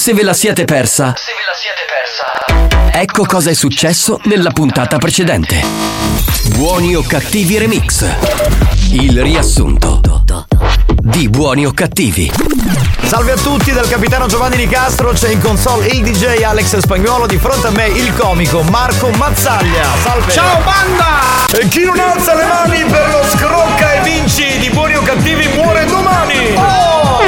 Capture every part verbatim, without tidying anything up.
Se ve la siete persa, Se ve la siete persa, ecco cosa è successo nella puntata precedente. Buoni o cattivi remix. Il riassunto di Buoni o cattivi. Salve a tutti dal capitano Giovanni Di Castro, c'è in console il D J Alex Spagnuolo, di fronte a me il comico Marco Mazzaglia. Salve. Ciao banda! E chi non alza le mani per lo scrocca e vinci di Buoni o cattivi muore domani. Oh!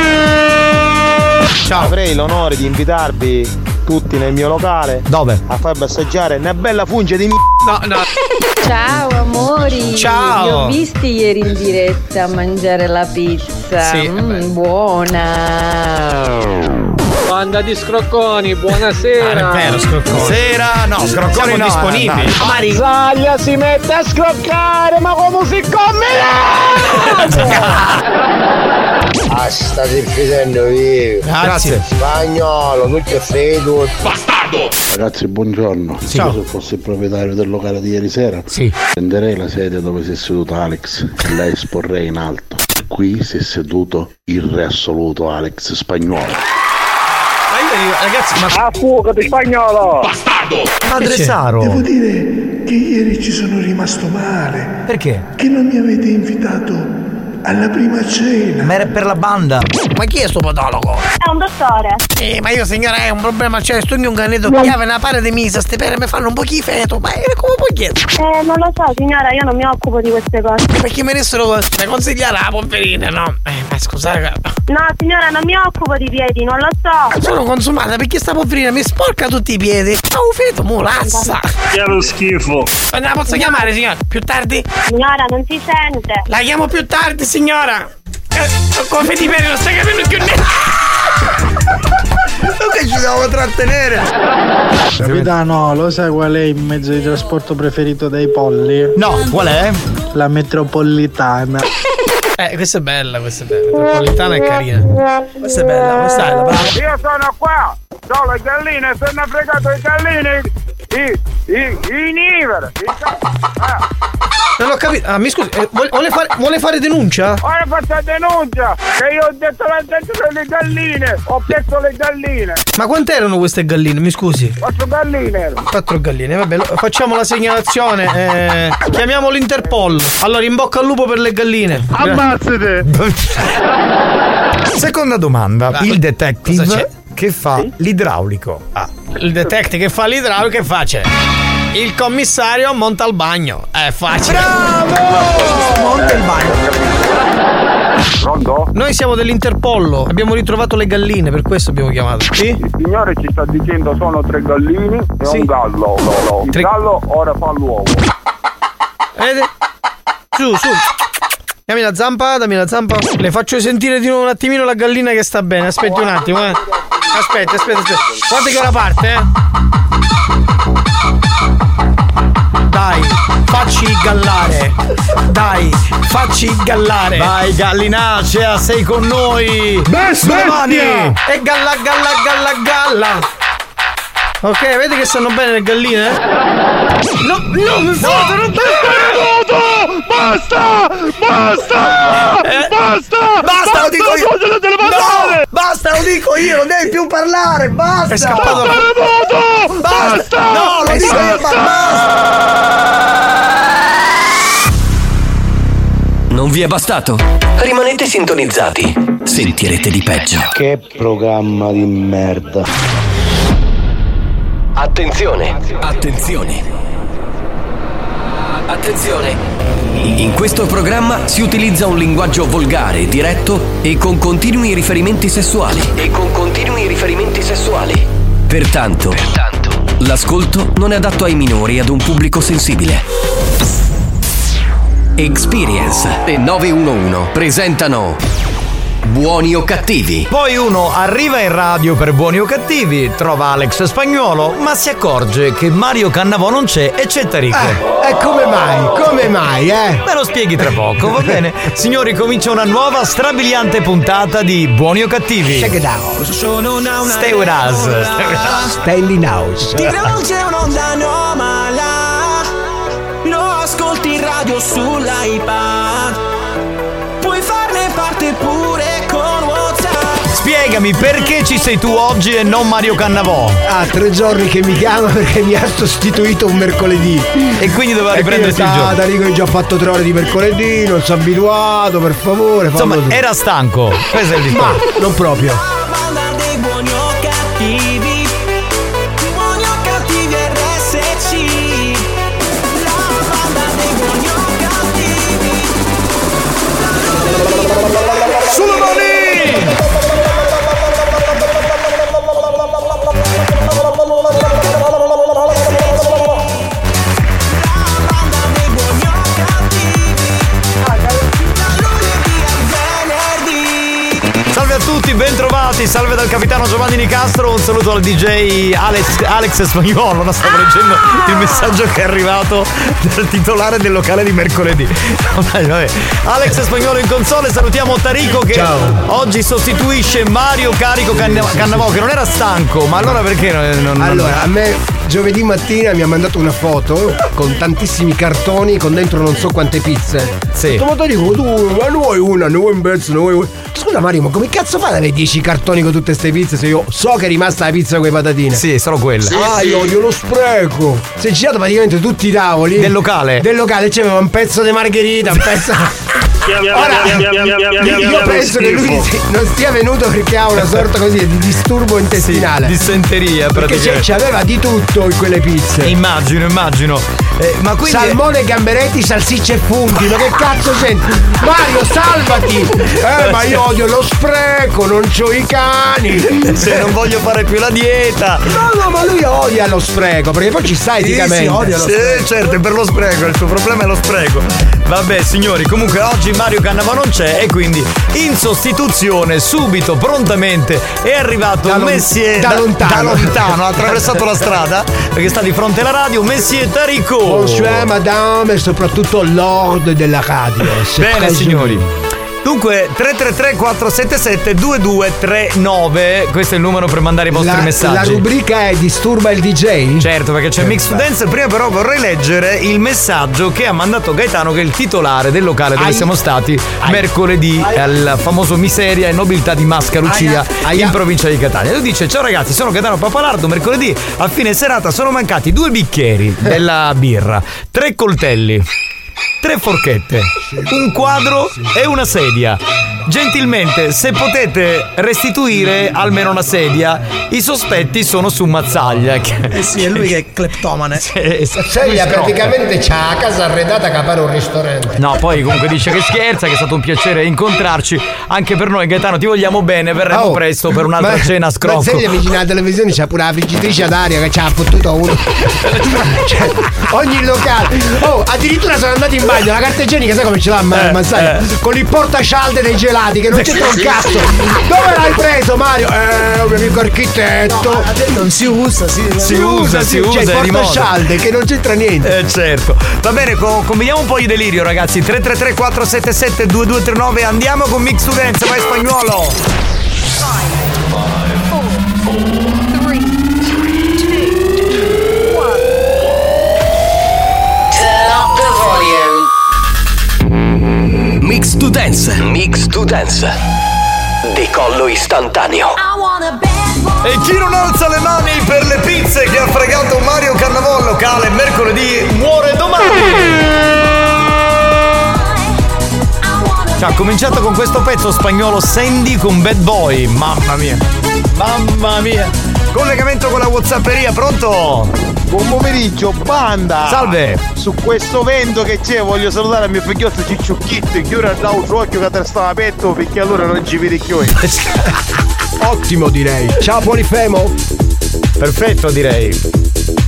Ciao. Avrei l'onore di invitarvi tutti nel mio locale. Dove? A far assaggiare una bella funge di m***. No, no. Ciao amori. Ciao. Li ho visti ieri in diretta a mangiare la pizza. Sì, mm, buona. Banda di scrocconi, buonasera. Ah, non è vero, scrocconi. Sera, no, scrocconi siamo no, disponibili. no, no. Mazzaglia si mette a scroccare, ma come si combina? Ah, state finendo vivo. Grazie. Spagnolo, tu che fai tu? Bastardo! Ragazzi, buongiorno. Sì. Io se fossi il proprietario del locale di ieri sera, Sì. prenderei la sedia dove si è seduto Alex e la esporrei in alto. Qui si è seduto il re assoluto Alex Spagnuolo. Ma io dico, ragazzi, ma A fuoco di Spagnolo! Bastardo! Padre Saro. Devo dire che ieri ci sono rimasto male. Perché? Che non mi avete invitato alla prima cena. Ma era per la banda. ma chi è sto podologo? È un dottore. Eh, ma io signora è un problema, cioè stugno un canetto che aveva una pare di misa, ste pere mi fanno un po' schifeto, ma eh, come puoi chiedere? Eh, non lo so signora, io non mi occupo di queste cose. Perché me ne sono mi consigliare la poverina, no? Eh, ma scusate. No signora, non mi occupo di piedi, non lo so. Sono consumata perché sta poverina mi sporca tutti i piedi. Ma un feto molassa. Che lo schifo. Ma la posso chiamare signora? Più tardi? Signora, non si sente. La chiamo più tardi signora. Eh, come ti vedi non stai capendo più niente. Che ci devo trattenere? Capitano, lo sai qual è il mezzo di trasporto preferito dei polli? No, qual è? La metropolitana. Eh, questa è bella, questa è bella. La metropolitana è carina. Questa è bella, questa è la brava. Io sono qua, ho le galline, sono fregato i galline, i, i, i niver, i ah. Non ho capito. Ah, mi scusi, eh, vuole, fare, vuole fare denuncia? Ora faccio denuncia, che io ho detto la gente delle galline, ho chiesto le galline. Ma quant'erano queste galline, mi scusi? Quattro galline erano. Quattro galline, vabbè, lo- facciamo la segnalazione. Eh, chiamiamo l'Interpol. Allora, in bocca al lupo per le galline. Ammazzate! Seconda domanda. Vai. Il Cosa detective c'è? che fa l'idraulico. Ah. Il detective che fa l'idraulico che face? Il commissario monta al bagno. È facile. Bravo! Monta il bagno. Pronto? Noi siamo dell'Interpollo. Abbiamo ritrovato le galline, per questo abbiamo chiamato. Sì? Il signore ci sta dicendo sono tre gallini e Sì. un gallo. No, no. Il Tre- gallo ora fa l'uovo. Vedete? Su, su. Dammi la zampa, dammi la zampa. Le faccio sentire di nuovo un attimino la gallina che sta bene. Aspetti un attimo, eh. Aspetta, aspetta, aspetta. Guarda che ora parte, eh. Dai, facci gallare. Dai, facci gallare. Vai gallinacea, sei con noi. Sulle mani. E galla, galla, galla, galla. Ok, vedi che stanno bene le galline? No, no, mi foto, non te Basta! Basta! Eh? Basta! Basta, lo dico io. Non te le No, basta, lo dico io, non devi più parlare, basta. È scappato. Basta! Basta. No, lo dico io, ma basta. Non vi è bastato? Rimanete sintonizzati. Sentirete di peggio. Che programma di merda. Attenzione! Attenzione! Attenzione! In questo programma si utilizza un linguaggio volgare, diretto e con continui riferimenti sessuali. E con continui riferimenti sessuali. Pertanto, Pertanto, l'ascolto non è adatto ai minori e ad un pubblico sensibile. Experience e nove uno uno presentano Buoni o cattivi. Poi uno arriva in radio per Buoni o cattivi, trova Alex Spagnuolo, ma si accorge che Mario Cannavò non c'è e c'è Tarico. E eh, come mai? Come mai, eh? Me lo spieghi tra poco, va bene? Signori, comincia una nuova strabiliante puntata di Buoni o cattivi. Check it out. Stay with us. Stay with us. Stay in house. Ti rivolge un'onda anomala, lo ascolti in radio sull'iPad, puoi farne parte pure con WhatsApp. spiegami perché ci sei tu oggi e non Mario Cannavò. Ah, tre giorni che mi chiama perché mi ha sostituito un mercoledì. E quindi doveva riprendersi il gioco. Dico che ho già fatto tre ore di mercoledì, non sono abituato, per favore. Insomma, tu. Era stanco. Questo è il discorso. Ma non proprio. Buoni o cattivi, buoni o cattivi R S C, la banda dei buoni o cattivi. Sulle mani! Salve a tutti, bentrovati, salve dal capitano Giovanni Nicastro, un saluto al D J Alex, Alex Spagnolo. Non stavo leggendo il messaggio che è arrivato dal titolare del locale di mercoledì. Vabbè, vabbè. Alex Spagnolo in console, salutiamo Tarico che Ciao. oggi sostituisce Mario Carico Cannavò, che non era stanco, ma allora perché non, non Allora, a me giovedì mattina mi ha mandato una foto con tantissimi cartoni con dentro non so quante pizze. Sì. Ma Tarico, tu, ma ne vuoi una, ne vuoi un pezzo, ne vuoi una? Scusa Mario, ma come cazzo fai ad avere dieci cartoni con tutte ste pizze se io so che è rimasta la pizza con le patatine? Sì, solo quella. Sì, ah, sì. io odio lo spreco. Si è girato praticamente tutti i tavoli del locale. Del locale c'aveva un pezzo di margherita, un pezzo. Ora, io penso che lui non stia venuto perché ha una sorta così di disturbo intestinale. Sì, dissenteria praticamente. Perché c'aveva di tutto in quelle pizze. Immagino, immagino. Eh, ma quindi salmone, gamberetti, salsicce e funghi. Ma che cazzo senti? Mario, salvati! Eh, ma io odio lo spreco, non c'ho i cani. Se non voglio fare più la dieta. No, no, ma lui odia lo spreco, perché poi ci sta eticamente. Sì, sì, odia lo sì, spreco. Certo, è per lo spreco, il suo problema è lo spreco. Vabbè, signori, comunque oggi Mario Cannavò non c'è e quindi in sostituzione, subito, prontamente, è arrivato da un Messier da, da lontano. Da lontano, ha attraversato la strada perché sta di fronte alla radio, Messier Tarico. Bonsoir madame e soprattutto lord della radio. Bene signori. Dunque tre tre tre quattro sette sette due due tre nove, questo è il numero per mandare i vostri la, messaggi. La rubrica è Disturba il D J? Certo, perché c'è Mix to Dance. Prima però vorrei leggere il messaggio che ha mandato Gaetano, che è il titolare del locale dove Ai. siamo stati Ai. mercoledì Ai. al famoso Miseria e Nobiltà di Mascalucia Ai. in provincia di Catania. Lui dice: ciao ragazzi, sono Gaetano Papalardo. Mercoledì a fine serata sono mancati due bicchieri della birra, tre coltelli, tre forchette, un quadro e una sedia. Gentilmente, se potete restituire almeno una sedia, i sospetti sono su Mazzaglia. Eh sì, è lui che è cleptomane. Mazzaglia praticamente c'ha la casa arredata che pare un ristorante. No, poi comunque dice che scherza, che è stato un piacere incontrarci. Anche per noi, Gaetano, ti vogliamo bene, verremo oh, presto per un'altra ma, cena a scrocco. Mazzaglia vicino alla televisione c'ha pure la friggitrice ad aria che ci ha fottuto uno. Cioè, ogni locale. Oh, addirittura sono andati in bagno, la carta igienica, sai come ce l'ha eh, Mazzaglia? Eh. Con il portascialde dei gelati. Che non c'entra un cazzo. Dove l'hai preso Mario? Eh, un mio amico architetto. No, non si usa, si, si, si usa, si usa. C'è il portascialde che non c'entra niente. Eh certo. Va bene, com- combiniamo un po' di delirio ragazzi. tre tre tre quattro sette sette due due tre nove. Andiamo con Mix to Dance. Vai Spagnolo. Mix to Dance. Mix to Dance. Decollo istantaneo. E chi non alza le mani per le pizze che ha fregato Mario Cannavò al locale mercoledì muore domani. Cioè, ha cominciato con questo pezzo Spagnolo Sandy con Bad Boy. Mamma mia. Mamma mia. Collegamento con la WhatsApperia, pronto? Buon pomeriggio, banda! Salve! Su questo vento che c'è voglio salutare il mio figliotto Cicciucchitto, che ora ha un suo occhio che te stava aperto perché allora non ci vedi più. Ottimo direi. Ciao Polifemo! Perfetto direi.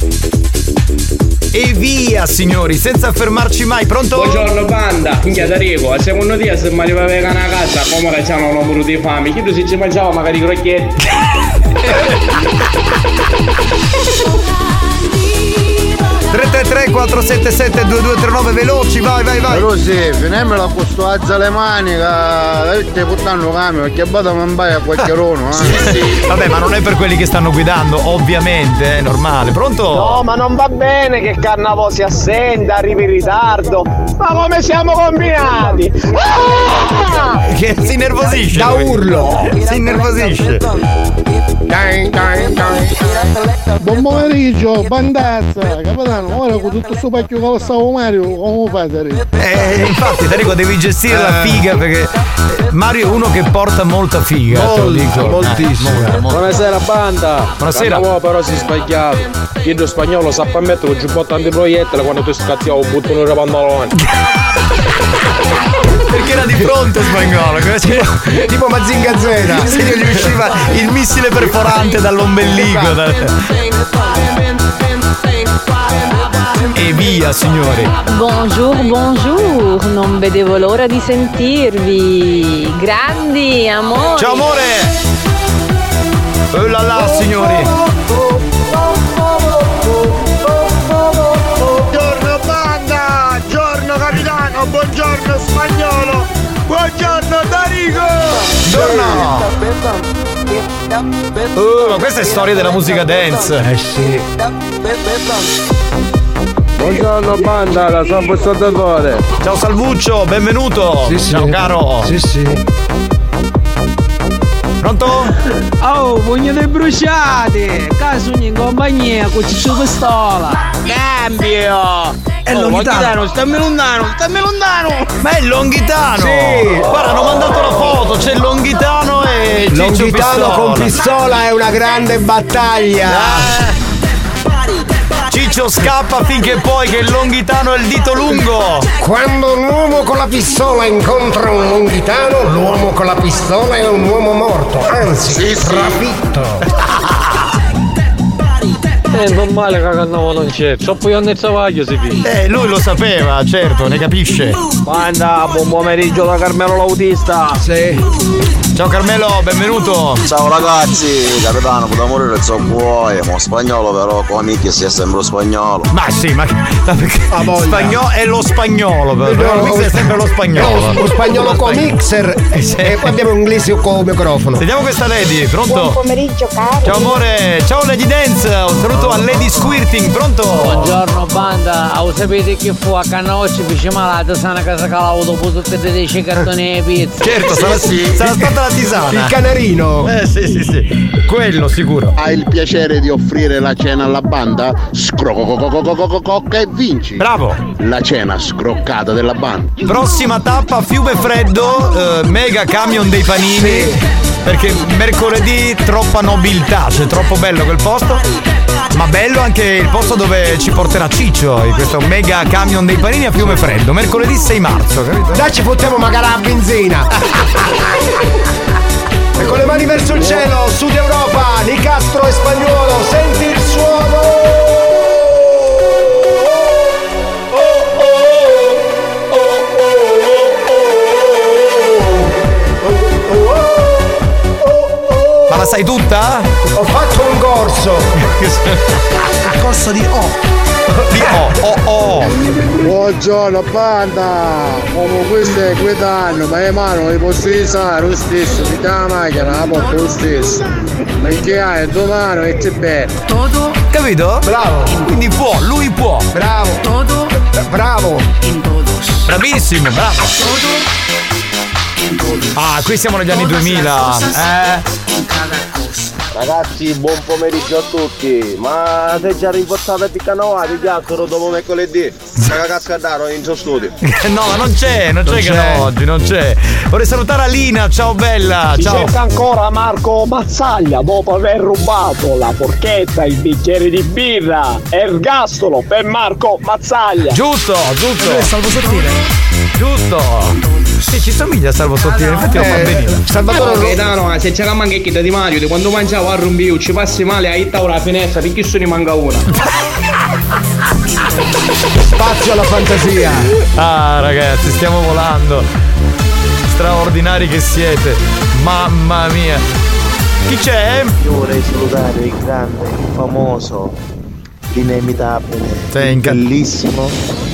E via signori, senza fermarci mai, pronto? Buongiorno banda, minchia Tarico, a secondo te se mi arriva a una casa come che c'hanno un numero di fame, chi tu si ci mangiava magari crocchietti? tre tre tre quattro sette sette due due tre nove, veloci, vai vai vai. Però sì, finiamola con sto alza le mani che stai portando camion perché vado a mandare a qualche rono, eh. Sì, sì. Vabbè, ma non è per quelli che stanno guidando, ovviamente, è normale. Pronto? No, ma non va bene che Carnavo si assenta, arrivi in ritardo. Ma come siamo combinati? Ah! Che si innervosisce. Da lui. urlo. Si innervosisce. Dai, dai, dai. Buon pomeriggio, bandazza, capitano, ora con tutto questo pacchio che lo stavo Mario, come fate? Eh, infatti, Enrico, devi gestire la figa perché Mario è uno che porta molta figa, te lo dico. Moltissimo. Eh, molto, molto. Buonasera banda. Buonasera. Carnavo però si è sbagliato. Chiedo spagnolo sa permettere che ci porta tanti proiettili quando tu scazziavo buttano i pantaloni. Perché era di fronte spagnolo, tipo, tipo Mazinga Z. Se gli usciva il missile perforante dall'ombelico. Da... E via, signori. Bonjour, bonjour, non vedevo l'ora di sentirvi. Grandi, amore. Ciao amore. Oh là là, signori. Buongiorno banda, giorno capitano, buongiorno spagnolo, buongiorno Darico. Buongiorno. Oh, ma questa è storia della musica dance. Eh sì. Buongiorno banda, da San Salvatore. Ciao Salvuccio, benvenuto. Sì, sì. Ciao caro. Sì, sì. Pronto? Oh, pugno dei bruciati! Caso in compagnia con Ciccio Pistola! Cambio! È oh, Longhitano. stammi lontano, stammi lontano! Ma è Longhitano! Sì. Guarda, hanno mandato la foto, c'è Longhitano e Ciccio Longhitano Pistola. con pistola è una grande battaglia. Eh. Ciccio scappa finché poi che il Longhitano è il dito lungo. Quando un uomo con la pistola incontra un Longhitano, l'uomo con la pistola è un uomo morto, anzi, Sì, sì. trafitto. È normale che Carnavo non c'è, troppo io nel travaglio si finisce. Eh, lui lo sapeva, certo, ne capisce. Banda, buon pomeriggio da Carmelo l'autista. Sì. Ciao Carmelo, benvenuto. Ciao ragazzi, capitano, potete morire so vuoi, ma spagnolo però come che sia sempre spagnolo. Ma sì, ma, ma perché spagnolo è lo spagnolo, però No, questo è sempre lo spagnolo. Lo spagnolo con mixer Eh, sì. e poi abbiamo inglese con il microfono. Sentiamo questa Lady, pronto? Buon pomeriggio caro. Ciao amore, ciao Lady Dance, un saluto a Lady Squirting, pronto? Buongiorno banda, ah, sapete che fu a Canocci vicino alla sana casa calavo dopo tutte le dieci cartoni e pizza. Certo, sarà, sarà stata la tisana. Il canarino. Eh sì sì sì, quello sicuro. Hai il piacere di offrire la cena alla banda? Scrocca e vinci. Bravo. La cena scroccata della banda. Prossima tappa Fiume Freddo, eh, mega camion dei panini. Perché mercoledì troppa nobiltà, cioè troppo bello quel posto. Ma bello anche il posto dove ci porterà Ciccio, in questo mega camion dei panini a Fiume Freddo, mercoledì sei marzo, capito? Dai, ci fottiamo magari la benzina. E con le mani verso il cielo, Sud Europa, Nicastro e Spagnuolo, senti il suono. Ma la sai tutta? Ho fatto un corso. Corso di O. Di O, O, O. Buongiorno banda, come questo è quell'anno, ma le mani non li posso usare lo stesso, mi dà la macchina, la porto lo stesso. Perché hai due mani e c'è bene. Todo. Capito? Bravo. Quindi può, lui può. Bravo. Todo Bravo. in todos. Bravissimo, bravo. Todo in todos. Ah, qui siamo negli anni duemila. Eh. In cada cosa. Ragazzi, buon pomeriggio a tutti. Ma sei già rinforzata a Piccanovati, chiacchiero dopo mercoledì. Ma cazzo andaro in suo studio. No, ma non c'è, non, Non c'è, che c'è. no, oggi, non c'è. Vorrei salutare Alina, ciao bella, Si ciao. cerca ancora Marco Mazzaglia dopo aver rubato la forchetta, il bicchiere di birra. Ergastolo per Marco Mazzaglia. Giusto, giusto. È Salvo Sottile. Giusto. Sì, ci somiglia a Salvo Sottile, infatti lo fa benissimo. Salvatore Ro- Gaetano, se c'è la manghecchita di Mario, di quando mangiavo a Rumbiu, ci passi male a itta ora la finestra, perché se ne manca una. Spazio alla fantasia. Ah, ragazzi, stiamo volando. Straordinari che siete. Mamma mia. Chi c'è? Io vorrei salutare il grande, il famoso inimitabile, sei inca- bellissimo,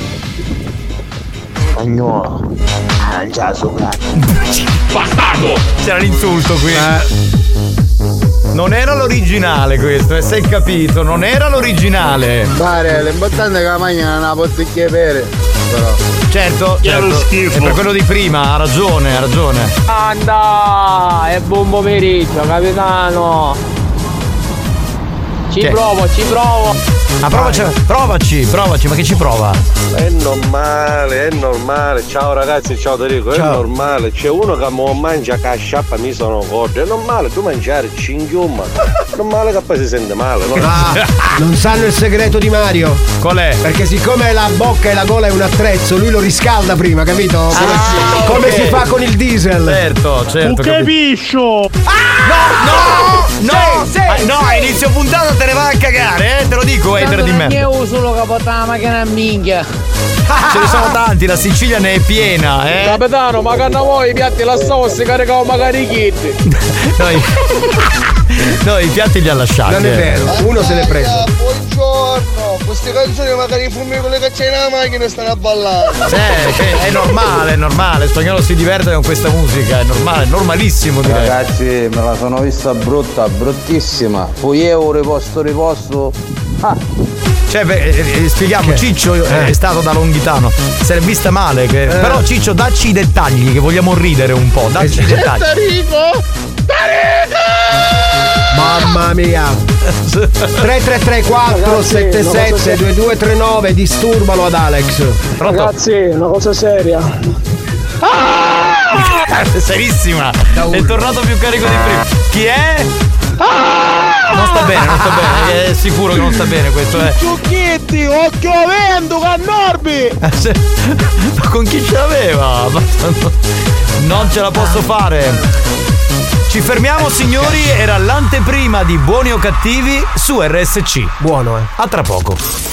spagnolo, non c'ha sopra. Bastardo! C'era l'insulto qui. Eh. Non era l'originale questo, e se hai capito, non era l'originale. Pare, l'importante è che la magna non la bottiglia bere. Però. Certo, certo. È per quello di prima, ha ragione, ha ragione. Anda, è buon pomeriggio, capitano. Ci Che? provo, ci provo. Ma provaci, provaci, provaci, ma che ci prova? È normale, è normale. Ciao ragazzi, ciao Enrico, è Ciao. normale. C'è uno che mo mangia che a sciappa mi sono corto. È normale, tu mangiare cinghiouma. È normale che poi si sente male, no? Ah, non sanno il segreto di Mario. Qual è? Perché siccome la bocca e la gola è un attrezzo, lui lo riscalda prima, capito? Ah, come come ok. si fa con il diesel. Certo, certo. Tu capisci? No, no, no, sì, Ah, sì, no, sì. a inizio puntata te ne vai a cagare, eh, te lo dico, hater di me. Io uso lo capotto la macchina a minchia. Ce ne sono tanti, la Sicilia ne è piena, eh. Capitano, ma che voi i piatti la sauce caricavo magari kit. Noi, noi i piatti li ha lasciati. Non è eh. vero, uno se l'è preso. Buongiorno, queste canzoni magari i fumi con le che c'è nella macchina stanno a ballare. Eh, che è normale, è normale, il spagnolo si diverte con questa musica, è normale, è normalissimo direi. Ragazzi, me la sono vista brutta, bruttissima. Poi io riposto, riposto. Ah. Cioè, beh, eh, eh, spieghiamo, Che? Ciccio Eh. è stato da Longhitano, se l'è vista male, che... però Ciccio dacci i dettagli, che vogliamo ridere un po', dacci i dettagli. Tarico! Tarico! Mamma mia. tre tre tre quattro sette sette due due tre nove, disturbalo ad Alex. Pronto? Ragazzi, una cosa seria. Serissima, è tornato più carico di prima. Chi è? Non sta bene, non sta bene, è sicuro che non sta bene questo, eh. Ciucchetti, occhio vento, cannorbi! Ma con chi ce l'aveva? Ma non ce la posso fare. Ci fermiamo signori, era l'anteprima di Buoni o Cattivi su R S C. Buono, eh. A tra poco.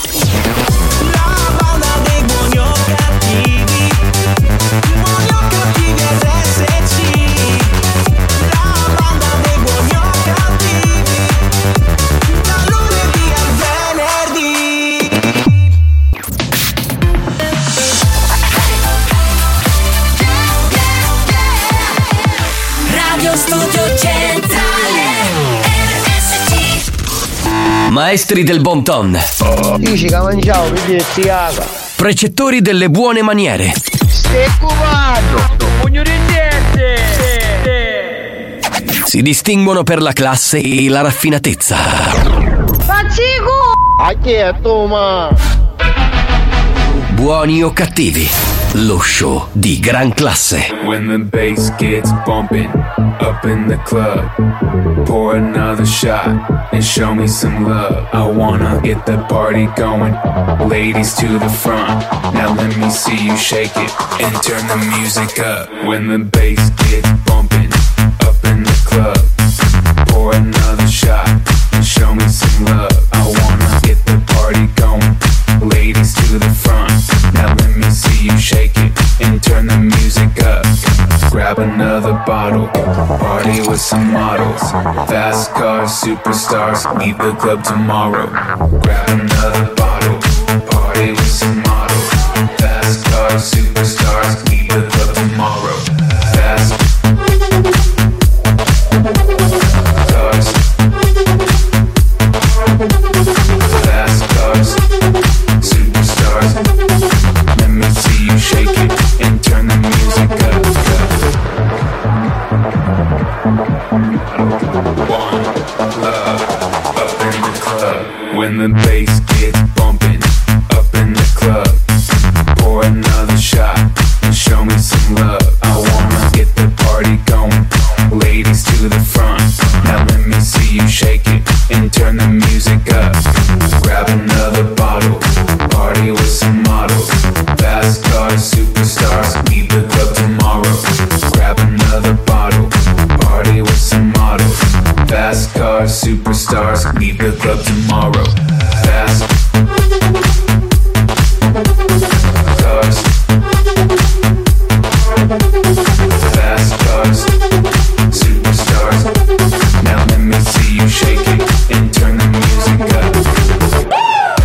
Radio Studio Centrale R S C. Maestri del bon ton. Dici che mangiavo, mi dici caga. Precettori delle buone maniere. Stai cubando! Pugno di niente! Si distinguono per la classe e la raffinatezza. Faccico! A chi è tu, ma? Buoni o cattivi, lo show di gran classe. When the bass gets bumping up in the club, pour another shot and show me some love. I wanna get the party going, ladies to the front. Now let me see you shake it and turn the music up. When the bass gets bumping up in the club, pour another shot and show me some love. I wanna get the party going, ladies to the front. Now let me see you shake it and turn the music up. Grab another bottle, party with some models. Fast cars, superstars, leave the club tomorrow. Grab another bottle, party with some models. Fast cars, superstars, leave the club tomorrow. Fast cars, fast cars, superstars. Let me see you shake it and turn the music up. One love up in the club. When the bass gets bumping up in the club, pour another shot and show me some love. I wanna get the party going, ladies to the front. Now let me see you shake it and turn the music up. Grab another bottle, party with some models. Fast cars, superstars, leave the club tomorrow. Grab another bottle, party with some models. Fast cars, superstars, leave the club tomorrow. Fast cars, fast cars, superstars. Now let me see you shake it and turn the music up.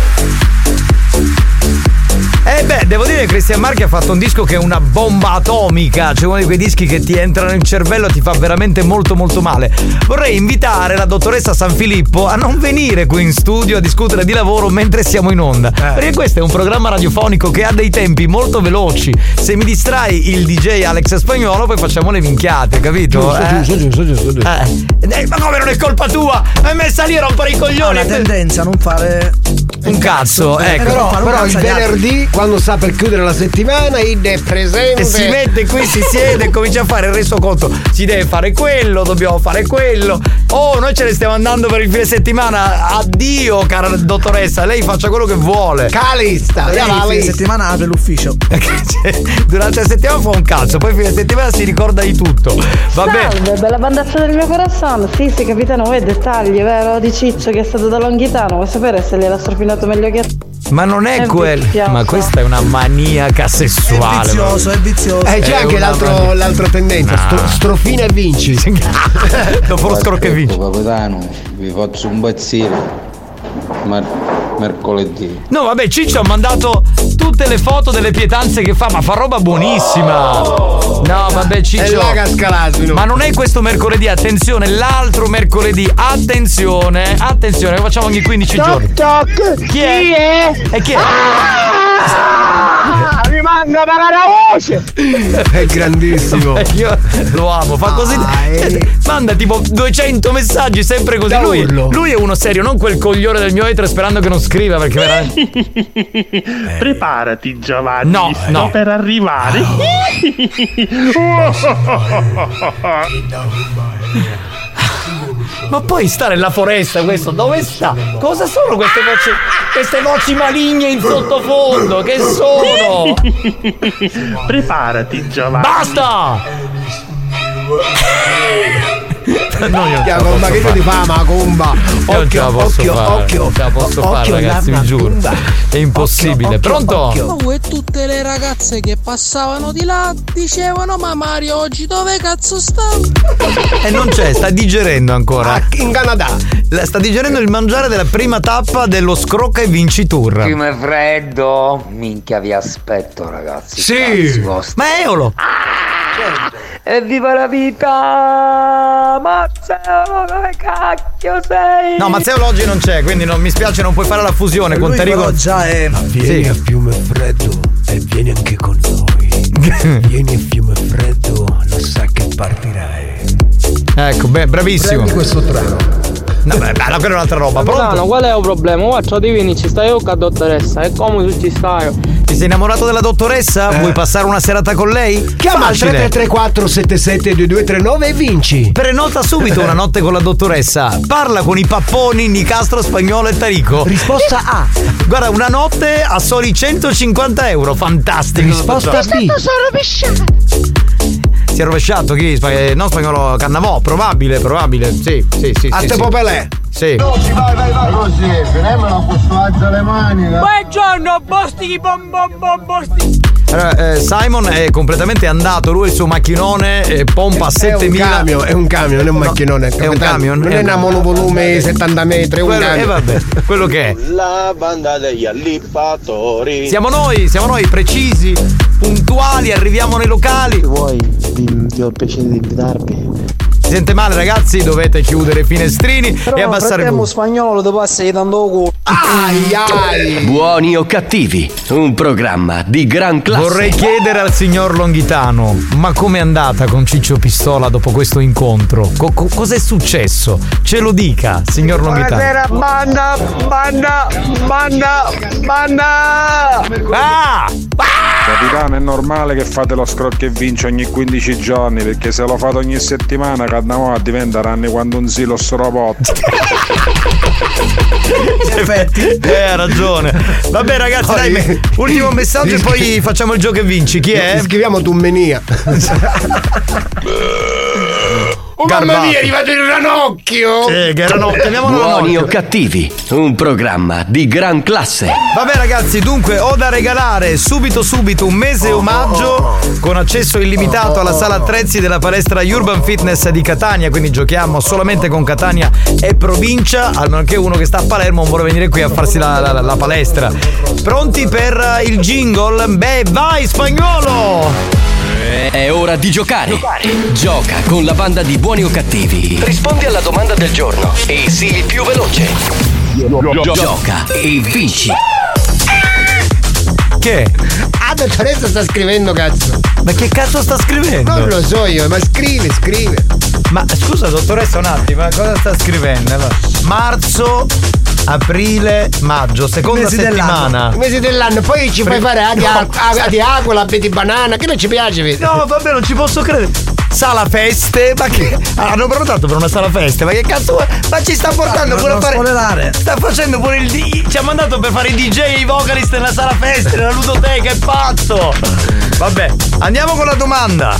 Christian Marchi ha fatto un disco che è una bomba atomica, cioè uno di quei dischi che ti entrano in cervello e ti fa veramente molto molto male. Vorrei invitare la dottoressa Sanfilippo a non venire qui in studio a discutere di lavoro mentre siamo in onda, eh. perché questo è un programma radiofonico che ha dei tempi molto veloci. Se mi distrai il D J Alex Spagnuolo poi facciamo le minchiate, capito? Giusto, eh? giusto, giusto, giusto, giusto. Eh. Eh, ma come non è colpa tua? Hai messa lì a rompere i coglioni. Ha la tendenza a non fare un cazzo, cazzo. ecco. Però, però il venerdì, quando sta per chiudere la settimana, il è presente e si mette qui, si siede e comincia a fare il resoconto. Si deve fare quello, dobbiamo fare quello. Oh, noi ce ne stiamo andando per il fine settimana. Addio, cara dottoressa, lei faccia quello che vuole. Calista, lei il fine settimana apre l'ufficio. Durante la settimana fa un cazzo, poi il fine settimana si ricorda di tutto. Vabbè. Salve, bella bandazza del mio corazon. Sì, sì, capitano, voi dettagli, vero? Di Ciccio che è stato da Longhitano. Vuoi sapere se gliel'ha sorfinato meglio che... Ma non è, è quel. vizioso. Ma questa è una maniaca sessuale. È vizioso, ma... è vizioso. Eh, c'è è anche l'altro, mania... l'altra tendenza, no. Stro, strofina e vinci. Dopo lo scrocco e vinci. Capitano, vi faccio un bazzire. Ma mercoledì. No, vabbè, Ciccio ha mandato tutte le foto delle pietanze che fa, ma fa roba buonissima. No, vabbè, Ciccio. Ma non è questo mercoledì, attenzione, l'altro mercoledì. Attenzione, attenzione, lo facciamo ogni quindici toc, giorni. Toc. Chi è? Chi è? E chi è? Ah, mi manca per la voce. È grandissimo. Io lo amo, fa così. Manda tipo duecento messaggi sempre così. Lui, lui è uno serio, non quel coglione del mio etro sperando che non scriva perché veramente. Preparati, Giovanni. No, sto no. per arrivare. Ma poi sta nella foresta questo, dove sta? Cosa sono queste voci? Queste voci maligne in sottofondo? Che sono? Preparati, Giovanni. Basta! No, io che comba che io ti fa ma comba. Occhio, occhio, occhio, non ce la posso occhio, fare, ragazzi, vi giuro. È impossibile. Occhio, occhio, Pronto? occhio. Ma voi tutte le ragazze che passavano di là dicevano: ma Mario oggi dove cazzo sta? E non c'è, sta digerendo ancora. Ah, in Canada. Sta digerendo il mangiare della prima tappa dello Scrocca e Vinci Tour. Fiume freddo. Minchia, vi aspetto, ragazzi. Sì. Ma Eolo. Evviva la vita! Mazzeo, dove cacchio sei? No, Mazzeo oggi non c'è, quindi non mi spiace, non puoi fare la fusione con Tarico. Già è. Ma vieni Sì. a Fiume Freddo e vieni anche con noi. Vieni a Fiume Freddo, lo sa che partirai. Ecco, beh, bravissimo. Prendi questo treno. No, beh, bella, quella è un'altra roba. Capitano, Pronto? qual è il problema? Guarda, ti vieni, ci stai io con la dottoressa. E come tu ci stai? Ti sei innamorato della dottoressa? Eh. Vuoi passare una serata con lei? Chiama al Facile. tre tre tre quattro sette sette due due tre nove e vinci. Prenota subito una notte con la dottoressa. Parla con i papponi Nicastro, Spagnolo e Tarico. Risposta A. Guarda, una notte a soli centocinquanta euro. Fantastico. Risposta B. sono rovesciato. Si è rovesciato chi? Sp- non Spagnolo, Cannavò. Probabile, probabile. Sì, sì, sì. A sì, te sì. Popelè. Sì. Vai, vai, vai. Così, finiamola a questo alza le mani. Buongiorno, bostichi bom bom bom bostichi. Allora, eh, Simon è completamente andato, lui e il suo macchinone eh, pompa a settemila. È un camion, è un camion, non è un No, macchinone. è un camion? Non È è una un- monovolume settanta metri, è un Quello, camion. eh, vabbè, quello che è. La banda degli allippatori. Siamo noi, siamo noi precisi, puntuali, arriviamo nei locali. Vuoi, ti ho il piacere di invitarmi. Si sente male, ragazzi, dovete chiudere i finestrini e abbassare il volume. spagnolo ti passi dando culo. Ai ai. Buoni o cattivi, un programma di gran classe. Vorrei chiedere al signor Longhitano, ma com'è andata con Ciccio Pistola dopo questo incontro? Co- co- cos'è successo? Ce lo dica, signor Longhitano. Buonasera, banda, banda, banda, banda. Ah! Capitano, è normale che fate lo scrocco e vince ogni quindici giorni, perché se lo fate ogni settimana Cannavò diventa anni quando un silos robot. Effetti. Eh, ha ragione. Vabbè, ragazzi, dai, me- ultimo messaggio e poi facciamo il gioco e vinci. Chi è? Scriviamo Tummenia. Oh mamma mia, è arrivato il ranocchio! Sì, che ranocchio, andiamo Buoni o cattivi, un programma di gran classe. Vabbè ragazzi, dunque ho da regalare subito subito un mese omaggio con accesso illimitato alla sala attrezzi della palestra Urban Fitness di Catania, quindi giochiamo solamente con Catania e provincia, almeno che uno che sta a Palermo non vuole venire qui a farsi la, la, la palestra. Pronti per il jingle? Beh, vai Spagnolo! È ora di giocare. giocare. Gioca con la banda di Buoni o Cattivi. Rispondi alla domanda del giorno e sii il più veloce. Gioca e vinci. Che? Ah, dottoressa sta scrivendo, cazzo. Ma che cazzo sta scrivendo? Non lo so io, ma scrive, scrive. Ma scusa dottoressa un attimo, cosa sta scrivendo? Allora, marzo, aprile, maggio, seconda mesi settimana. Dell'anno. Mesi dell'anno, poi ci puoi fare adi no. aquila, di banana, che non ci piace, vedi? No, vabbè, non ci posso credere. Sala feste, ma che hanno prenotato per una sala feste, ma che cazzo vuoi? Ma ci sta portando pure a fare. Spoilerare. Sta facendo pure il D. Ci ha mandato per fare i D J e i vocalist nella sala feste, nella ludoteca, è pazzo! Vabbè, andiamo con la domanda.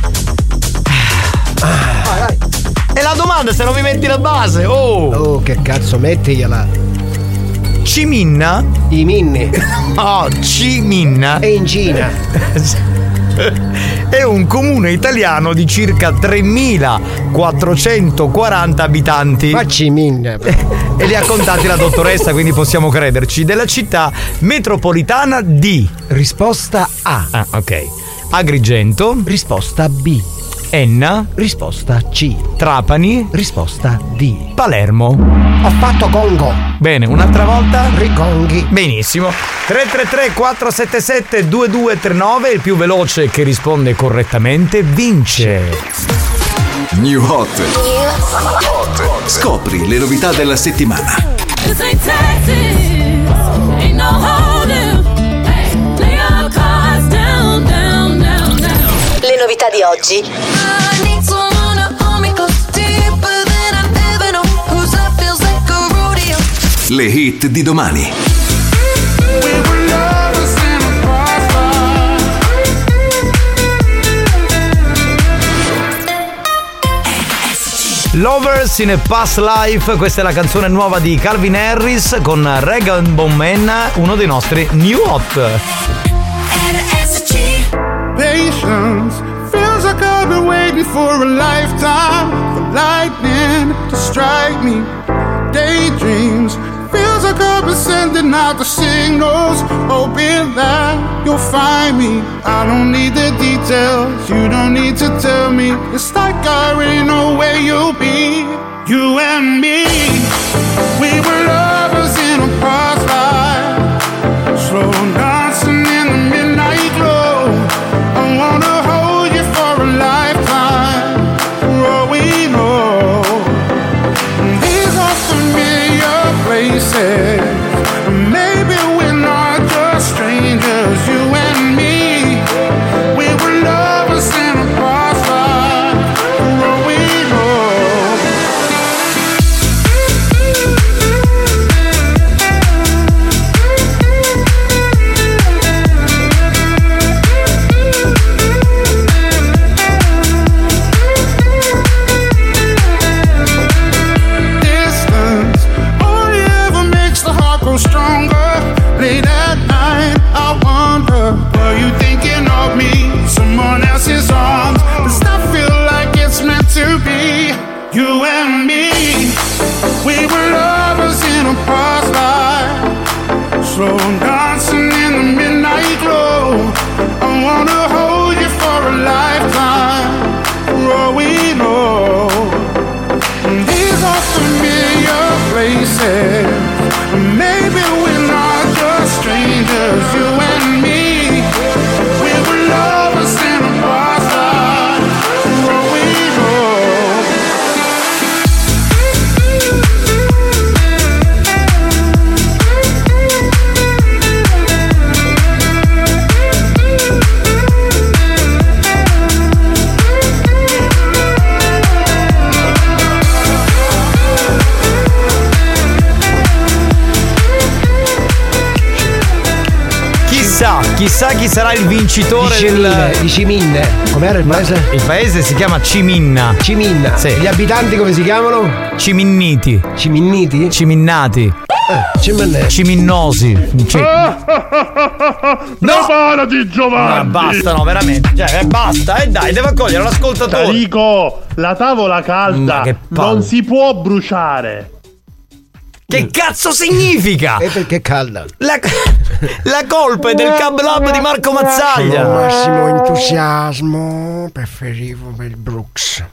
Vai, vai. E la domanda se non mi metti la base, oh! Oh, che cazzo, mettigliela. Ciminna? I minni. Oh, Ciminna. È in Cina. È un comune italiano di circa tremilaquattrocentoquaranta abitanti. Ma Ciminna. E li ha contati la dottoressa, quindi possiamo crederci. Della città metropolitana di. Risposta A. Ah, ok. Agrigento. Risposta B. Enna. Risposta C. Trapani. Risposta D. Palermo. Ho fatto Congo. Bene, un'altra volta. Riconghi. Benissimo. tre tre tre quattro sette sette due due tre nove. Il più veloce che risponde correttamente vince. New Hot. Scopri le novità della settimana. Le novità di oggi. Le hit di domani. Lovers in a Past Life, questa è la canzone nuova di Calvin Harris con Regan Bowman, uno dei nostri New Hot. Patience feels like I've been waiting for a lifetime for lightning to strike me. Daydreams feels like I've been sending out the signals, hoping that you'll find me. I don't need the details, you don't need to tell me. It's like I already know where you'll be. You and me, we were lovers in a past life, slow dancing in the midnight glow. I wanna hold you for a lifetime, for all we know. These are familiar places, maybe we're not just strangers. You and me, we were lovers in a past life, for all we know. Distance only ever makes the heart chissà chi sarà il vincitore di Cimine, del... di Cimine. Com'era il paese? Il paese si chiama Ciminna. Ciminna. Sì. Gli abitanti come si chiamano? Ciminniti. Ciminniti? Ciminnati. Eh, Ciminne. Ciminnosi. C- no, parati Giovanni. Ma basta, no, veramente. Cioè, eh, basta, e eh, dai, devo accogliere l'ascoltatore. Tarico, la tavola calda non si può bruciare. Che cazzo significa? E perché è calda? La, la colpa è del Cab Lab di Marco Mazzaglia. Con massimo entusiasmo preferivo il Brooks.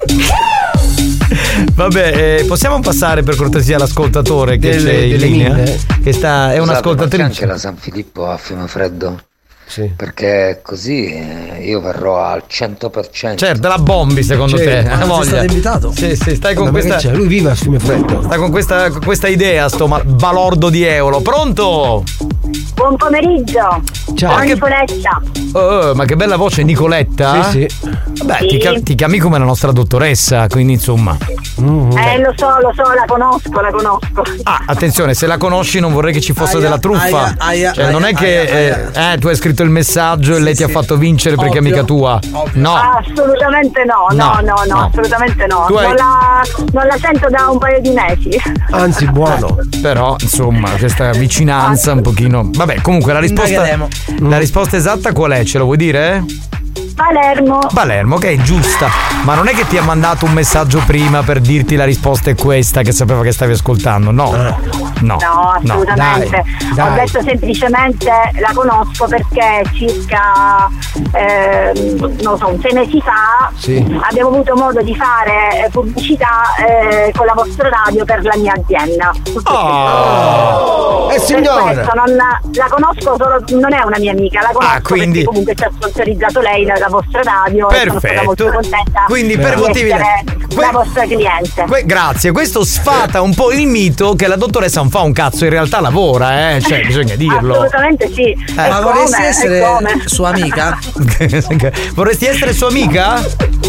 Vabbè, eh, possiamo passare per cortesia all'ascoltatore che Delle- c'è in delle linea? mine? Che sta, è Scusate, ma c'è un'ascoltatrice. anche la San Filippo a Fiumefreddo? Sì. Perché così eh, io verrò al cento per cento. Certo, la bombi secondo Certo. te. Ma Hai sei voglia. stato invitato? Sì, sì, stai con Ma questa. che c'è? Lui vive a Fiumefreddo. Sta con questa, con questa idea, sto mal- balordo di Eolo. Pronto? Buon pomeriggio. Ciao. Sono Che- Nicoletta. Oh, ma che bella voce, Nicoletta? Sì, sì. Vabbè, Sì. Ti, chiam- ti chiami come la nostra dottoressa, quindi insomma. Mm, Eh, lo so, lo so, la conosco, la conosco. Ah, attenzione, se la conosci non vorrei che ci fosse Aia, della truffa. aia, aia, cioè, non è aia, che aia, eh, eh, tu hai scritto il messaggio e lei ti ha fatto vincere perché è Ovvio. amica tua. No. Assolutamente no, no, No, no, no, no. assolutamente no. Tu hai- Non, la, non la sento da un paio di mesi. Anzi, buono. Però, insomma, questa vicinanza un pochino. Vabbè, comunque la risposta. Indagheremo. La risposta esatta qual è? Ce lo vuoi dire? Palermo. Palermo, che è giusta. Ma non è che ti ha mandato un messaggio prima per dirti la risposta è questa, che sapeva che stavi ascoltando, no. No. No, assolutamente. Dai, Ho dai. detto semplicemente la conosco perché circa ehm, non so, un sei mesi fa Sì. abbiamo avuto modo di fare eh, pubblicità eh, con la vostra radio per la mia azienda. Oh. Eh, Per signora. questo non la, la conosco solo, non è una mia amica, la conosco Ah, quindi- perché comunque ci ha sponsorizzato lei la, la vostra radio e sono stata Perfetto. molto contenta Quindi per di motivi- essere que- la vostra cliente. Que- grazie, questo sfata un po' il mito che la dottoressa non fa un cazzo, in realtà lavora, eh. Cioè, bisogna dirlo. Assolutamente sì. E Ma come? vorresti E essere come? sua amica? Vorresti essere sua amica?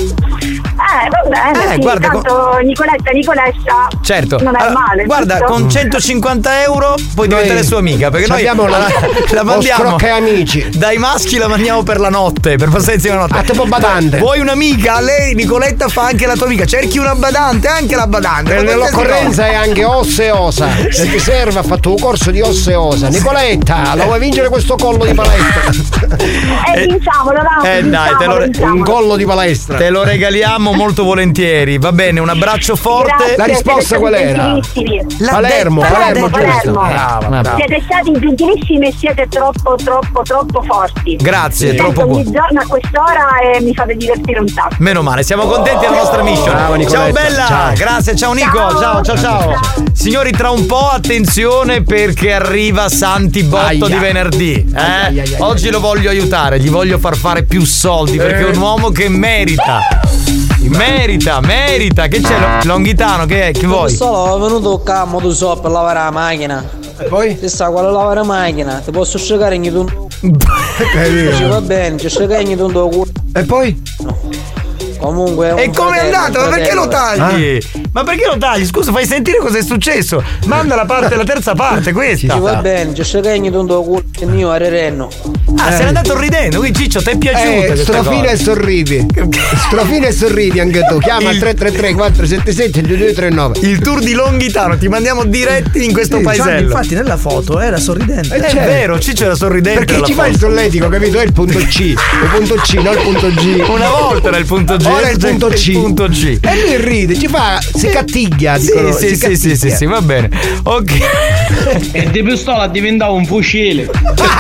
Eh, va bene, Eh, sì, guarda, tanto Nicoletta, Nicoletta Certo. non è Allora, male. guarda, giusto? con centocinquanta euro puoi diventare sua amica. Perché noi abbiamo la- la, la lo mandiamo scrocca amici. dai maschi la mandiamo per la notte, per passare insieme la notte. A tipo badante. Vuoi un'amica? Lei, Nicoletta, fa anche la tua amica. Cerchi una badante, anche la badante. E Ma nell'occorrenza è anche ossa e osa. Se ti serve, ha fatto un corso di ossa e osa. Nicoletta, la vuoi vincere questo collo di palestra? Eh, vinciamolo, dai, Eh dai, te lo, vinciamolo, Un collo di palestra. te lo regaliamo molto volentieri. Va bene, un abbraccio forte. Grazie, La risposta siete qual stati era? gentilissimi. L'ha Palermo, detta, Palermo, l'ha detta. giusto. Brava, brava. Siete stati gentilissimi e siete troppo, troppo, troppo forti. Grazie, Mi troppo sento buono. ogni giorno a quest'ora e mi fate divertire un sacco. Meno male, siamo contenti della nostra mission. Brava, Nicoletta. Ciao bella, Ciao. grazie, ciao Nico, ciao ciao ciao. Signori, tra un po' attenzione perché arriva Santi Botto Aia. di venerdì. Eh? Aia, aia, aia. Oggi lo voglio aiutare, gli voglio far fare più soldi perché è un uomo che merita. Merita, merita. Che c'è? Lo- Longhitano, che è? Che vuoi? Solo è venuto qua a modo so per lavare la macchina. E poi? Ti sa quale lavare la macchina? Ti posso asciugare ogni tanto. Ci va bene, ci asciugare ogni tanto culo. E poi? Comunque. E come è andato? Ma perché lo tagli? Ah. Ma perché lo tagli? Scusa, fai sentire cosa è successo. Manda la parte, la terza parte, questa. Ci va bene, ci asciugare ogni tanto culo. E io a Renno. Ah, sei andato ridendo, quindi Ciccio, ti è piaciuta Eh, questa strofina cosa? e sorridi. Strofina e sorridi anche tu. Chiama al tre tre tre quattro sette sette due due tre nove. Il tour di Longhitano, ti mandiamo diretti in questo Gianni, paesello. infatti nella foto era sorridente. È certo. vero, Ciccio era sorridente. Perché alla ci fa foto. il solletico, capito? È il punto C. Il punto C, non il punto G. Una volta era il punto G, Ora è il punto C. il punto C. E lui ride, ci fa. Si cattiglia. Sì, dicono, sì, si sì, sì, sì, sì, va bene. Ok. E di pistola diventava un fucile.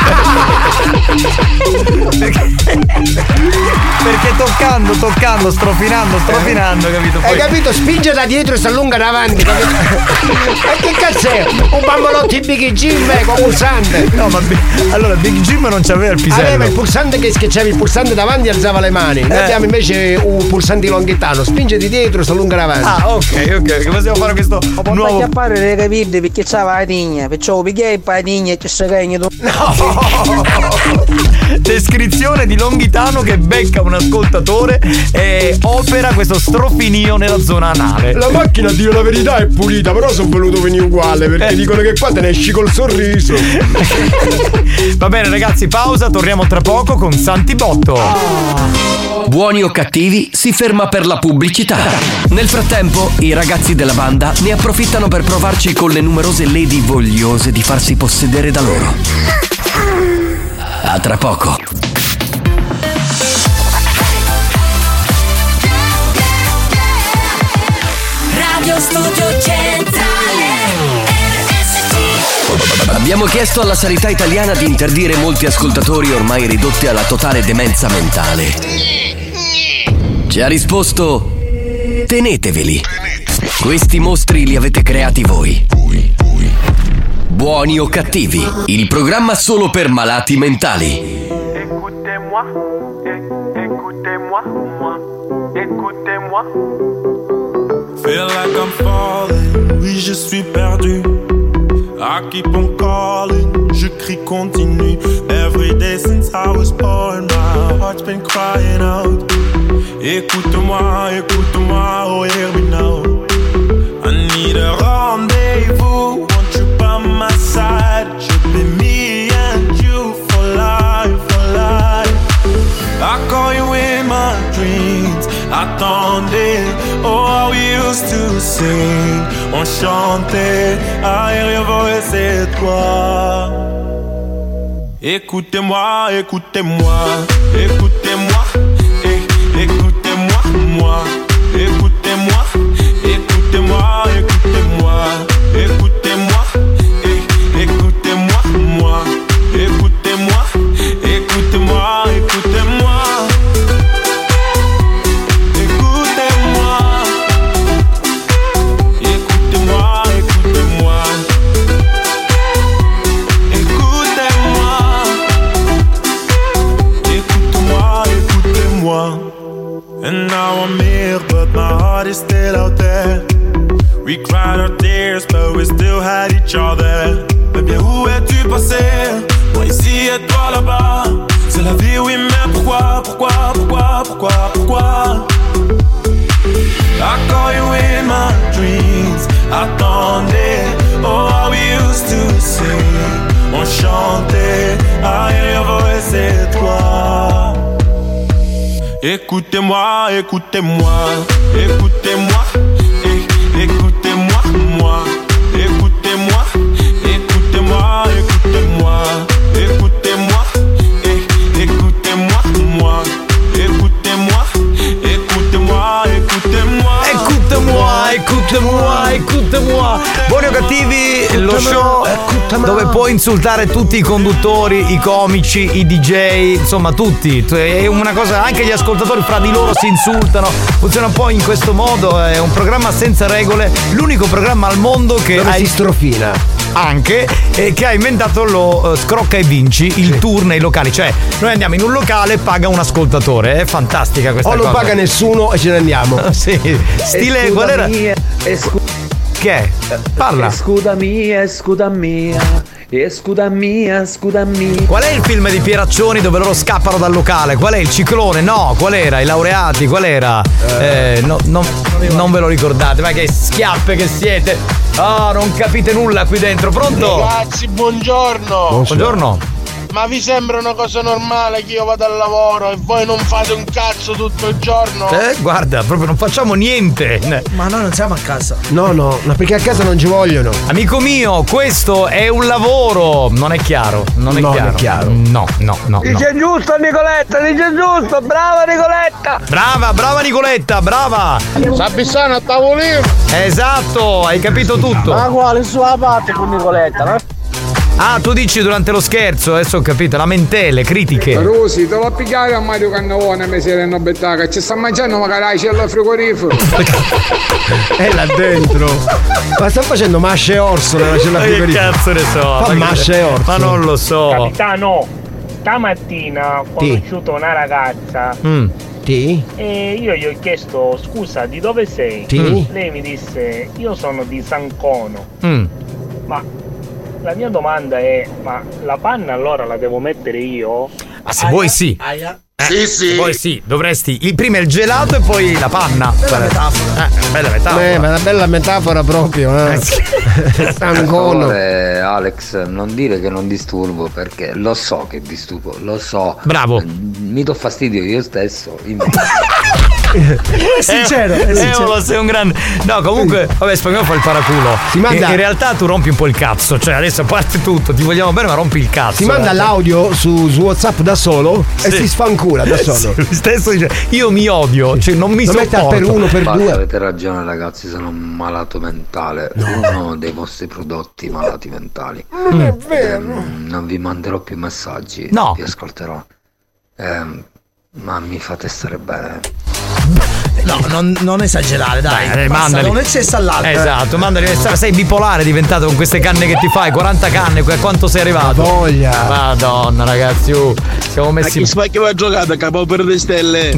perché, perché toccando, toccando, strofinando, strofinando, capito? Hai Poi- capito? Spinge da dietro e si allunga davanti, capito? E che cazzo è? Un bambolotto in Big Jim con pulsante. No, ma Bi- allora Big Jim non c'aveva il pisello. Aveva il pulsante che schiacciava il pulsante davanti e alzava le mani. Noi Eh. abbiamo invece un pulsante longhitano. Spinge di dietro e si allunga davanti. Ah, ok, ok, ok, che possiamo fare questo nuovo. nuovo. Ma chiappare le capite perché c'ava la tigna, perciò picchiai la tigna e ci segagni tu. No! Descrizione di Longhitano che becca un ascoltatore e opera questo strofinio nella zona anale. La macchina, a dire la verità, è pulita, però sono voluto venire uguale perché Eh. dicono che qua te ne esci col sorriso. Va bene ragazzi, pausa, torniamo tra poco con Santibotto. Buoni o cattivi si ferma per la pubblicità. Nel frattempo, i ragazzi della banda ne approfittano per provarci con le numerose lady vogliose di farsi possedere da loro. A tra poco. Radio Studio Centrale R S C. Abbiamo chiesto alla sanità italiana di interdire molti ascoltatori ormai ridotti alla totale demenza mentale. Ci ha risposto: teneteveli. Questi mostri li avete creati voi. Buoni o cattivi, il programma solo per malati mentali. Écoutez-moi, é- écoutez-moi, moi, écoutez-moi. Feel like I'm falling, oui je suis perdu. I keep on calling, je crie continue. Every day since I was born, my heart's been crying out. Écoute-moi, écoute-moi, oh hear me now. I need a rendezvous, want you by my side. It should be me and you for life, for life. I call you in my dreams, attendez, oh how we used to sing. On chantait, I hear your voice et toi. Écoutez-moi, écoutez-moi, écoutez-moi, eh, écoutez-moi, moi, écoutez-moi, écoutez-moi, écoutez-moi, écoutez-moi, eh, écoutez-moi, moi, écoutez-moi, écoutez-moi, écoutez-moi. And now I'm here, but my heart is still out there. We cried our tears, but we still had each other. Baby, où es-tu passé? Moi ici et toi là-bas. C'est la vie, oui, mais pourquoi, pourquoi, pourquoi, pourquoi, pourquoi? I call you in my dreams. Attendez, oh how we used to sing. On chantait, I hear your voice et toi. Écoutez-moi, écoutez-moi, écoutez-moi, eh, écoutez-moi, moi, écoutez-moi, écoutez-moi, écoutez-moi, écoutez-moi, eh, écoutez-moi, moi, écoutez-moi, écoutez-moi, écoutez-moi. Écoute-moi, écoute-moi, écoute-moi. Buoni o cattivi, lo show dove puoi insultare tutti i conduttori, i comici, i D J, insomma tutti. È una cosa, anche gli ascoltatori fra di loro si insultano. Funziona un po' in questo modo, è un programma senza regole, l'unico programma al mondo che dove hai... si strofina. Anche e che ha inventato lo uh, scrocca e vinci, il sì. tour nei locali. Cioè, noi andiamo in un locale e paga un ascoltatore. È fantastica questa o cosa. O non paga nessuno e ce ne andiamo. Sì. Stile, qual era? Escu- che è? Parla. Scuda mia, scuda mia. E scuda mia, scuda mia. Qual è il film di Pieraccioni dove loro scappano dal locale? Qual è il ciclone? No, qual era? I laureati? Qual era? Eh, no, no, non ve lo ricordate, ma che schiappe che siete! Oh, non capite nulla qui dentro, pronto? Ragazzi, buongiorno! Buongiorno! Ma vi sembra una cosa normale che io vado al lavoro e voi non fate un cazzo tutto il giorno? Eh, guarda, proprio non facciamo niente. Ma noi non siamo a casa. No, no, ma perché a casa non ci vogliono. Amico mio, questo è un lavoro. Non è chiaro, non è non chiaro. è chiaro. No, no, no. Dice no. giusto Nicoletta, dice giusto, brava Nicoletta. Brava, brava Nicoletta, brava. Sabissano a tavolino. Esatto, hai capito tutto. Ma quale sua parte con Nicoletta, no? Ah, tu dici durante lo scherzo, adesso ho capito, lamentele, critiche. Rosi, te lo pigliare a Mario Cannavone mi sei in bettacca, ci sta mangiando magari c'è il frigorifero. È là dentro. Ma sta facendo masce e orso nella cella frigorifero. Che cazzo ne so. Fa masce e orso. Ma non lo so. Capitano, stamattina ho conosciuto una ragazza mm. Sì. E io gli ho chiesto scusa di dove sei? Sì. Lei mi disse io sono di San Cono. Mm. Ma la mia domanda è, ma la panna allora la devo mettere io? Ma se vuoi sì. Aia. Eh, sì, sì. Poi sì, dovresti. Il prima il gelato e poi la panna. Bella metafora. Eh, bella metafora. Eh, ma una bella metafora proprio, eh. Per favore, Alex, non dire che non disturbo, perché lo so che disturbo, lo so. Bravo. Mi do fastidio io stesso. È sincero, è sincero. Eh, sei un grande. No, comunque, vabbè, Spagnolo fa il paraculo. Si manda... in realtà tu rompi un po' il cazzo. Cioè, adesso a parte tutto, ti vogliamo bene, ma rompi il cazzo. Si manda eh. l'audio su, su WhatsApp da solo sì. e si sfancula da solo. Sì, lui stesso dice, io mi odio, cioè non mi lo sopporto. per uno, per Basta, due. Avete ragione, ragazzi, sono un malato mentale. No. Uno dei vostri prodotti malati mentali. Non è vero. Eh, non vi manderò più messaggi. No. Vi ascolterò. Eh, ma mi fate stare bene. No, non, non esagerare, dai. Dai, Basta, mandali. da un eccesso all'altro. Esatto, mandali. Sei bipolare diventato con queste canne che ti fai, quaranta canne, a quanto sei arrivato? La voglia. Madonna, ragazzi, uh, siamo messi. Ma chi spacchia la giocata, capo per le stelle.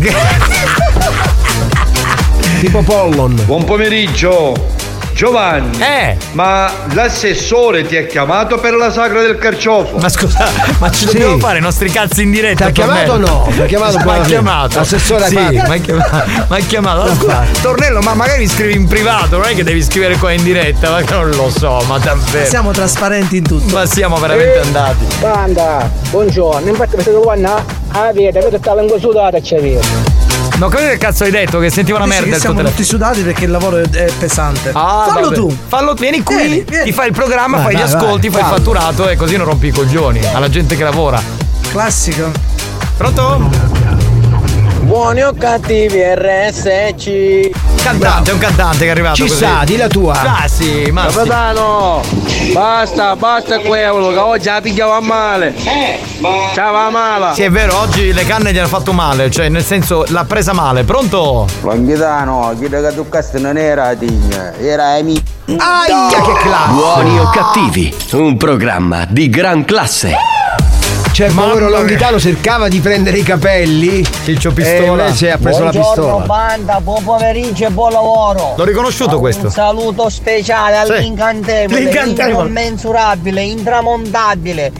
Tipo Pollon. Buon pomeriggio. Giovanni, eh. ma l'assessore ti ha chiamato per la sagra del carciofo? Ma scusa, ma ci dobbiamo sì. fare i nostri cazzi in diretta? Ti ha chiamato o no? Ti ha chiamato? Ma ha chiamato. L'assessore sì, ma ha chiamato. Ma ha chiamato. Scusa, Tornello, ma magari scrivi in privato, non è che devi scrivere qua in diretta, ma non lo so, ma davvero. Siamo trasparenti in tutto. Ma siamo veramente eh, andati. Banda, buongiorno, infatti questa domanda ah, vede, vedo che la lingua sudata c'è via. No, che cazzo hai detto? Che sentiva una Dici merda il tuo siamo telefono. tutti sudati perché il lavoro è pesante. Ah, fallo vabbè. tu. Fallo tu. Vieni qui, vieni, vieni. ti fai il programma, vai, fai vai, gli ascolti, vai, fai il fatturato e così non rompi i coglioni alla gente che lavora. Classico. Pronto? Buoni o cattivi R S C. Cantante, è un cantante che è arrivato Ci così. sa, di la tua. Ah sì, ma Capitano, basta, basta quello, che oggi la pigliavo a male. Ciao a male. Sì, è vero, oggi le canne gli hanno fatto male, cioè nel senso l'ha presa male. Pronto? Longhitano, chi che tu casti non era digna, era Emi. Aia, che classe. Buoni o cattivi, un programma di gran classe. Cioè, povero Longhitano cercava di prendere i capelli. Ciccio E Pistola. invece ha preso Buongiorno, la pistola. banda, buon pomeriggio e buon lavoro. L'ho riconosciuto questo. Un saluto speciale all'incantevole, L'incantevole. incommensurabile, intramontabile,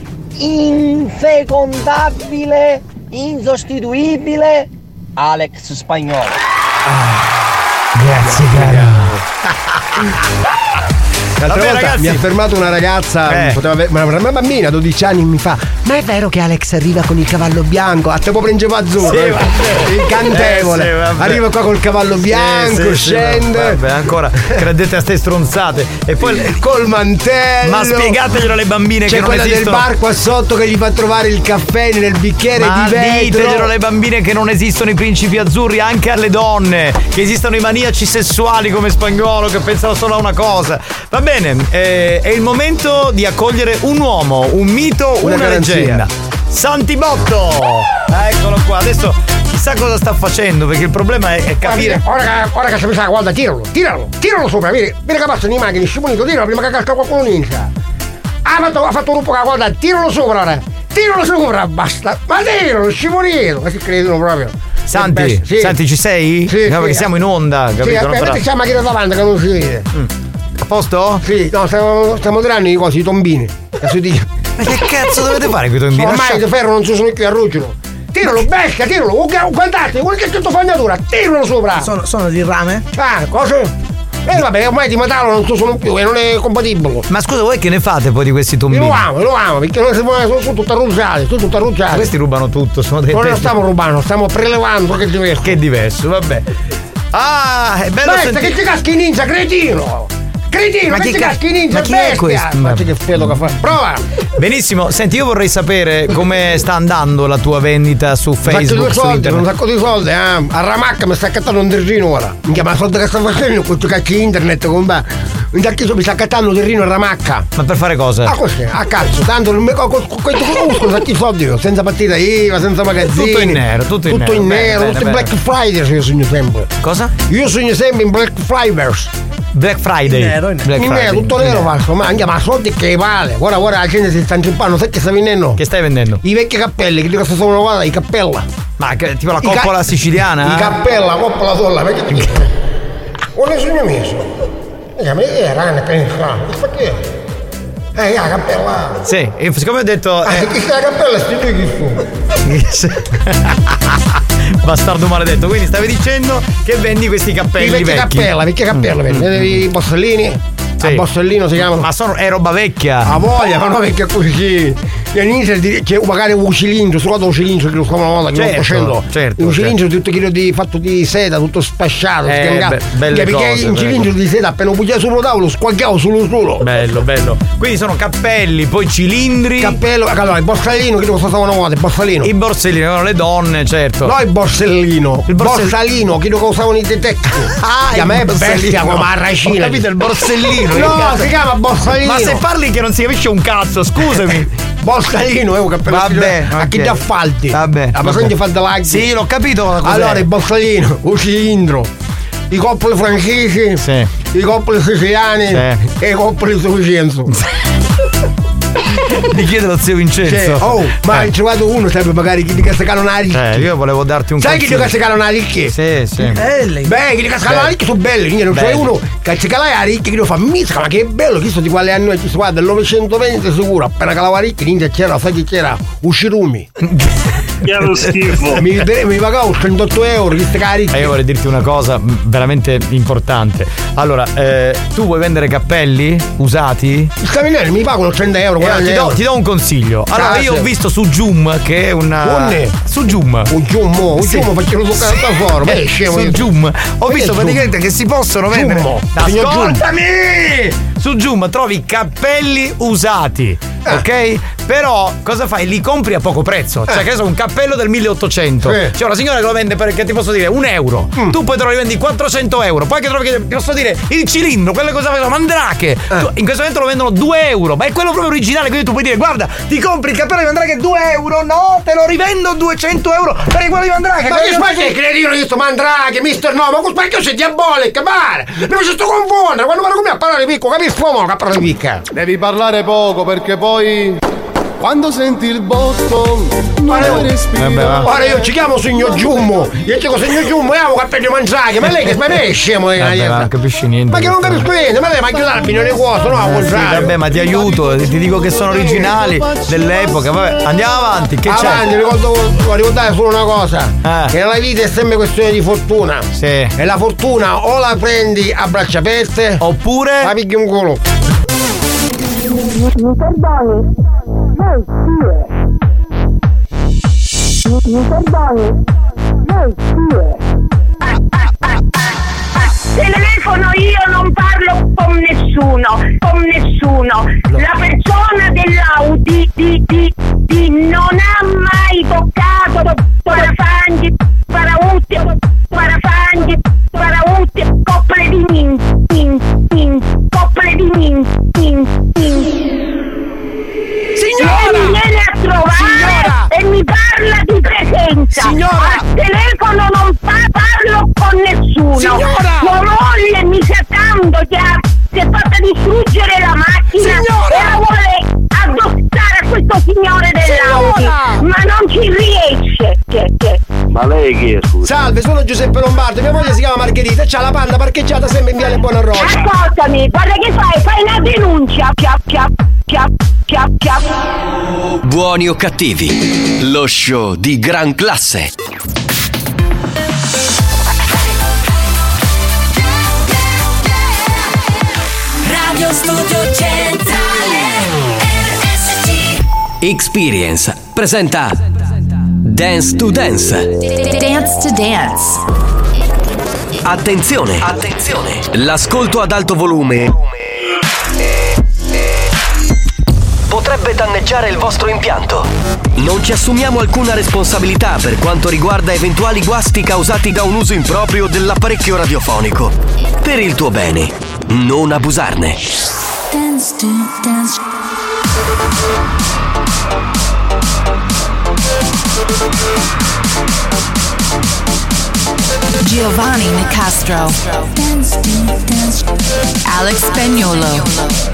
infecondabile, insostituibile Alex Spagnolo. Grazie, caro. L'altra Vabbè, volta ragazzi. mi ha fermato una ragazza, Eh. poteva avere- ma una bambina, dodici anni, mi fa: ma è vero che Alex arriva con il cavallo bianco? A te proprio in gioco azzurro, Sì, eh? vabbè. incantevole. Eh, sì, vabbè. Arriva qua col cavallo bianco, Sì, sì, scende. Sì, vabbè, ancora credete a ste stronzate. E poi col mantello. Ma spiegateglielo alle bambine C'è che non quella esistono. del bar qua sotto che gli fa trovare il caffè nel bicchiere Ma di vetro. diteglielo alle bambine che non esistono i principi azzurri, anche alle donne, che esistono i maniaci sessuali come Spagnolo che pensano solo a una cosa. Va bene, eh, è il momento di accogliere un uomo, un mito, Una una, garanzia. leggenda. Santibotto! Eccolo qua, adesso chissà cosa sta facendo, perché il problema è, è capire. Ora che, ora che si sa, guarda, tiralo, tiralo, tiralo sopra, vedi, vedi che passa in macchina, scimunito, tiralo prima che casca qualcuno in inizia. Ha fatto, ha fatto un po', guarda, tiralo sopra ora, tiralo sopra, basta, ma tiralo, scimunito, ma si credono proprio. Santi, Sì. Santi, ci sei? Sì, no, sì. perché siamo in onda, capito? Sì, Non aspetta, farà- c'è la macchina davanti che non si vede. Mm. A posto? Sì, no, stiamo, stiamo tirando i cosi, i tombini. Adesso dico. Ma che cazzo dovete fare qui tombini? Ormai di ferro non si sono più arruggiano. Tiralo, bestia, tiralo, guardate, quello che è tutto fognatura, tiralo sopra. Sono, sono di rame? Ah, cosa? Eh vabbè, ormai di metallo non si sono più e non è compatibile. Ma scusa, voi che ne fate poi di questi Io tombini? lo amo, lo amo, perché noi siamo, sono, sono tutti arruggiati, sono tutti arruggiati. Questi rubano tutto, sono dei Non lo stiamo rubando, stiamo prelevando, che è diverso. Che è diverso, vabbè. Ah, è bello Bestia, senti- che ti caschi ninja, cretino! Cretino, Ma che chi ti ca- caschi ninja, ma chi è bestia! questo? Ma che pedo che fa? Prova! Benissimo, senti, io vorrei sapere come sta andando la tua vendita su Un sacco Facebook, di su soldi, internet. un sacco di soldi, eh. A Ramacca mi sta accattando un terrino ora. Minchia, ma la soldi che sta facendo con questo cacchio internet, con me. Mi sta accattando un terrino a Ramacca. Ma per fare cosa? Ah, così, a cazzo, tanto non mi- con con- con questo conosco un sacco di soldi io, senza partita I V A, senza magazzini. Tutto in nero, tutto in tutto nero. in Bene, nero, bene, tutto in bene. Black Friday io sogno sempre. Cosa? Io sogno sempre in Black Fridays. Black Friday. In nero, in nero. Black In Friday. nero, tutto nero faccio, ma anche ma soldi che vale. Ora ora la gente si sta intrippando, sai che sta vendendo? Che stai vendendo? I vecchi cappelli, che di cosa sono guarda, i cappella. Ma che, tipo la I coppola ca- siciliana? I cappella, la coppola sola, vedi? O le sono messo? Eh, ma era ne pensa. Perché? Eh, la cappella. Sì, e siccome ho detto. Ah, eh, che sta la cappella sti due chi sono? Bastardo maledetto, quindi stavi dicendo che vendi questi cappelli I vecchi vecchi. cappella, vecchi cappella, Mm, vedi? mm, I borsellini. Sì. A borsellino si chiamano. Ma sono, è roba vecchia. A voglia, ma non vecchia così. E all'inizio di- c'è magari un cilindro, su un cilindro che lo stavano una volta che Certo, lo facendo. certo, un cilindro tutto chilo di fatto di seta, tutto spasciato, Eh, schiangato. be- belle Perché cose, un belle cilindro di seta appena lo bugiavo sul tavolo, squagliavo sullo solo. Bello, bello. Quindi sono cappelli, poi cilindri. Cappello, allora il borsellino, che lo stavano una volta, il borsellino. I borsellini, erano le donne, certo. No, il borsellino. Il borsell- borsalino, che lo usavano i detective. Ah, che a me è il borsellino. bestia come a racina. Ho capito, il borsellino. No, che cazzo- si chiama borsellino. Ma se parli che non si capisce un cazzo, scusami. Borsellino è un cappello Vabbè, a chi ok. dà falti. Vabbè, La vabbè. presente falda laghi. Sì, l'ho capito. cos'è. Allora il borsellino, un cilindro, i coppoli francesi, Sì. i coppoli siciliani Sì. e i coppoli di Vincenzo. Ti chiede lo zio Vincenzo. Cioè, oh, ma Eh. c'è trovato uno sempre magari chi di casa calonari. Eh, io volevo darti un Sai chi di consiglio. casa calonari che? Sì, sì. Belli. Beh, chi di casa calonari che sono belli, quindi non c'è Belli. uno che ci cala ricchi che lo fa misca, ma che è bello, chi so di quale anno è, chi so, guarda, del novecentoventi sicuro, appena calava ricchi, ninja c'era, sai chi c'era? Uscirumi. Che lo schifo. mi, mi pagavo trentotto euro, chi sta carichi. E io vorrei dirti una cosa mh, veramente importante. Allora, eh, tu vuoi vendere cappelli usati? Il camminare mi pagano trenta euro, Eh, quaranta ti, do, euro. ti do un consiglio. Allora, Grazie. io ho visto su Joom che è una. Unne. Su Joom. Un giummo, un Sì. giummo facciamo toccare da fuori, ma è scemo. Su io. Joom ho Ma che visto è praticamente che si possono vendere. Giummo, signor Ascoltami! Su Joom trovi cappelli usati, Ah. ok? Però cosa fai? Li compri a poco prezzo. Cioè, Eh. che so, un cappello del milleottocento. Sì. C'è una signora che lo vende per, che ti posso dire, un euro. Mm. Tu poi te lo rivendi quattrocento euro. Poi che trovi che ti posso dire il cilindro, quelle cose fanno mandrache. Eh. Tu- in questo momento lo vendono due euro. Ma è quello proprio originale. Quindi tu puoi dire, guarda, ti compri il cappello di mandrake due euro. No, te lo rivendo duecento euro per quello di mandrake. Ma quello che di spazio mandrake. è cretino io sto mandrake, mister no, ma questo spacchio sei diabolico, pare! Mi faccio sto confondere, quando vado con me a parlare picco, capisci uomo che a parlare picca? Devi parlare poco perché poi quando senti il botto non Ora, puoi respirare. ora io ci chiamo signor Giummo, io dico signor Giummo e amo cappello di mandrake, ma lei che ma lei è scemo eh, Vabbè, ma non capisci niente. ma che non capisco niente, ma lei mi ha aiutato non è cosa, no, al Sì, contrario. vabbè, ma ti aiuto, ti dico che sono originali dell'epoca. Vabbè, andiamo avanti. Che c'è? Avanti, ricordo, voglio ricordare solo una cosa, Eh. che nella vita è sempre questione di fortuna. Sì. E la fortuna o la prendi a braccia aperte oppure la pigli un culo. Mi perdoni? Lei chi è? Mi, mi perdoni? Lei chi è? Telefono io non parlo con nessuno, con nessuno. La persona dell'Audi di, di, di non ha mai toccato parafanghi, parautti, parafanghi, parautti, coppole di min, min, min, coppole di min, min, min. Signora! Lei mi viene a trovare Signora! e mi parla di presenza. Signora! Al telefono non fa, parlo con nessuno. Signora! Sua moglie mi sa tanto che ha, si è fatta distruggere la macchina. Signora! E la vuole addossare a questo signore dell'Audi. Signora! Ma non ci riesce. Che, che. Ma lei chi è, scusa? Salve, sono Giuseppe Lombardo, mia moglie si chiama Margherita e c'ha la panna parcheggiata sempre in viale Buonarrota. Ascoltami, guarda che fai, fai una denuncia. Chiap, chiap, chiap, chiap, chiap. Buoni o cattivi, lo show di gran classe. Radio Studio Centrale R S C. Experience presenta Dance to Dance. Dance to Dance. Attenzione, attenzione. L'ascolto ad alto volume potrebbe danneggiare il vostro impianto. Non ci assumiamo alcuna responsabilità per quanto riguarda eventuali guasti causati da un uso improprio dell'apparecchio radiofonico. Per il tuo bene, non abusarne. Dance to Dance. Giovanni Nicastro. Alex Spagnuolo.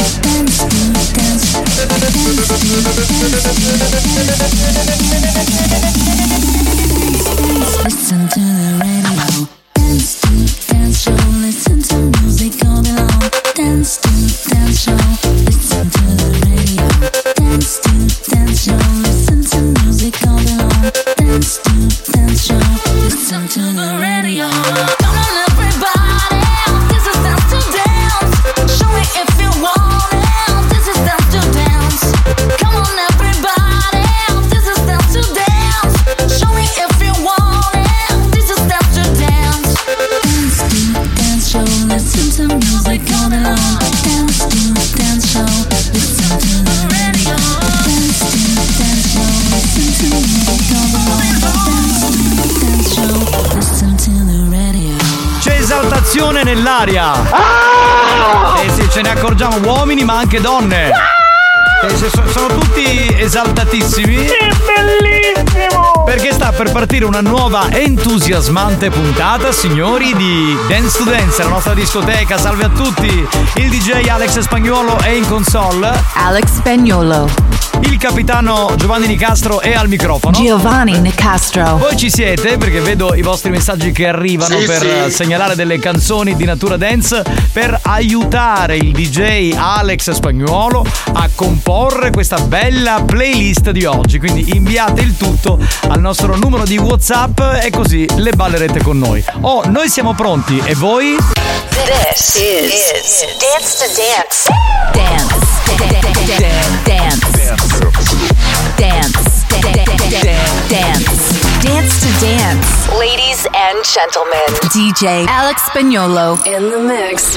Listen to the radio. Dance to dance show. Listen to music all day long. Dance to dance show. Listen to the radio. Dance to dance show. Listen to music all day long. Dance to dance show. Listen to the radio. Come on everybody, this is dance to dance. Show me if you want it. This is dance to dance. Come on everybody, this is dance to dance. Show me if you want it. This is dance to dance. Dance to dance show. Listen to music all day long. Dance to dance show. Listen to the radio. Dance to dance show. Listen to music all day long. Dance to dance show. Listen to the radio. C'è esaltazione nell'aria. Ah! Eh sì, ce ne accorgiamo, uomini ma anche donne. Ah! Eh, sono tutti esaltatissimi. È bellissimo! Perché sta per partire una nuova entusiasmante puntata, signori, di Dance to Dance, la nostra discoteca. Salve a tutti. Il D J Alex Spagnuolo è in console. Alex Spagnuolo. Il capitano Giovanni Nicastro è al microfono. Giovanni Nicastro. Voi ci siete perché vedo i vostri messaggi che arrivano sì, per sì. segnalare delle canzoni di natura dance per aiutare il D J Alex Spagnuolo a comporre questa bella playlist di oggi. Quindi inviate il tutto al nostro numero di WhatsApp e così le ballerete con noi. Oh, noi siamo pronti e voi? This is, is Dance to Dance. Dance. Dance. Dance. Dance. Dance. Dance to Dance. Ladies and gentlemen, D J Alex Spagnuolo in the mix.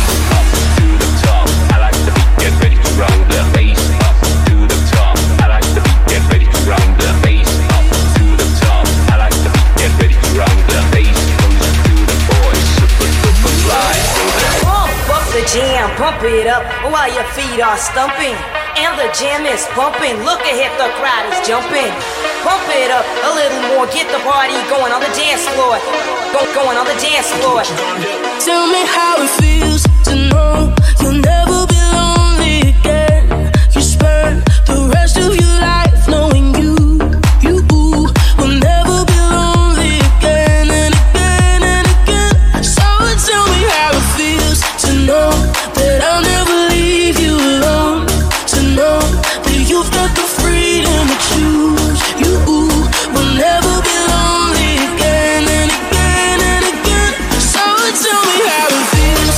Jam, pump it up while your feet are stumping. And the jam is pumping. Look ahead, the crowd is jumping. Pump it up a little more. Get the party going on the dance floor. Go, going on the dance floor. Tell me how it feels to know you'll never be lonely again. You spend the rest of your life knowing you, you will never be lonely again and again and again. So tell me how it feels to know that I'll never leave you alone. To know that you've got the freedom to choose. You will never be lonely again and again and again. So tell me how it feels.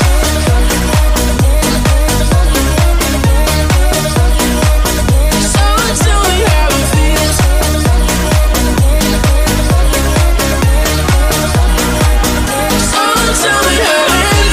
So tell me how it feels. So tell me how it feels.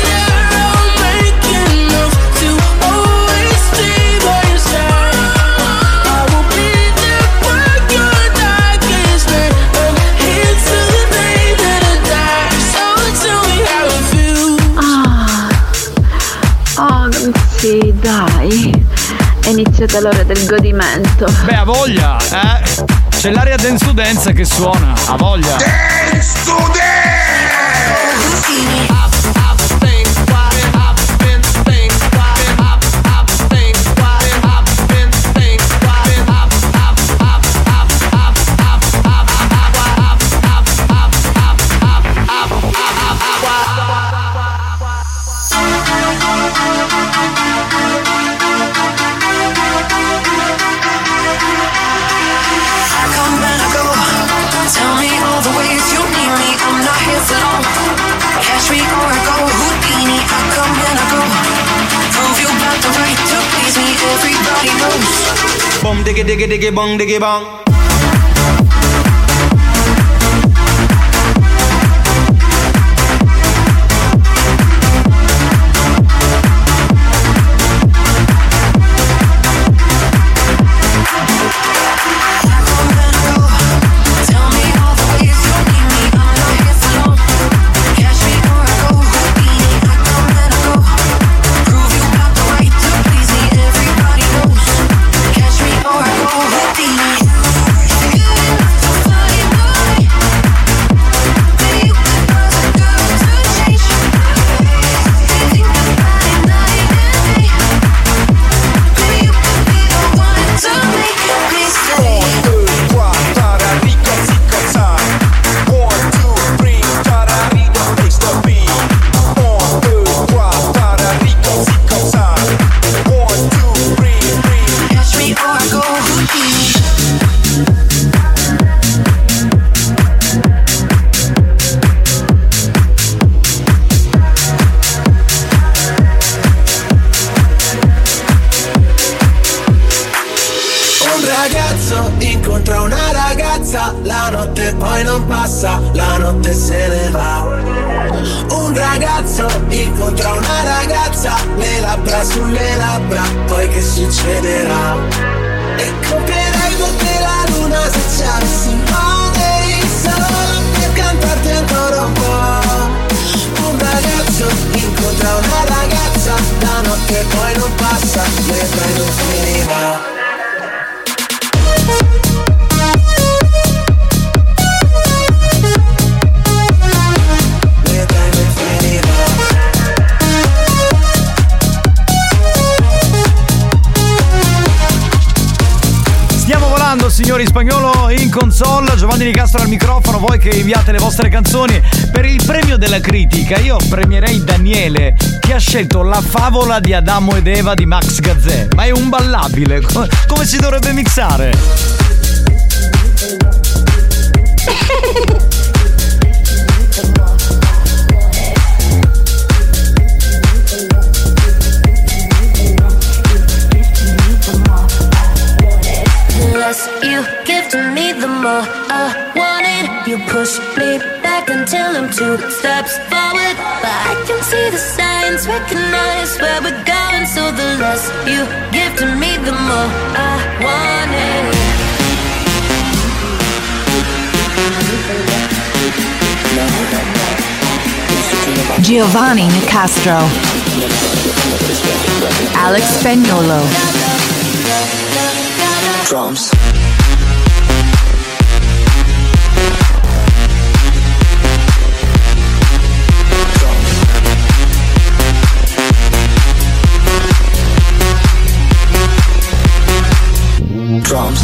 Sì, dai, è iniziata l'ora del godimento. Beh, a voglia, eh? C'è l'aria dance to dance che suona, a voglia. Dance to dance! Bum diggy diggy diggy bong diggy bong. Everybody knows. Catch me or I go Houdini. ragazza, la notte poi non passa, la notte se ne va. Un ragazzo incontra una ragazza, le labbra sulle labbra, poi che succederà? E comprerei per te la luna se ci avessi money, solo per cantarti ancora un po'. Un ragazzo incontra una ragazza, la notte poi non passa, mentre non finiva. Signori, Spagnuolo in console, Giovanni Nicastro al microfono, voi che inviate le vostre canzoni per il premio della critica. Io premierei Daniele, che ha scelto La favola di Adamo ed Eva di Max Gazzè. Ma è un ballabile, come si dovrebbe mixare? You give to me the more I want it. You push me back until I'm two steps forward, but I can see the signs, recognize where we're going. So the less you give to me, the more I want it. Giovanni Nicastro, Alex Spagnuolo. Drums. Drums.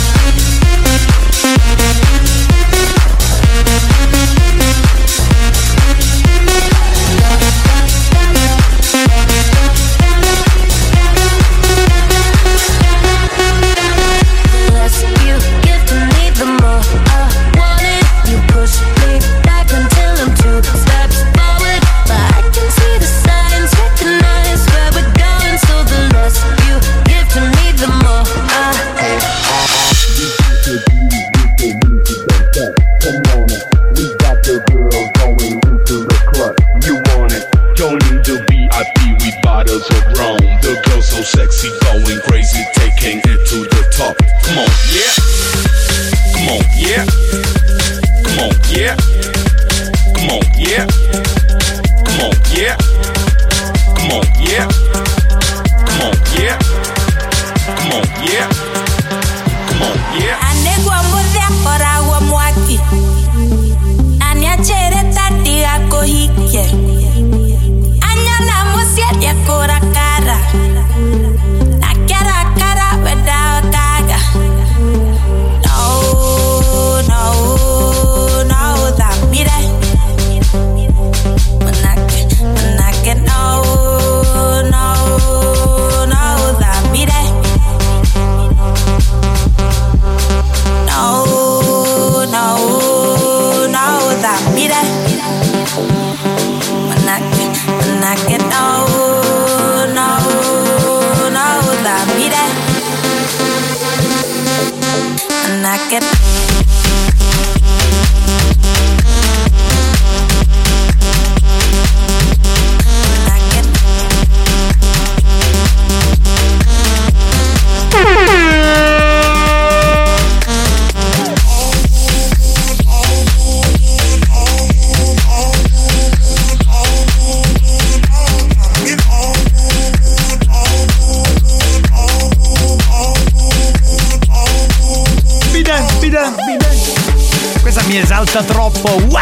Troppo wow!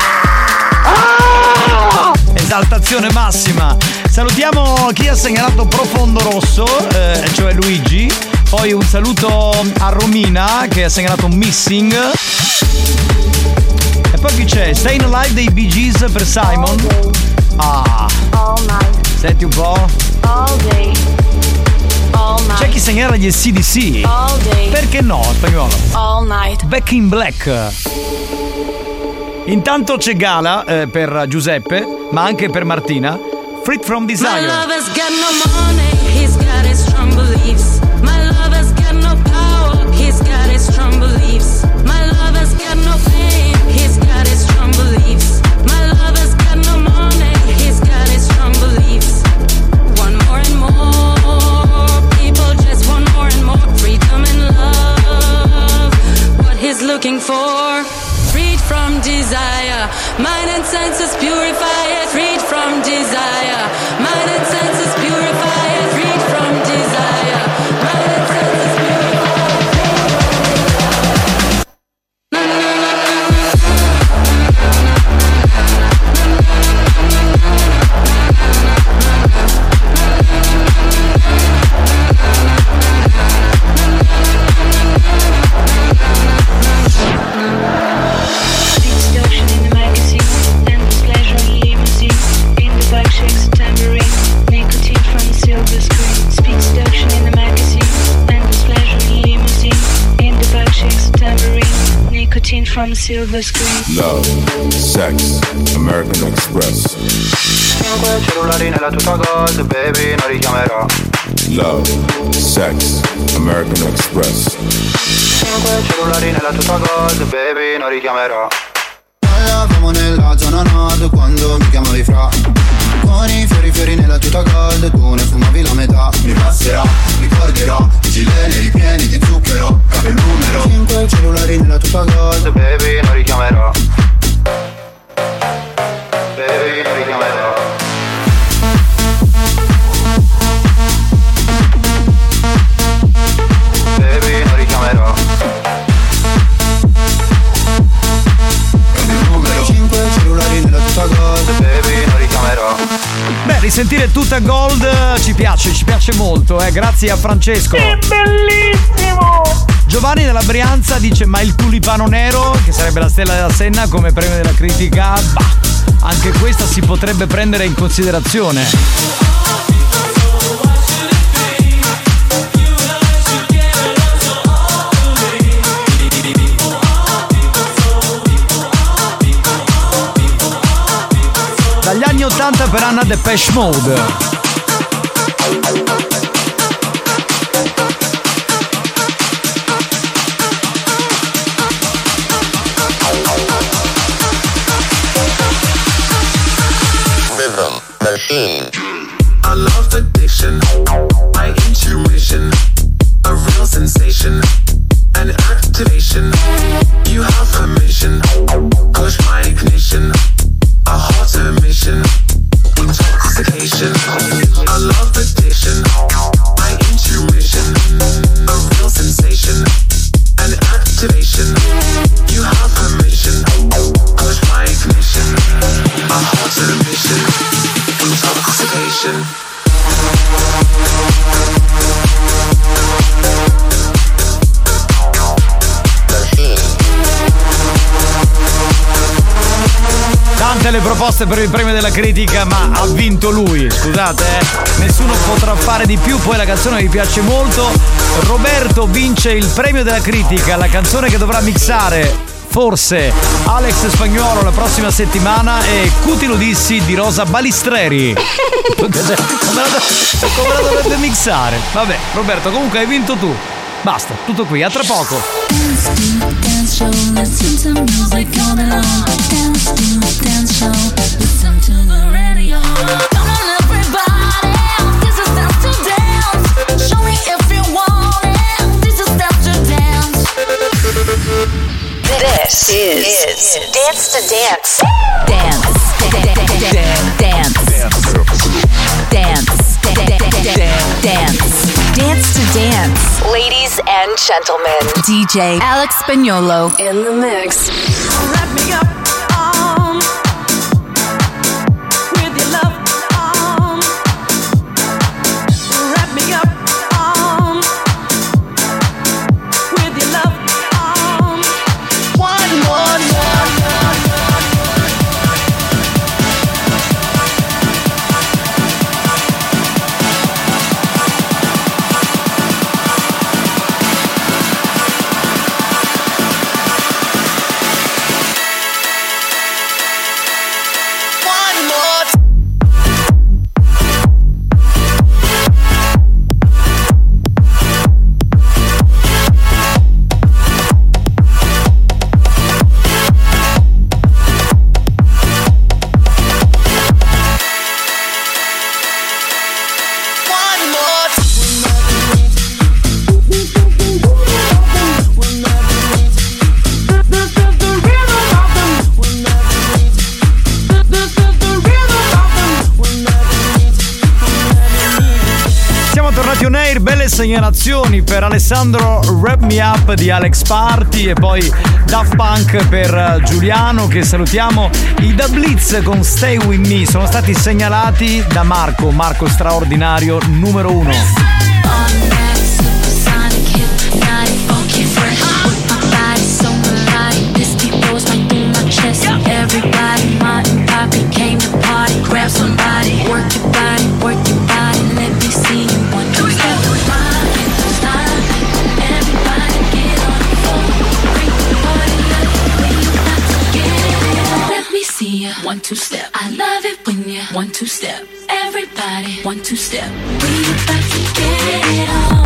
Ah! Esaltazione massima. Salutiamo chi ha segnalato Profondo Rosso, eh, cioè Luigi. Poi un saluto a Romina che ha segnalato Missing. E poi chi c'è? Stayin' Alive dei Bee Gees per Simon. Ah, All night, senti un po'. all day, all night. C'è chi segnala gli S D C. All day. Perché no, Spagnolo? All night. Back in Black. Intanto c'è Gala eh, per Giuseppe, ma anche per Martina. Freed from Desire. My lover's got no money, he's got his strong beliefs. My lover's got no power, he's got his strong beliefs. My lover's from silver screen. Love, sex, American Express. Cinque cellulari nella tuta gold, baby, non richiamerò. Love, sex, American Express. Cinque cellulari nella tuta gold, baby, non richiamerò. Parlavamo nella zona nord quando mi chiamavi fra. Con i fiori fiori nella tuta gold, tu ne fumavi la metà. Mi passerà, ricorderò, i gileni ripieni di zucchero, capo il numero. Cinque cellulari nella tuta gold, baby, non richiamerò. Baby, non richiamerò. Baby, non richiamerò. Cinque cellulari nella tuta gold, baby, non richiamerò. Beh, risentire tutta gold ci piace, ci piace molto, eh. Grazie a Francesco. È bellissimo! Giovanni della Brianza dice: ma il tulipano nero, che sarebbe la stella della Senna come premio della critica, bah, anche questa si potrebbe prendere in considerazione. Dagli anni ottanta per Anna Depeche Mode. Rhythm Machine. I love the diction, my intuition, a real sensation, an activation. You have permission, push my ignition, a hot emission, intoxication. I love the diction, my intuition, a real sensation, an activation. You have permission, push my ignition, a hot emission, intoxication. Tante le proposte per il premio della critica, ma ha vinto lui, scusate, eh. Nessuno potrà fare di più, poi la canzone mi piace molto. Roberto vince il premio della critica, la canzone che dovrà mixare forse Alex Spagnuolo la prossima settimana è Cuti lo dissi di Rosa Balistreri. Come la dovrebbe mixare? Vabbè, Roberto, comunque hai vinto tu. Basta, tutto qui, a tra poco. Dance to dance show, listen to music all day long. Dance to dance show, listen to the radio. Come on everybody, this is dance to dance. Show me if you want it, this is dance to dance. This is, is Dance to Dance. Dance. Dance. Dance. Dance. Dance to Dance. Ladies and gentlemen, D J Alex Spagnuolo in the mix. Wrap me up um, with your love. Um, wrap me up um, with your love. Um, one more, more, more, more. Belle segnalazioni per Alessandro Wrap Me Up di Alex Party e poi Daft Punk per Giuliano, che salutiamo. I Da Blitz con Stay With Me sono stati segnalati da Marco, Marco straordinario numero uno. Everybody, Martin, Poppy came to party. Grab somebody, work your body, work your body. Let me see you one, two, step. Everybody get on the floor, bring the party up. two step. I love it when you one two step. Everybody one two step. We about to get it on.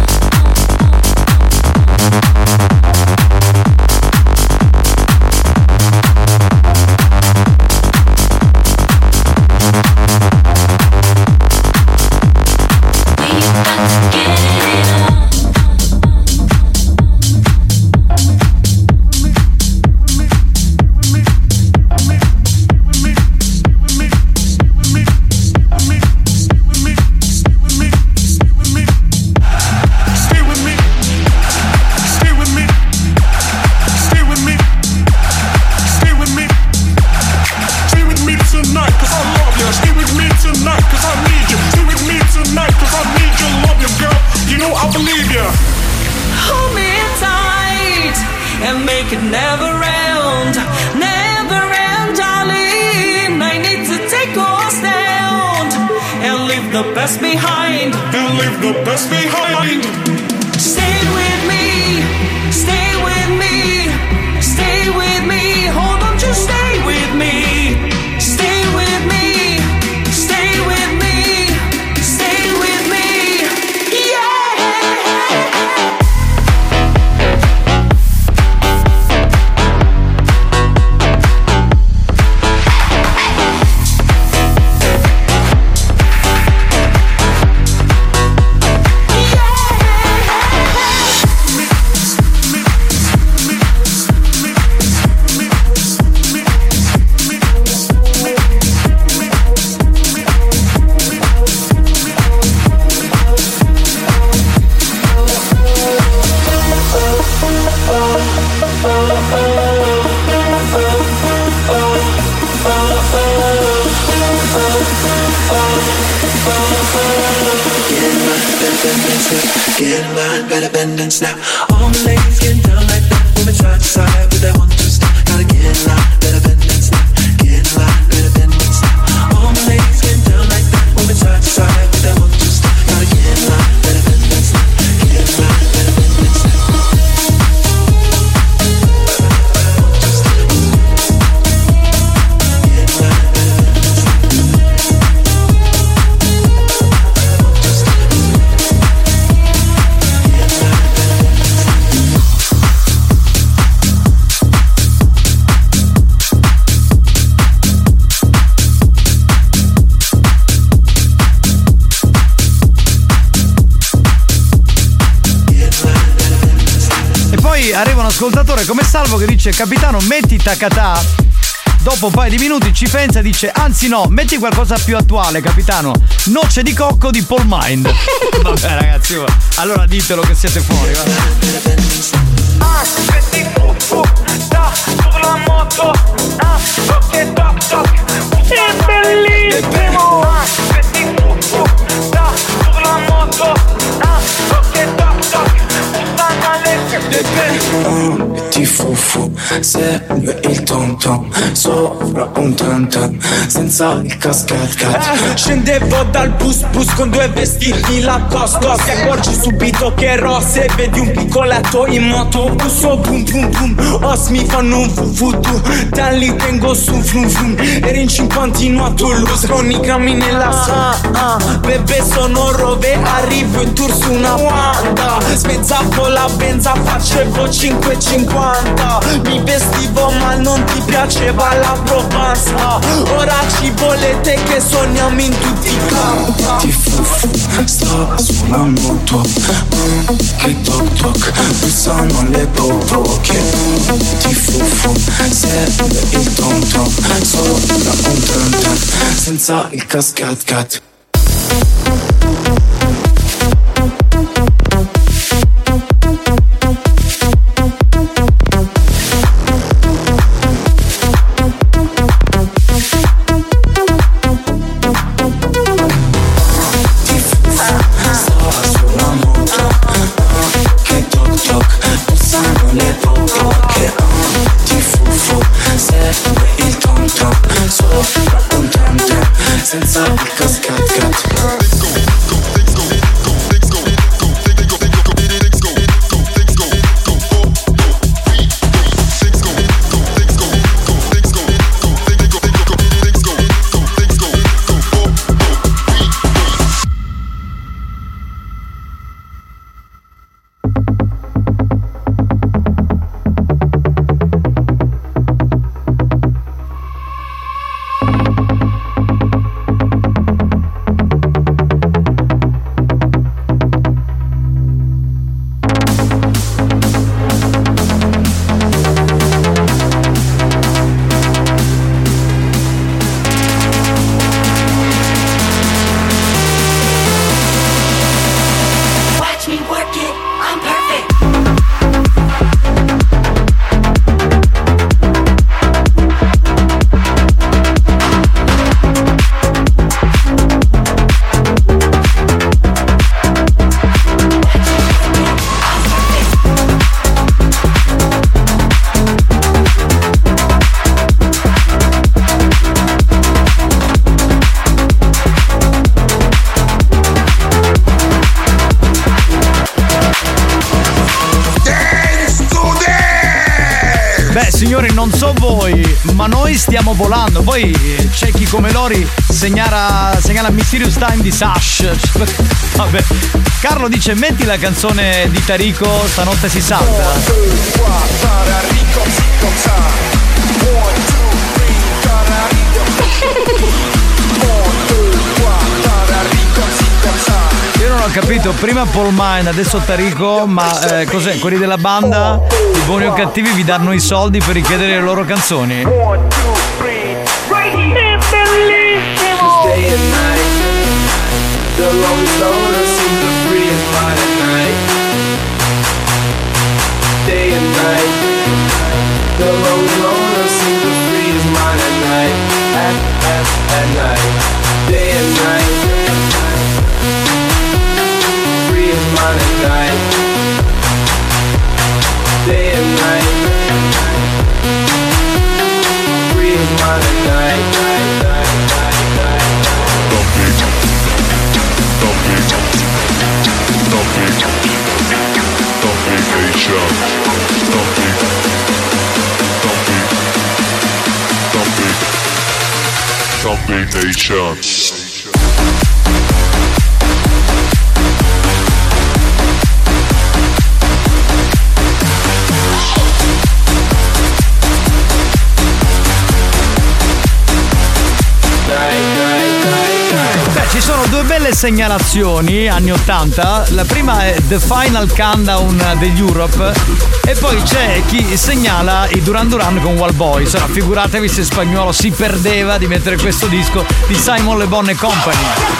Arriva un ascoltatore come Salvo che dice: capitano, metti Takata. Dopo un paio di minuti ci pensa e dice: anzi no, metti qualcosa più attuale, capitano. Noce di cocco di Paul Mind. Vabbè ragazzi, allora ditelo che siete fuori. Sulla moto, ah, toc toc toc. È bellissimo. Da sulla moto, ah, toc toc toc. Ti fufu, segue il tom tom, sopra un tam tam, senza il cascat cat. eh, Scendevo dal bus bus con due vestiti Lacoste. Ti accorgi subito che è rossa e vedi un piccoletto in moto. Busso boom boom boom, os mi fanno un vuvudu. Da lì tengo su frum frum, eri in cinquantino a Toulouse con i grammi nella ah, ah, ah. Bebe sono Rove, arrivo in tour su una Wanda. Spezzavo la benza, facevo cinque e cinquanta. Mi vestivo ma non ti piaceva la Provence. Ora ci volete che sogniamo in tutti i campi. Ti fufu, sta sulla moto, mm, che toc toc, bussano le bocche. Ti fufu, segue il tom tom, sopra un tam tam, senza il cascat cat. Senza il cascata. Beh signori, non so voi, ma noi stiamo volando. Poi eh, c'è chi come Lori segnala, segnala Mysterious Time di Sash. Vabbè. Carlo dice metti la canzone di Tarico, stanotte si salta. Io non ho capito, prima Paul Mine, adesso Tarico, ma eh, cos'è? Quelli della banda, i buoni o cattivi, vi danno i soldi per richiedere le loro canzoni? È bellissimo! The Rolling Stones seem to free his mind at night. Day and night. The Rolling Stones seem to free his mind at night. At, at, at night. Day and night. Free his mind at night. Day and night. Free his mind at night. Night, night, night, night, night. Combination. Beh, ci sono due belle segnalazioni anni ottanta. La prima è The Final Countdown degli Europe e poi c'è chi segnala i Duran Duran con Wild Boys. Ora figuratevi se Spagnuolo si perdeva di mettere questo disco di Simon Le Bon e Company.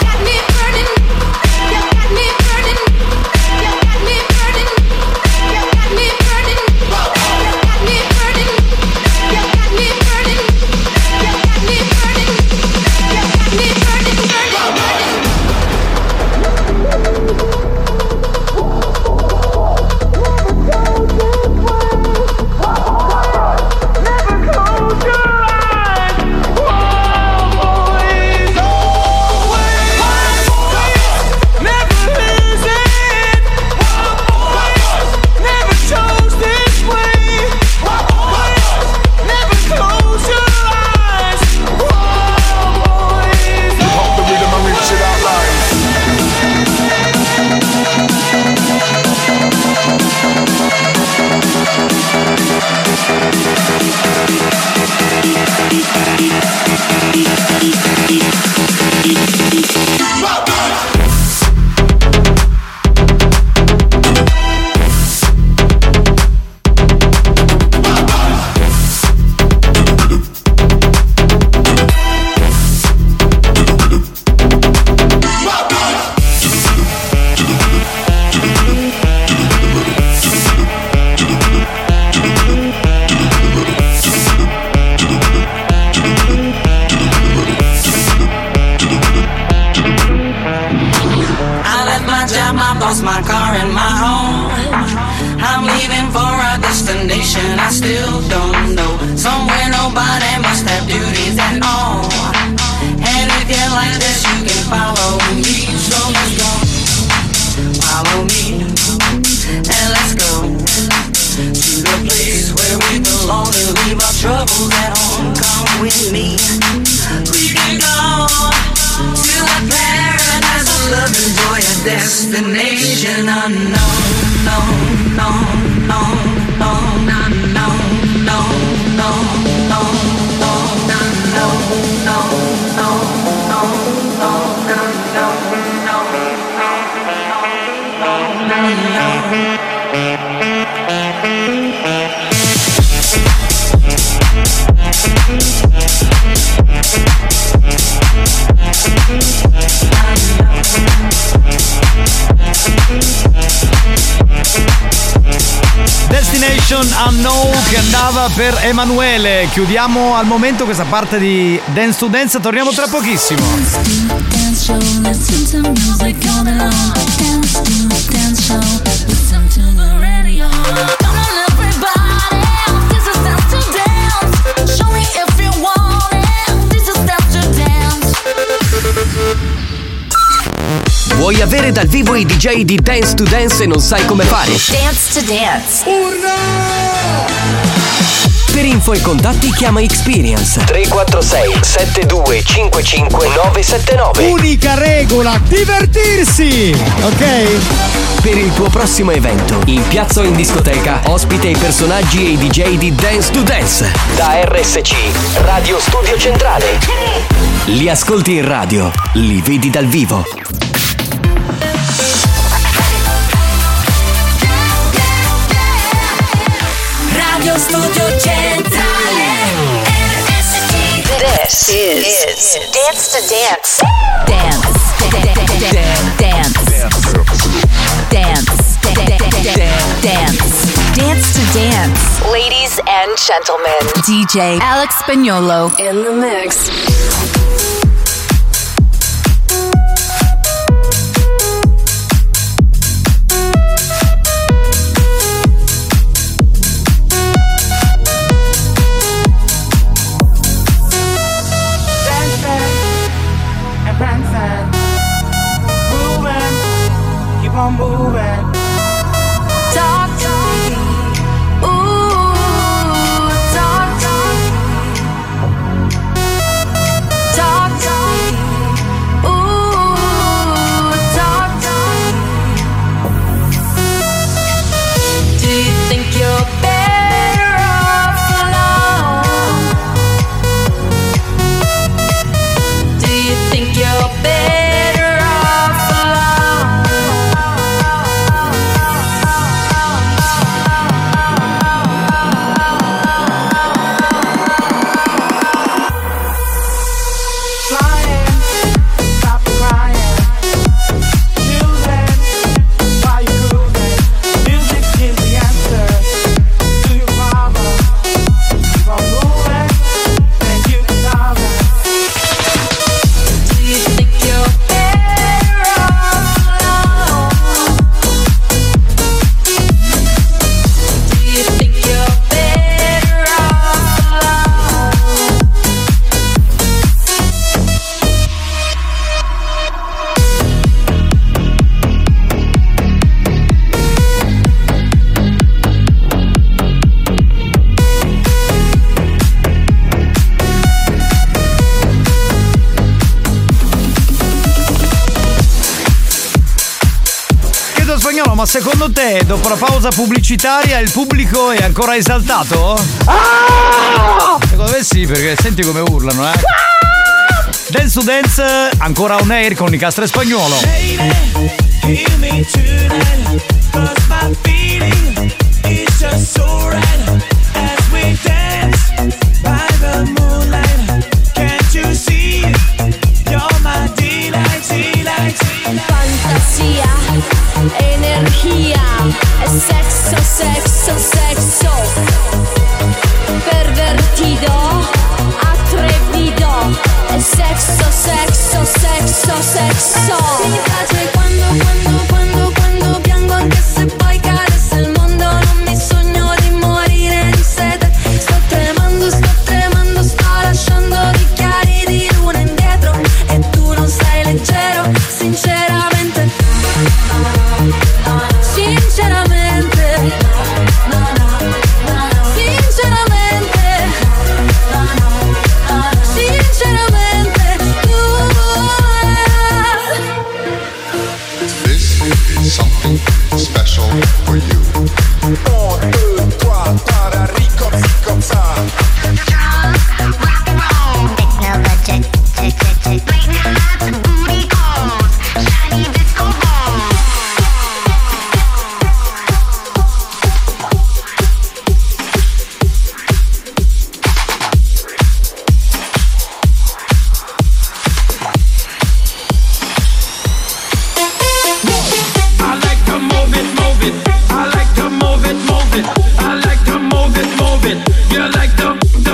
lost my car and my home. I'm leaving for a destination I still don't know. Somewhere nobody must have duties at all. And if you like this, you can follow me. So let's go, follow me, and let's go to the place where we belong and leave our troubles at home. Come with me, we can go to a paradise of love and joy, a destination unknown. No, no, no, no, no, no, no, no, no, no, no, no, no, no, no, no, no, no, no. Destination Unknown che andava per Emanuele. Chiudiamo al momento questa parte di Dance to Dance, torniamo tra pochissimo. Dance show, listen to music all day long. Dance to dance show, listen to the radio. Come on everybody, this is Dance to Dance. Show me if you want it, this is Dance to Dance. Vuoi avere dal vivo i D J di Dance to Dance e non sai come fare? Dance to Dance. Per info e contatti chiama Experience tre quattro sei sette due cinque cinque nove sette nove. Unica regola, divertirsi! Ok? Per il tuo prossimo evento, in piazza o in discoteca, ospite i personaggi e i D J di Dance to Dance. Da R S C, Radio Studio Centrale. Li ascolti in radio, li vedi dal vivo. Radio Studio Centrale R S C. This is Dance to Dance. Dance. Dance. Dance. Dance. Dance to Dance. Ladies and gentlemen, D J Alex Spagnolo in the mix. Moving. Talk to me. Ooh, talk to me. Talk to me. Ooh, talk to me. Do you think you're better off alone? Do you think you're better off alone? Ma secondo te, dopo la pausa pubblicitaria, il pubblico è ancora esaltato? Ah! Secondo me sì, perché senti come urlano, eh? Ah! Dance to Dance, ancora on air con Nicastro e Spagnuolo. Fantasia, energia, è sexo, sexo, sexo. Pervertido, atrevido, è sexo, sexo, sexo, sexo. Mi piace quando, quando, quando, quando piango anche se poi cadesse il mondo. Non mi sogno di morire di sete. Sto tremando, sto tremando, sto lasciando bicchieri di luna indietro. E tu non sei leggero, sinceramente. Sinceramente. Sinceramente. Sinceramente. This is something special for you. Un, deux, trois, para ricozzare. You like to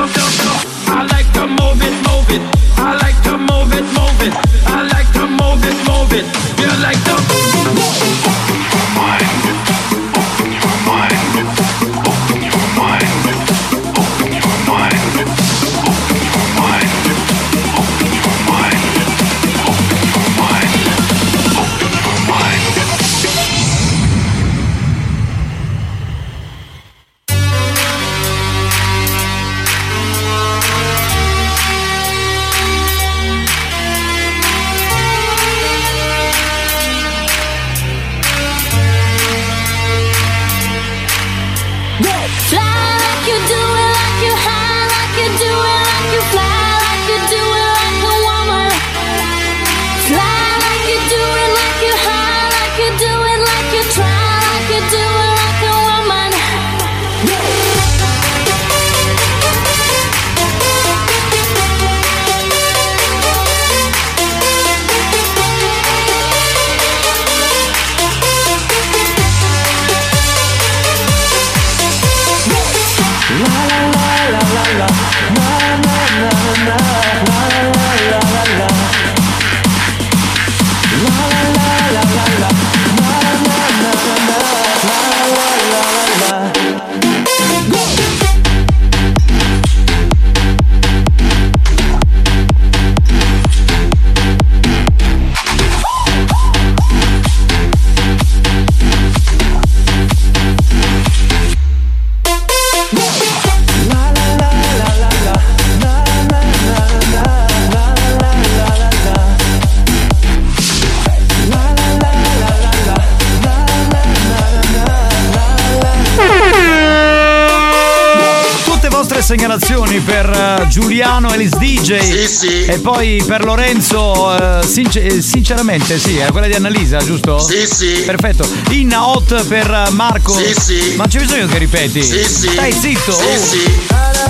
due segnalazioni per uh, Giuliano Elis D J. Sì, sì. E poi per Lorenzo, uh, sincer- sinceramente sì, è quella di Annalisa, giusto? Sì, sì. Perfetto. Inna Hot per Marco. Sì, sì. Ma c'è bisogno che ripeti? Sì, sì. Stai zitto. Sì, oh. sì.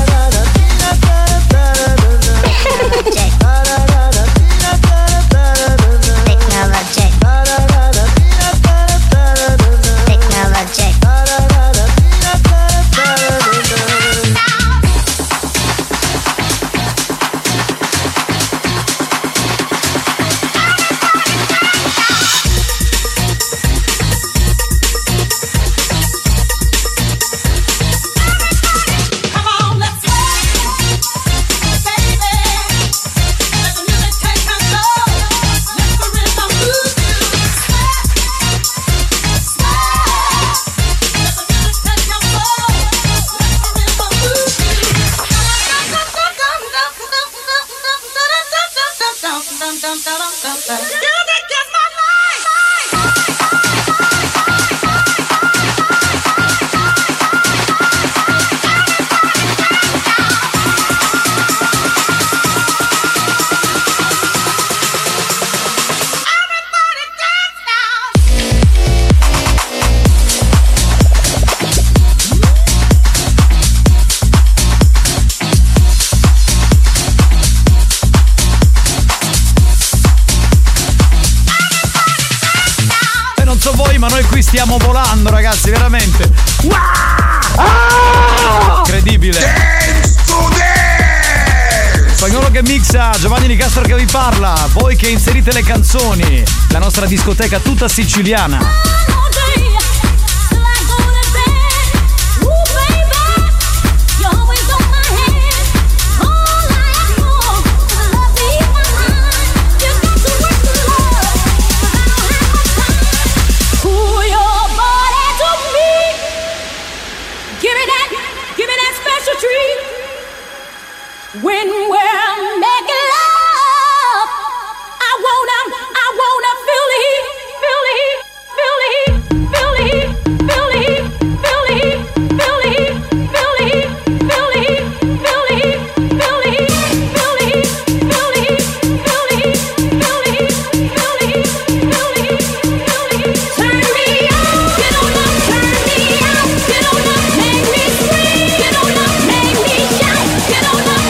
Stiamo volando, ragazzi, veramente. Wow! Ah! Incredibile. Dance to dance! Spagnolo che mixa, Giovanni Nicastro che vi parla, voi che inserite le canzoni, la nostra discoteca tutta siciliana. When we're making love, I wanna, I wanna feel the heat, feel the heat, feel the heat, feel the heat, feel the heat, feel the heat, feel the heat, feel the heat, feel the heat, feel the heat, feel the heat, feel the heat, feel the heat, feel the heat, feel the heat, feel the heat, feel the heat, feel the heat. Turn me on, get on up, turn me on, get on up, make me scream, get on up, make me shout, get on up.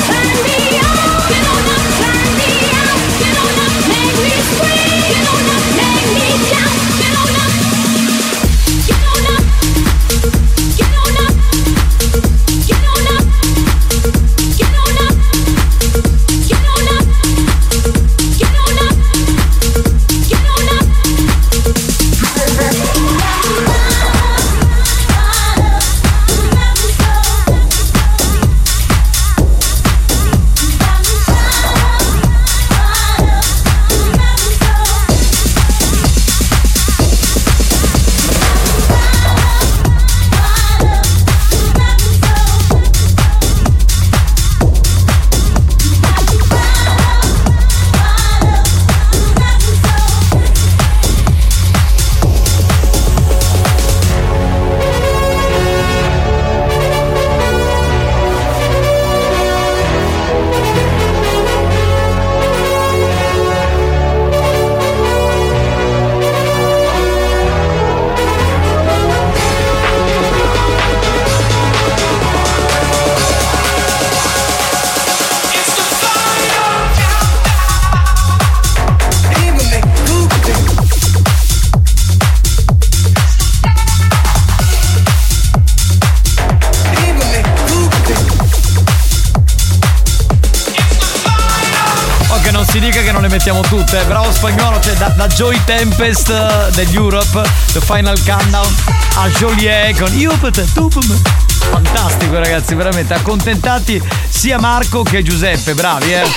Mettiamo tutte, bravo Spagnolo, cioè da, da Joy Tempest degli Europe, The Final Countdown, a Joliet con Io per te, tu per me. Fantastico ragazzi, veramente accontentati sia Marco che Giuseppe, bravi eh.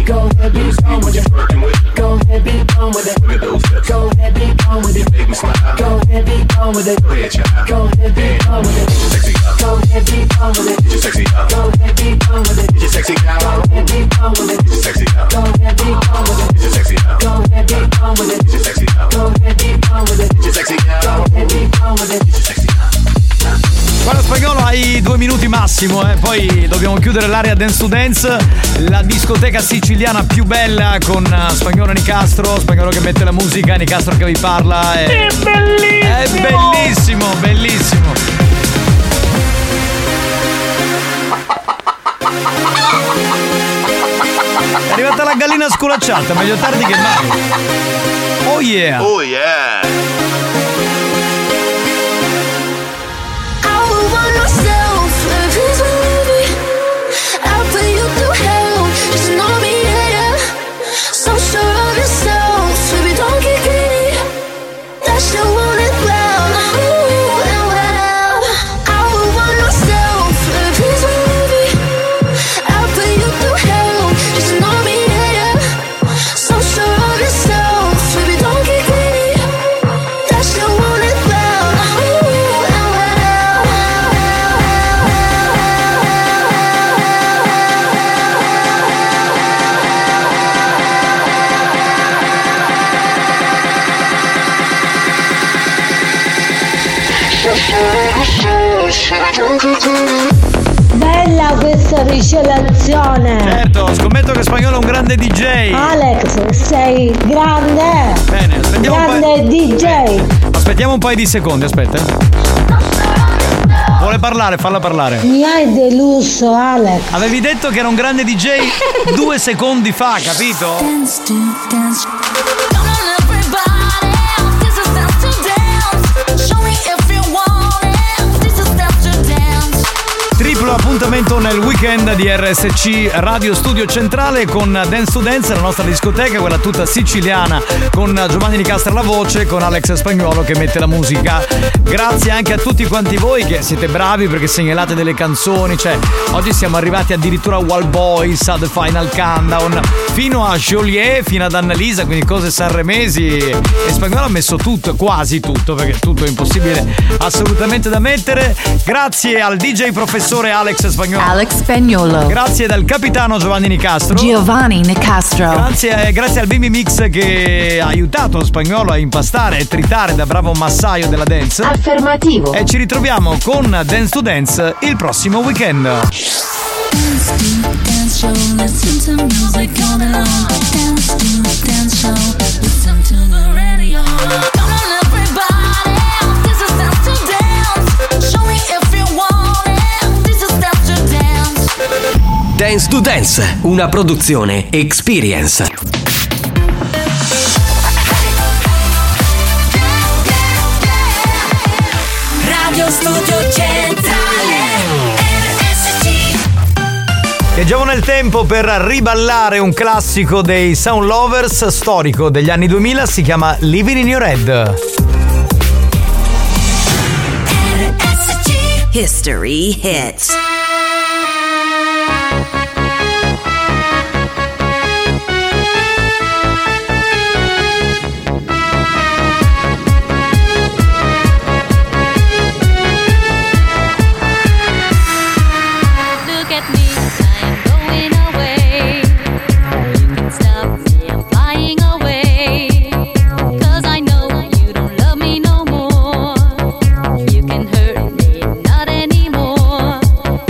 Go ahead, be gone with it. Go ahead, be gone with it. Go ahead, be gone with it. Make me smile. Go ahead, be gone with it. Go ahead, child. Go ahead, be gone with it. Sexy up. Go ahead, be gone with it. Get your sexy up. Go ahead, be gone with it. Get your sexy up. Go ahead, be gone with it. Get your sexy up. Go ahead, be gone with it. Get your sexy up. Go ahead, be gone with it. Get your sexy up. Go ahead, be gone with it. Get your sexy up. Go ahead, be gone with it. Get your sexy up. Guarda Spagnolo, hai due minuti massimo, eh. Poi dobbiamo chiudere l'area Dance to Dance, la discoteca siciliana più bella con Spagnolo Nicastro, Spagnolo che mette la musica, Nicastro che vi parla. È, è bellissimo! È bellissimo, bellissimo. È arrivata la gallina sculacciata, meglio tardi che mai. Oh yeah! Oh yeah! Bella questa ricelazione. Certo, scommetto che Spagnolo è un grande D J. Alex, sei grande. Bene, aspettiamo grande un D J. Aspettiamo un paio di secondi, aspetta. Vuole parlare, falla parlare. Mi hai deluso, Alex. Avevi detto che era un grande D J due secondi fa, capito? Dance to dance. Triplo appuntamento nel weekend di R S C Radio Studio Centrale con Dance to Dance, la nostra discoteca, quella tutta siciliana, con Giovanni Nicastro alla voce, con Alex Spagnuolo che mette la musica. Grazie anche a tutti quanti voi che siete bravi perché segnalate delle canzoni, cioè oggi siamo arrivati addirittura a Wild Boys, a The Final Countdown, fino a Joliet, fino ad Annalisa, quindi cose sanremesi, e Spagnuolo ha messo tutto, quasi tutto, perché tutto è impossibile assolutamente da mettere. Grazie al D J professionale Alex Spagnuolo. Alex Spagnuolo. Grazie dal capitano Giovanni Nicastro. Giovanni Nicastro. Grazie, grazie al Bimbi Mix che ha aiutato Spagnuolo a impastare e tritare da bravo massaio della dance. Affermativo. E ci ritroviamo con Dance to Dance il prossimo weekend. Dance to dance show, listen to music all day long. Dance to dance show, listen to the radio. Come on everybody, this is dance to dance. Show me if you want it, this is dance to dance. Dance to Dance, una produzione Experience. Radio Studio Centrale R S C. Viaggiamo nel tempo per riballare un classico dei Sound Lovers, storico degli anni duemila, si chiama Living in Your Head. R S C History Hits. You can hurt me, not anymore.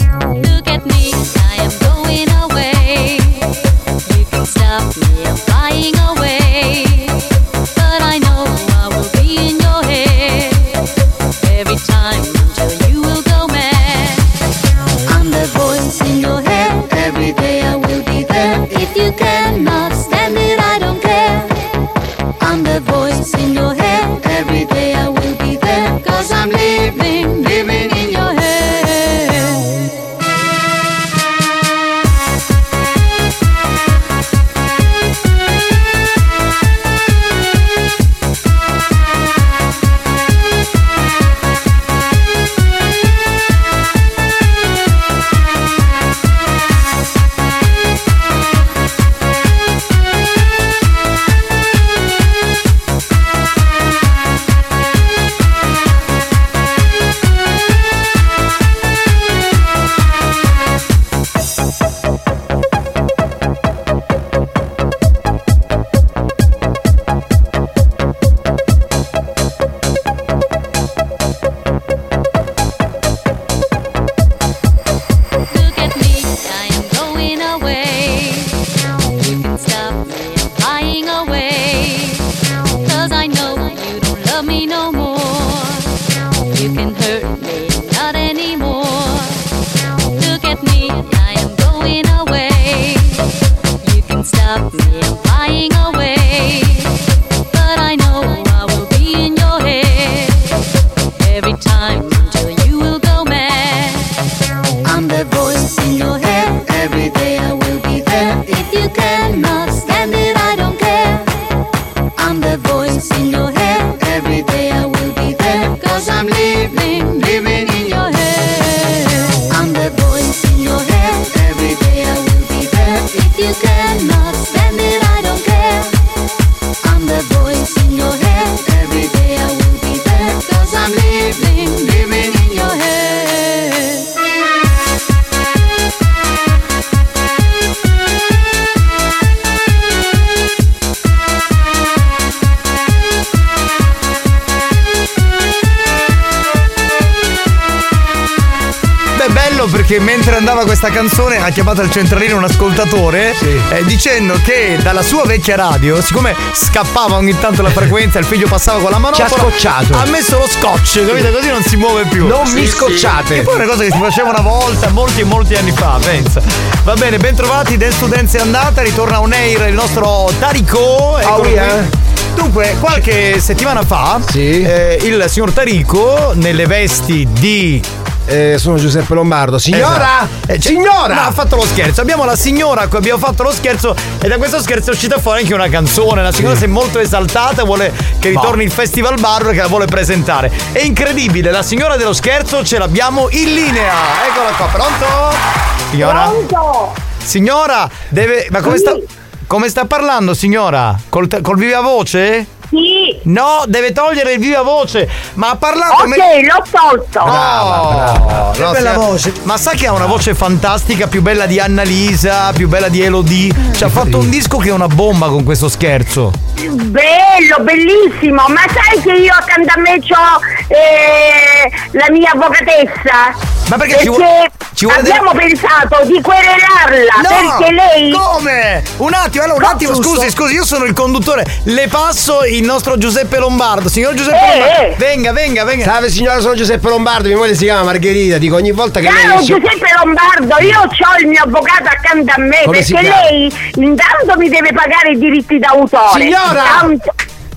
stop me, I'm flying away. But I know I will be in your head every time until you will go mad. I'm the voice in your head, every day I will be there. If you cannot stand it, I don't care. I'm the voice in your head, every day I will be there. Cause I'm living, living in your head. I'm the voice in your head, every day I will be there. If you cannot stand it, I don't care. I'm the voice in your head, every day I will be there. Cause I'm living, living in your head. Bello perché mentre andava questa canzone ha chiamato al centralino un ascoltatore sì. eh, dicendo che dalla sua vecchia radio, siccome scappava ogni tanto la frequenza, il figlio passava con la manopola, ci ha scocciato, ha messo lo scotch, capite? Così non si muove più. Non sì, mi scocciate. Sì. E poi è una cosa che si faceva una volta molti e molti anni fa, pensa. Va bene, ben trovati, Dance to Dance è andata, ritorna on air il nostro Tarico. Oh, yeah. Dunque, qualche settimana fa sì. eh, il signor Tarico, nelle vesti di Eh, sono Giuseppe Lombardo. Signora! Esatto. Eh, signora! No, ha fatto lo scherzo. Abbiamo la signora a cui abbiamo fatto lo scherzo e da questo scherzo è uscita fuori anche una canzone. La signora sì. si è molto esaltata, vuole che ritorni il Festival Bar perché la vuole presentare. È incredibile, la signora dello scherzo ce l'abbiamo in linea. Eccola qua, pronto? Signora? Pronto? Signora, deve. Ma come sì. sta. Come sta parlando, signora? Col, col viva voce? Sì. No, deve togliere il viva voce. Ma ha parlato. Ok, me... l'ho tolto. Brava, brava. Che no, bella sia... voce. Ma sa che ha una voce fantastica, più bella di Annalisa, più bella di Elodie. Ci ha fatto un disco che è una bomba con questo scherzo. Bello, bellissimo. Ma sai che io accanto a me c'ho eh, la mia avvocatessa? Ma perché, perché ci vuole, ci vuole abbiamo del... pensato di querelarla. No, perché lei. Come? Un attimo, allora, un attimo, scusi, scusi, io sono il conduttore. Le passo il nostro Giuseppe Lombardo. Signor Giuseppe eh, Lombardo. Eh. Venga, venga, venga. Salve signora, sono Giuseppe Lombardo, mia moglie si chiama Margherita. Dico ogni volta che Ciao lei. Giuseppe Lombardo, io ho il mio avvocato accanto a me. Come perché lei intanto mi deve pagare i diritti d'autore. Signora! Intanto...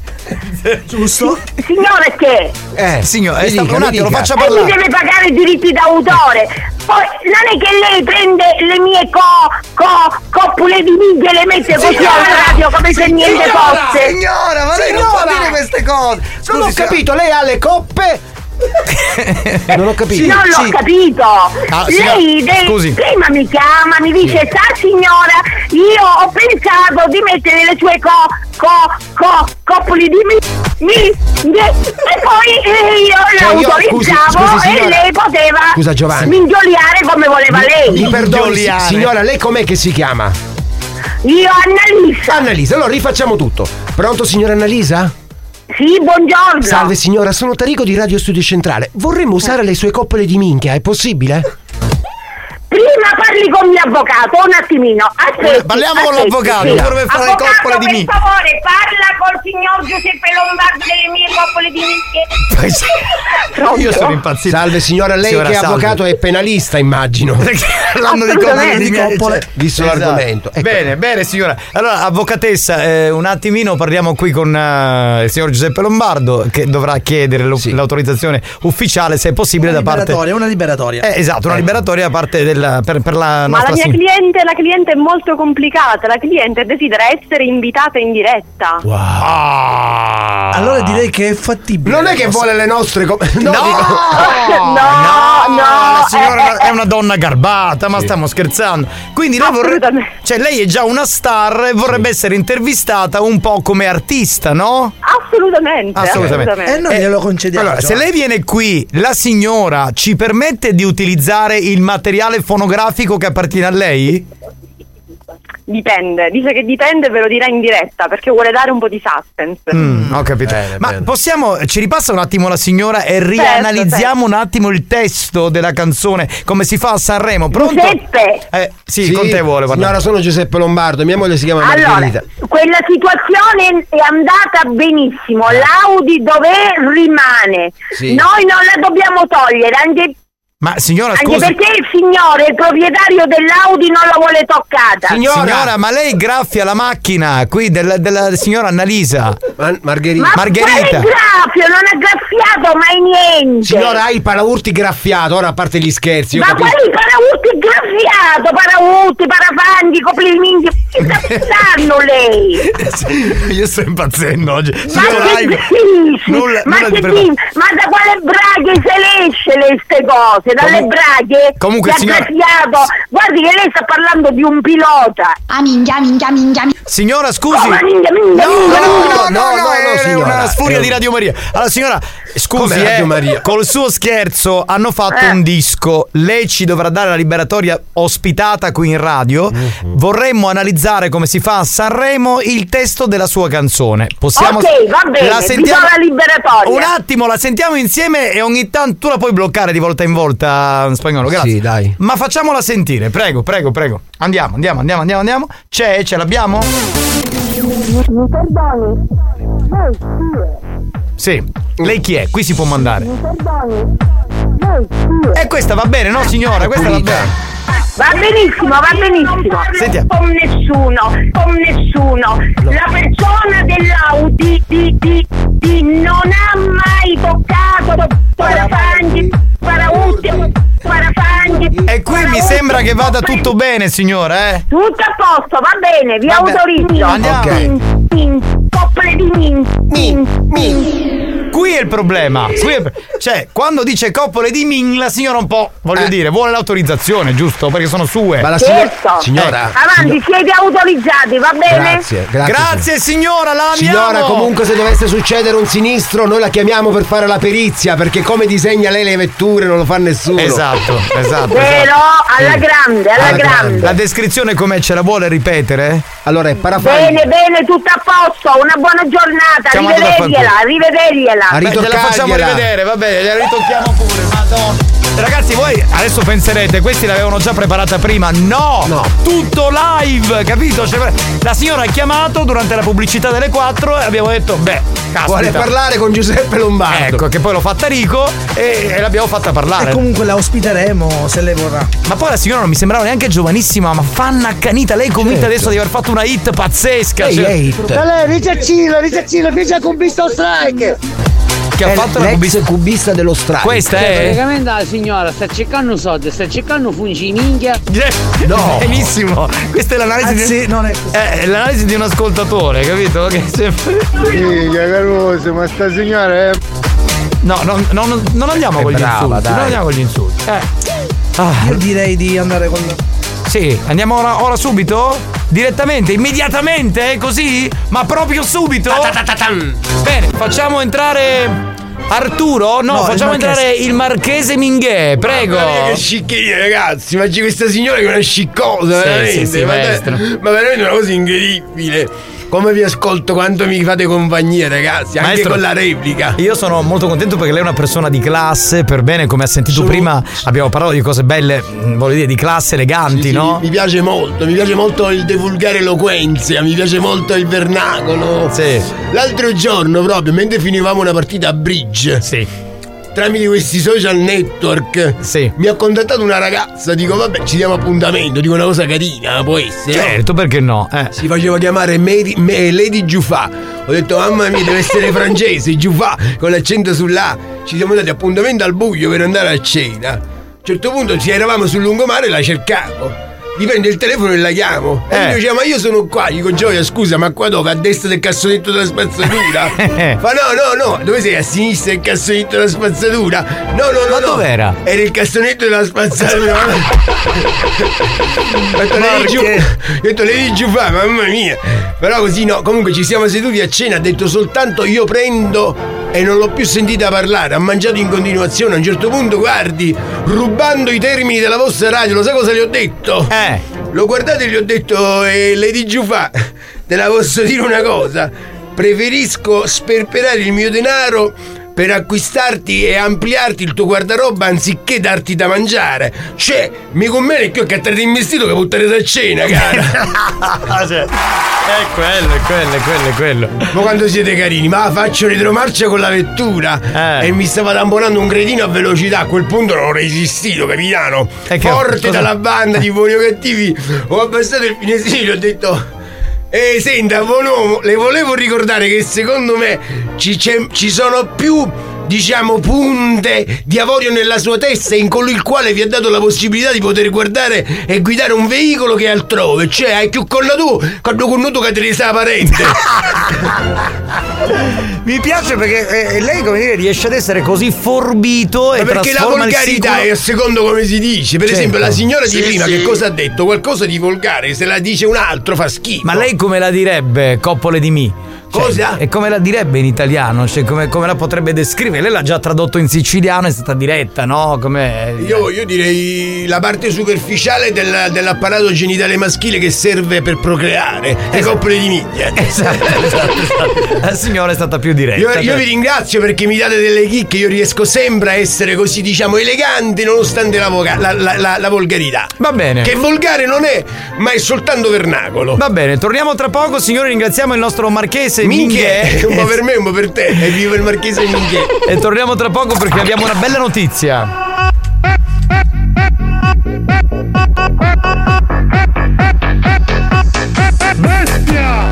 Giusto? Signore che? Eh, signore, eh, dica, un attimo, lo faccia E parlare. mi deve pagare i diritti d'autore. Poi non è che lei prende le mie co, co, coppole di minchia e le mette così alla radio come se niente fosse. Signora, ma lei non può dire queste cose. Scusi, non ho capito, lei ha le coppe. Non ho capito. Non l'ho sì. capito. Ah, Lei signora, de- scusi. prima mi chiama, mi dice: sa signora, io ho pensato di mettere le sue co, co, co, coppoli di mi, mi, mi e poi eh, io Cioè, le io- autorizzavo scusi, scusi, e signora. lei poteva Scusa, Giovanni. minchioliare come voleva lei. Mi perdoni, Minchioliare. signora, lei com'è che si chiama? Io Annalisa. Annalisa, allora rifacciamo tutto. Pronto signora Annalisa? Sì, buongiorno. Salve signora, sono Tarico di Radio Studio Centrale. Vorremmo usare le sue coppole di minchia, è possibile? Prima parli con mio avvocato, un attimino. Aspetti, Parliamo con aspetti, l'avvocato, sì. pure per fare le Avvocato, coppole di per minchia. favore, parla col signor Giuseppe Lombardo delle mie coppole di minchia. Io sono impazzito. Salve signora, lei Signora, che è salve. avvocato è penalista, immagino. L'anno di coppole di Assolutamente. coppole. Visto Esatto. l'argomento. Ecco. Bene, bene signora. Allora, avvocatessa, eh, un attimino parliamo qui con eh, il signor Giuseppe Lombardo che dovrà chiedere lo- Sì. l'autorizzazione ufficiale, se è possibile, Una da parte. liberatoria, una liberatoria. Eh, esatto, una liberatoria da parte del, per, per la Ma nostra la mia signora. cliente, la cliente è molto complicata, la cliente desidera essere invitata in diretta. Ah. Allora direi che è fattibile. Non è che vuole le nostre co- No, no, No, no, no, la signora eh, è una donna garbata, ma stiamo scherzando. Quindi lei vorrebbe, Assolutamente. cioè lei è già una star e vorrebbe essere intervistata un po' come artista, no? Assolutamente, Assolutamente. assolutamente. E noi glielo concediamo. Allora, se Giovanni. lei viene qui, la signora ci permette di utilizzare il materiale fonografico che appartiene a lei? Dipende, dice che dipende, ve lo dirà in diretta perché vuole dare un po' di suspense. Mm, ho capito. Bene, Ma bene. possiamo, ci ripassa un attimo la signora e rianalizziamo un attimo il testo della canzone come si fa a Sanremo? Pronto? Giuseppe. Eh, sì, con te vuole parlare. Signora, sono Giuseppe Lombardo, mia moglie si chiama Allora, Margherita. quella situazione è andata benissimo. L'Audi dove rimane? Sì. Noi non la dobbiamo togliere, anche Ma signora, Anche scusi. perché il signore, il proprietario dell'Audi, non la vuole toccata. Signora, signora ma lei graffia la macchina qui della, della signora Annalisa. Ma- Margherita. Ma Margherita. quale graffio? Non ha graffiato mai niente. Signora, hai il paraurti graffiato, ora a parte gli scherzi. Io Ma capisco. quali paraurti graffiato? Paraurti, parafanghi, complimenti. Che sta pensando lei? Io sto impazzendo oggi. Ma Signora, che live. dici? Nulla- ma, nulla di che preparato. dici? Ma da quale braghe se le esce lei ste cose? Dalle Comun- braghe? comunque, che ha signora- graffiato. Guardi che lei sta parlando di un pilota. Ah, minchia, minchia, minchia. Signora, scusi. Oh, ma minchia, minchia, No, minchia, no, minchia. no, no, no, no, è signora. una sfuria È di un- Radio Maria. Allora, signora, scusi, Come Radio eh, Maria? col suo scherzo hanno fatto Eh. un disco. Lei ci dovrà dare la liberatoria ospitata qui in radio. Vorremmo analizzare come si fa a Sanremo il testo della sua canzone. Possiamo Ok, va bene, la vi sentiamo do la liberatoria. un attimo, la sentiamo insieme e ogni tanto tu la puoi bloccare di volta in volta, Spagnolo. Grazie. Sì, dai. Ma facciamola sentire, prego, prego, prego. Andiamo, andiamo, andiamo, andiamo, andiamo. C'è, ce l'abbiamo? Mi perdoni? Lei chi Sì. Lei chi è? Qui si può mandare. Mi perdoni? Lei chi è? E questa va bene, no signora? Questa va bene. Va benissimo, va benissimo. Sentiamo. Con nessuno, con nessuno. La persona dell'Audi di, di, di non ha mai toccato parafanghi, paraurti, parafanghi. E qui mi sembra che vada tutto bene, signora, eh? Tutto a posto, va bene, vi Vabbè. autorizzo. Andiamo. Min, min, coppole di min, min, min. Qui è il problema. Qui è... Cioè, quando dice coppole di min, la signora un po', voglio Eh. dire, vuole l'autorizzazione, giusto? Perché sono sue. Ma la signora. Certo. Signora. Avanti, siete autorizzati, va bene? Grazie, grazie. Grazie signora, la amiamo. Signora, comunque se dovesse succedere un sinistro, noi la chiamiamo per fare la perizia, perché come disegna lei le vetture non lo fa nessuno. Esatto, esatto. Però esatto. alla grande, alla Alla grande. La descrizione com'è? Ce la vuole ripetere? Allora è parafanghi. Bene, bene, tutto a posto, una buona giornata, Chiamato da rivedergliela, qualcuno. rivedergliela. A Beh, gliela facciamo ritoccargliela. rivedere, va bene, gliela ritocchiamo pure, madonna. Ragazzi, voi adesso penserete, questi l'avevano già preparata prima. No! No. Tutto live, capito? Cioè, la signora ha chiamato durante la pubblicità delle quattro e abbiamo detto, beh, caspita. Vuole parlare con Giuseppe Lombardo. Ecco, che poi l'ho fatta Rico e, e l'abbiamo fatta parlare. E comunque la ospiteremo se lei vorrà. Ma poi la signora non mi sembrava neanche giovanissima, ma fanna accanita. Lei convinta Certo. adesso di aver fatto una hit pazzesca. Ehi, cioè, ehi, Allora, risaccino, risaccino, fece con visto strike. che ha fatto la l'ex pubblicità. cubista dello strike. Questa è. Praticamente la signora sta cercando soldi, sta cercando fungi minchia. No. Benissimo. Questa è l'analisi Anzi, di... non è così. Eh, è l'analisi di un ascoltatore, capito? Che sempre... Sì, caroso, ma sta signora è. No, no, no, no, non andiamo È con gli brava, insulti. dai. Non andiamo con gli insulti. Eh. Ah, Io direi di andare con. sì, andiamo ora, ora subito? Direttamente, immediatamente, così? Ma proprio subito? Bene, facciamo entrare Arturo? No, No, il facciamo Marchese. entrare il Marchese Minghè, prego. Mamma mia, che sciccheria, ragazzi! Ma c'è questa signora che è una sciccosa, Sì, veramente! sì, sì, ma, maestro. ma veramente una cosa incredibile! Come vi ascolto, quanto mi fate compagnia, ragazzi, anche Maestro, con la replica. Io sono molto contento perché lei è una persona di classe, per bene, come ha sentito Sono- prima, abbiamo parlato di cose belle, mh, voglio dire, di classe, eleganti, Sì, sì, no? mi, mi piace molto, mi piace molto il divulgare eloquenza, mi piace molto il vernacolo. Sì. L'altro giorno, proprio, mentre finivamo una partita a bridge, Sì. tramite questi social network, Sì. mi ha contattato una ragazza, dico vabbè, ci diamo appuntamento, dico una cosa carina, può essere. no? Certo, perché no? Eh. Si faceva chiamare Mary, Me- Lady Giuffà. Ho detto mamma mia, deve essere francese, Giuffà, con l'accento sull'A. Ci siamo dati appuntamento al buio per andare a cena. A un certo punto ci eravamo sul lungomare e la cercavo. Gli prendo il telefono e la chiamo. E Eh. mi diceva ma io sono qua. Dico Gioia scusa, ma qua dove? A destra del cassonetto della spazzatura? Fa no no no, dove sei? A sinistra del cassonetto della spazzatura? No no no Ma no. dov'era? Era il cassonetto della spazzatura. Ho detto lei giù. Ho detto lei giù fa, mamma mia. Però così no, comunque ci siamo seduti a cena, ha detto soltanto io prendo e non l'ho più sentita parlare, ha mangiato in continuazione. A un certo punto, guardi, rubando i termini della vostra radio, lo sai cosa gli ho detto? Eh. L'ho guardato e gli ho detto, eh, Lady Giuffà, te la posso dire una cosa? Preferisco sperperare il mio denaro per acquistarti e ampliarti il tuo guardaroba anziché darti da mangiare. Cioè, mi conviene più che a te in vestito che buttare da cena, cara. È quello, è quello, è quello, è quello. Ma quando siete carini, ma faccio retromarcia con la vettura eh. e mi stava tamponando un cretino a velocità. A quel punto non ho resistito, capitano. E che, Forte cosa... dalla banda di buoni o cattivi, ho abbassato il finestrino e ho detto: ehi, senta, buon uomo, le volevo ricordare che secondo me ci, c'è, ci sono più, diciamo, punte di avorio nella sua testa in colui il quale vi ha dato la possibilità di poter guardare e guidare un veicolo che altrove. Cioè, hai più con la tu quando connuto che te ne sa parente. Mi piace perché eh, lei, come dire, riesce ad essere così forbito e ma perché la volgarità è secondo come si dice. Per certo. esempio la signora di sì, prima sì. che cosa ha detto? Qualcosa di volgare, se la dice un altro fa schifo. Ma lei come la direbbe, coppole di mi? Cioè, cosa? E come la direbbe in italiano? Cioè, come, come la potrebbe descrivere? Lei l'ha già tradotto in siciliano, è stata diretta, no? Come... Io, io direi la parte superficiale del, dell'apparato genitale maschile che serve per procreare. Le esatto. coppole di miglia. Esatto, esatto, esatto. La signora è stata più diretta. Io, io vi ringrazio perché mi date delle chicche. Io riesco sempre a essere così, diciamo, elegante nonostante la, voga- la, la, la, la volgarità. Va bene. Che volgare non è, ma è soltanto vernacolo. Va bene, torniamo tra poco, signori. Ringraziamo il nostro marchese Minchè, un po' per me, un po' per te. E viva il marchese Minchè. E torniamo tra poco perché abbiamo una bella notizia. Bestia!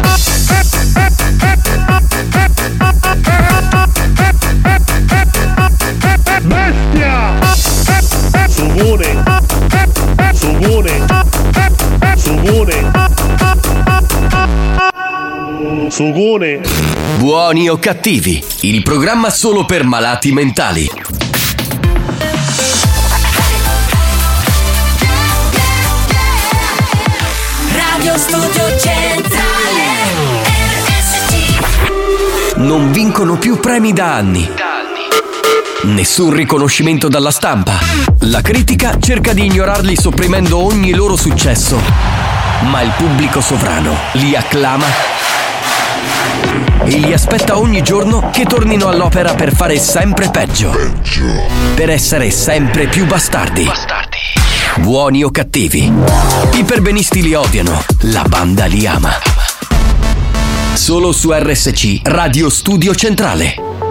Bestia! Sugone! Sugone! Sugone! Sugone! Buoni o cattivi, il programma solo per malati mentali. Radio Studio Centrale R S C. Non vincono più premi da anni. Nessun riconoscimento dalla stampa. La critica cerca di ignorarli sopprimendo ogni loro successo. Ma il pubblico sovrano li acclama e li aspetta ogni giorno che tornino all'opera per fare sempre peggio. Per essere sempre più bastardi. Bastardi. Buoni o cattivi, i perbenisti li odiano, la banda li ama. Solo su R S C Radio Studio Centrale.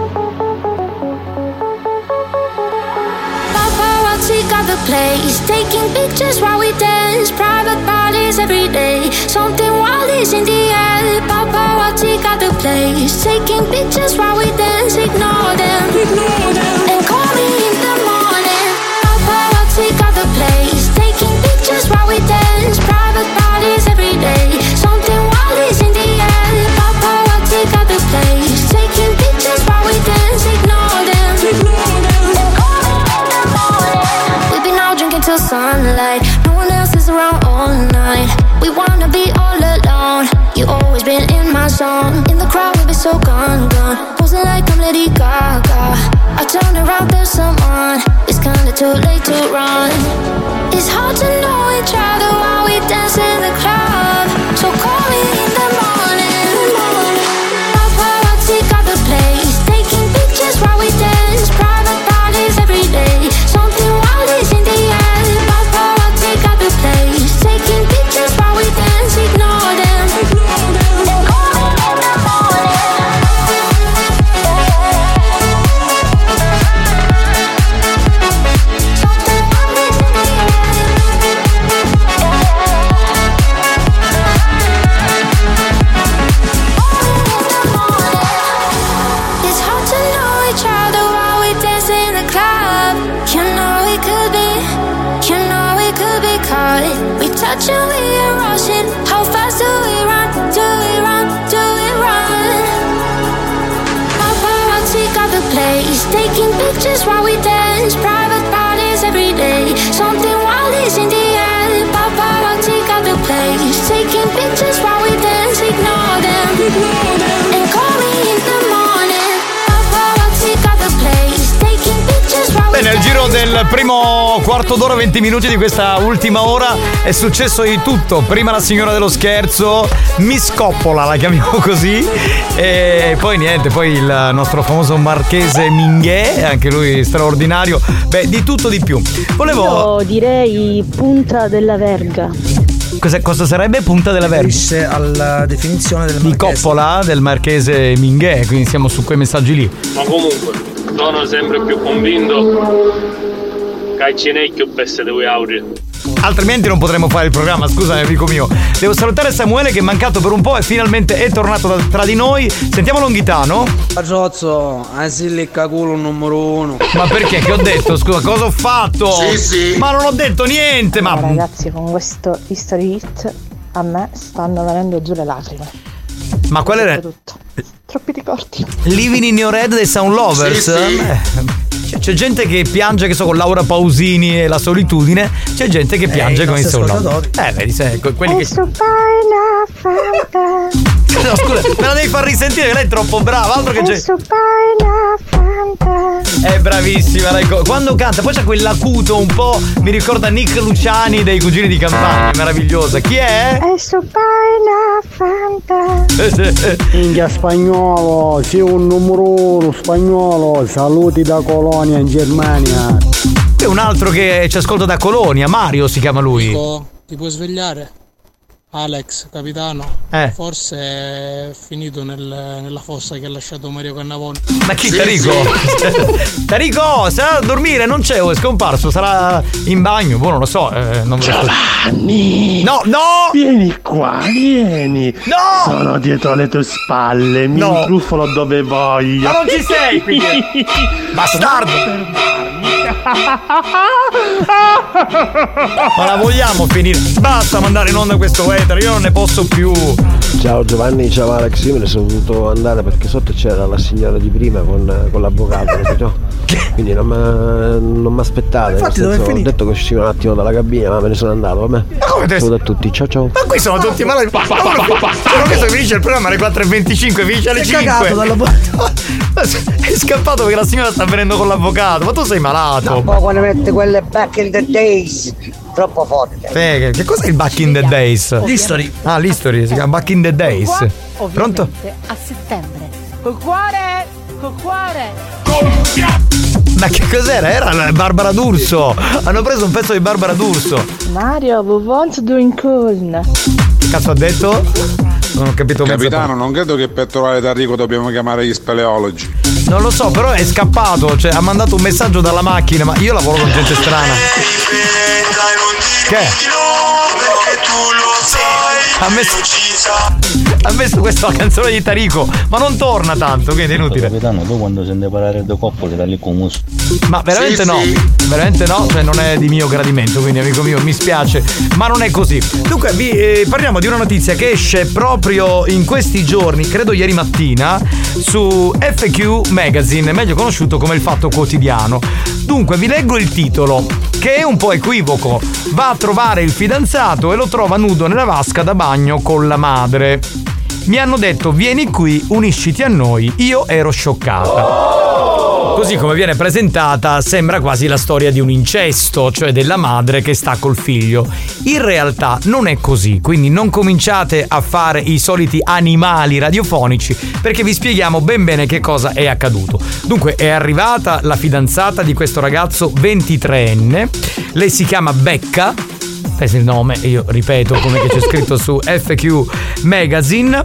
Paparazzi got the place, taking pictures while we dance, private parties every day, something wild is in the air. Paparazzi got the place, taking pictures while we dance, ignore them, ignore them, and call me in the morning. Paparazzi got the place, taking pictures while we dance, private parties every day, something wild is in the air. Paparazzi got the place, taking pictures while we dance, ignore them, ignore them, and call me in the morning. We've been out drinking till sunlight, no one else is around all night. We wanna be all alone, you always been in my zone. In the crowd we'll be so gone, gone, posing like I'm Lady Gaga. I turn around, there's someone, it's kinda too late to run. It's hard to know each other while we dance in the club, so call me in the morning. Paparazzi got the place, taking pictures while we dance, private parties every day, something wild is in the air. Paparazzi got the place, taking pictures while we dance, ignore them, ignore them, and call me in the morning. It's hard to know each other while we dance in the club. You know we could be, you know we could be caught. We touch and we are rushing. How fast do we run? Do we run? Do we run? Paparazzi got the place, taking pictures while we dance, private parties every day, something wild is in the air. Paparazzi got the place, taking pictures while we dance, ignore them, ignore them, and call me in the morning. Paparazzi got the place, taking pictures while we Bene, nel giro del primo quarto d'ora, venti minuti di questa ultima ora è successo di tutto. Prima la signora dello scherzo, Miss Coppola la chiamiamo così, e poi niente, poi il nostro famoso marchese Minghè, anche lui straordinario. Beh, di tutto di più. Volevo Io direi punta della verga. Cosa, cosa sarebbe Punta della Vergine? Riferisce alla definizione del Di Coppola, del marchese Minghè, quindi siamo su quei messaggi lì. Ma comunque, sono sempre più convinto che ce n'è più peste di voi audio. Altrimenti non potremmo fare il programma, scusami amico mio. Devo salutare Samuele che è mancato per un po' e finalmente è tornato da, tra di noi. Sentiamo Longhitano. Ragazzo, anzilicca culo numero uno. Ma perché? Che ho detto? Scusa, cosa ho fatto? Sì, sì. Ma non ho detto niente, ma... No, ragazzi, con questo History Hit a me stanno venendo giù le lacrime. Ma qual era? Tutto. Troppi ricordi. Living in Your Head dei Sound Lovers? Sì, sì. Eh, c'è, c'è gente che piange, che so, con Laura Pausini e la solitudine. C'è gente che piange Eh, con i i Sound nostri Lovers. Eh, vedi, sai, que- quelli che... No, No, scusa, me la devi far risentire, che lei è troppo brava, altro che c'è. È bravissima, lei. Quando canta, poi c'è quell'acuto un po', mi ricorda Nick Luciani dei Cugini di Campagna, meravigliosa. Chi è? India spagnolo, sei un numero uno spagnolo, saluti da Colonia in Germania. È un altro che ci ascolta da Colonia, Mario si chiama lui. Ti puoi svegliare? Alex, capitano, Eh. forse è finito nel- nella fossa che ha lasciato Mario Cannavone. Ma chi, Tarico? Tarico, sarà a dormire, non c'è, o è scomparso, sarà in bagno, boh, non lo so. Eh, non Giovanni! No, no! Vieni qua, vieni! No! Sono dietro le tue spalle, mi No. intruffolo dove voglio. Ma non ci sei, quindi. Bastardo! Ma la vogliamo finire? Basta mandare in onda questo weather, io non ne posso più. Ciao Giovanni, ciao Alex, io me ne sono dovuto andare perché sotto c'era la signora di prima con, con l'avvocato, capito? Quindi non mi non aspettate. Infatti, nel dove è senso, ho finito? detto che uscivo un attimo dalla cabina, ma me ne sono andato, vabbè. come te- Saluto a tutti, ciao ciao. Ma qui sono tutti malati. Però questo finisce il programma alle quattro e venticinque, finisce alle È cinque. cagato dalla È scappato perché la signora sta venendo con l'avvocato. Ma tu sei malato. Poi quando mette quelle back in the days, troppo forte. Eh, che, che cos'è il Back in the Days? L'History. Ah, l'History, si chiama Back in the Days. Pronto? A settembre. Col cuore, col cuore. Ma che cos'era? Era la Barbara D'Urso. Hanno preso un pezzo di Barbara D'Urso. Mario, we want to in Köln. Che cazzo ha detto? Non ho capito mezza Capitano, non credo che per trovare Tarico dobbiamo chiamare gli speleologi. parte. Non lo so, però è scappato. Cioè, ha mandato un messaggio dalla macchina. Ma io lavoro con gente strana. Che? Ha messo, ha messo questa canzone di Tarico, ma non torna tanto, quindi è inutile. Capitano, tu quando senti parlare di coppole da lì con muso. Ma veramente Sì, no, sì. veramente no, cioè non è di mio gradimento, quindi amico mio mi spiace, ma non è così. Dunque vi eh, parliamo di una notizia che esce proprio in questi giorni, credo ieri mattina, su F Q Magazine, meglio conosciuto come Il Fatto Quotidiano. Dunque vi leggo il titolo, che è un po' equivoco. Va a trovare il fidanzato e lo trova nudo nella vasca da bagno con la madre. Mi hanno detto vieni qui, unisciti a noi. Io ero scioccata. Così come viene presentata sembra quasi la storia di un incesto, cioè della madre che sta col figlio. In realtà non è così, quindi non cominciate a fare i soliti animali radiofonici perché vi spieghiamo ben bene che cosa è accaduto. Dunque è arrivata la fidanzata di questo ragazzo ventitreenne, lei si chiama Becca. Pensa il nome, io ripeto come che c'è scritto su F Q Magazine.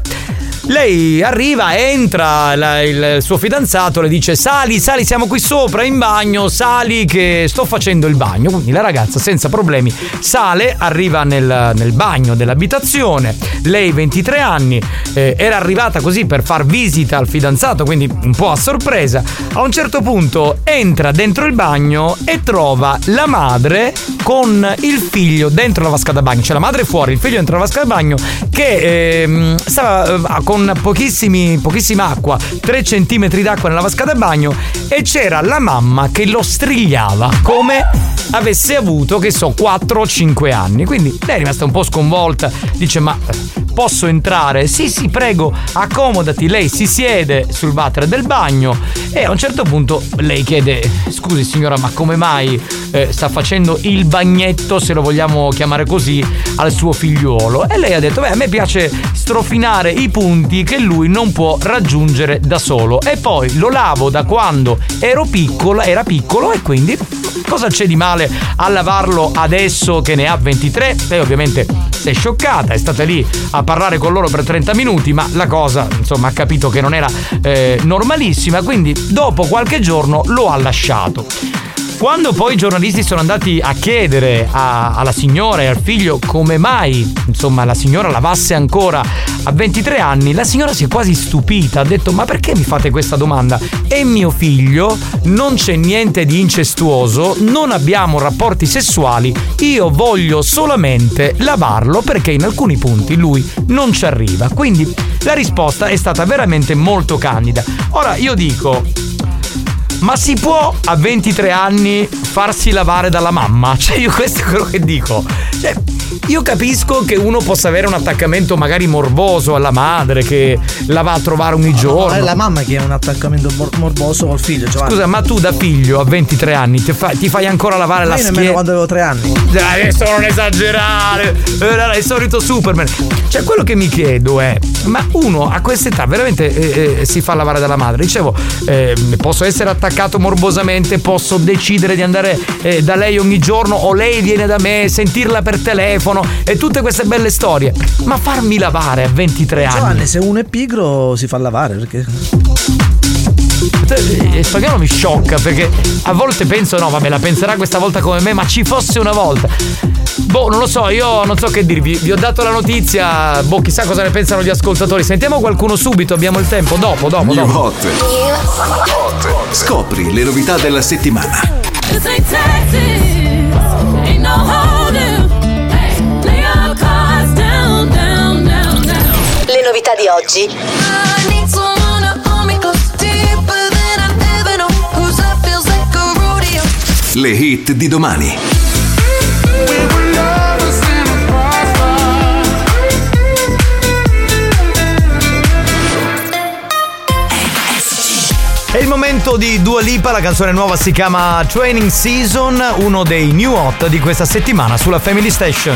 Lei arriva, entra, la, il suo fidanzato le dice sali, sali, siamo qui sopra in bagno, sali che sto facendo il bagno. Quindi la ragazza senza problemi sale, arriva nel, nel bagno dell'abitazione. Lei ventitré anni, eh, era arrivata così per far visita al fidanzato, quindi un po' a sorpresa. A un certo punto entra dentro il bagno e trova la madre con il figlio dentro la vasca da bagno, cioè la madre fuori, il figlio dentro la vasca da bagno che eh, stava eh, con pochissimi, pochissima acqua, tre centimetri d'acqua nella vasca da bagno, e c'era la mamma che lo strigliava come avesse avuto, che so, quattro o cinque anni. Quindi lei è rimasta un po' sconvolta, dice ma posso entrare? Sì sì prego, accomodati. Lei si siede sul water del bagno e a un certo punto lei chiede scusi signora, ma come mai eh, sta facendo il bagnetto, se lo vogliamo chiamare così, al suo figliuolo? E lei ha detto beh, a me piace strofinare i punti che lui non può raggiungere da solo, e poi lo lavo da quando ero piccola, era piccolo, e quindi cosa c'è di male a lavarlo adesso che ne ha ventitré? Lei ovviamente si è scioccata, è stata lì a parlare con loro per trenta minuti, ma la cosa insomma ha capito che non era eh, normalissima, quindi dopo qualche giorno lo ha lasciato. Quando poi i giornalisti sono andati a chiedere a, alla signora e al figlio come mai insomma la signora lavasse ancora a ventitré anni, la signora si è quasi stupita, ha detto: ma perché mi fate questa domanda? È mio figlio, non c'è niente di incestuoso, non abbiamo rapporti sessuali, io voglio solamente lavarlo perché in alcuni punti lui non ci arriva. Quindi la risposta è stata veramente molto candida. Ora io dico: ma si può a ventitré anni farsi lavare dalla mamma? Cioè io questo è quello che dico. Cioè, io capisco che uno possa avere un attaccamento magari morboso alla madre che la va a trovare ogni giorno. No, è la mamma che ha un attaccamento mor- morboso col figlio, Giovanni. Scusa, ma tu da figlio a ventitré anni ti, fa- ti fai ancora lavare ma la io schiena? nemmeno quando avevo tre anni. Dai, adesso non esagerare. Era il solito Superman. Cioè quello che mi chiedo è: ma uno a quest'età veramente eh, eh, si fa lavare dalla madre? Dicevo, eh, posso essere attaccato morbosamente, posso decidere di andare eh, da lei ogni giorno o lei viene da me, sentirla per telefono e tutte queste belle storie, ma farmi lavare a ventitré anni? Giovanni, se uno è pigro si fa lavare, perché il spagnolo mi sciocca, perché a volte penso no vabbè la penserà questa volta come me, ma ci fosse una volta. Boh, non lo so, io non so che dirvi, vi ho dato la notizia, boh, chissà cosa ne pensano gli ascoltatori. Sentiamo qualcuno subito, abbiamo il tempo, dopo, dopo, New dopo. Hot. Scopri le novità della settimana. Le novità di oggi. Le hit di domani. È il momento di Dua Lipa, la canzone nuova si chiama Training Season, uno dei new hot di questa settimana sulla Family Station.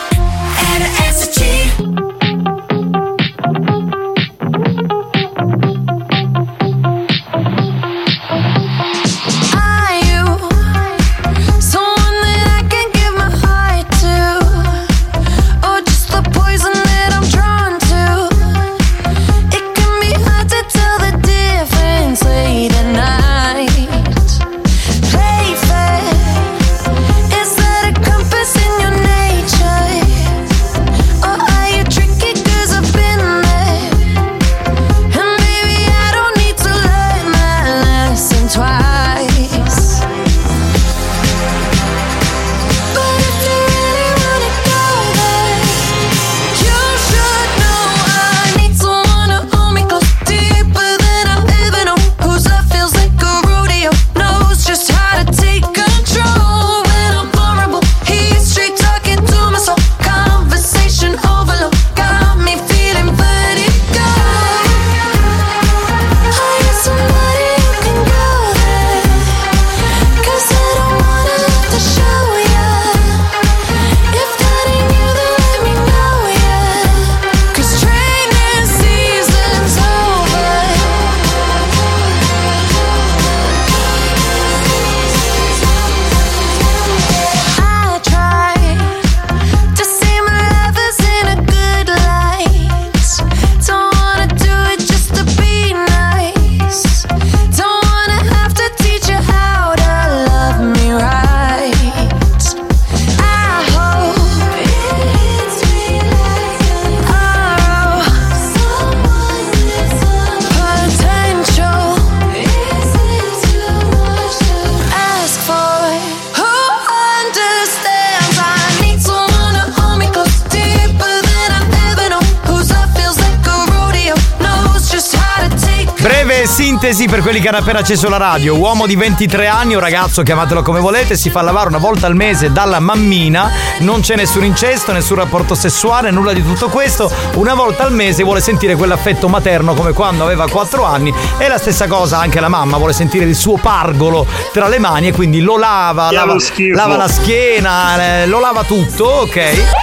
Sintesi per quelli che hanno appena acceso la radio: uomo di ventitré anni o ragazzo, chiamatelo come volete, si fa lavare una volta al mese dalla mammina, non c'è nessun incesto, nessun rapporto sessuale, nulla di tutto questo. Una volta al mese vuole sentire quell'affetto materno come quando aveva quattro anni, e la stessa cosa anche la mamma, vuole sentire il suo pargolo tra le mani e quindi lo lava, lava, lava la schiena, lo lava tutto, ok?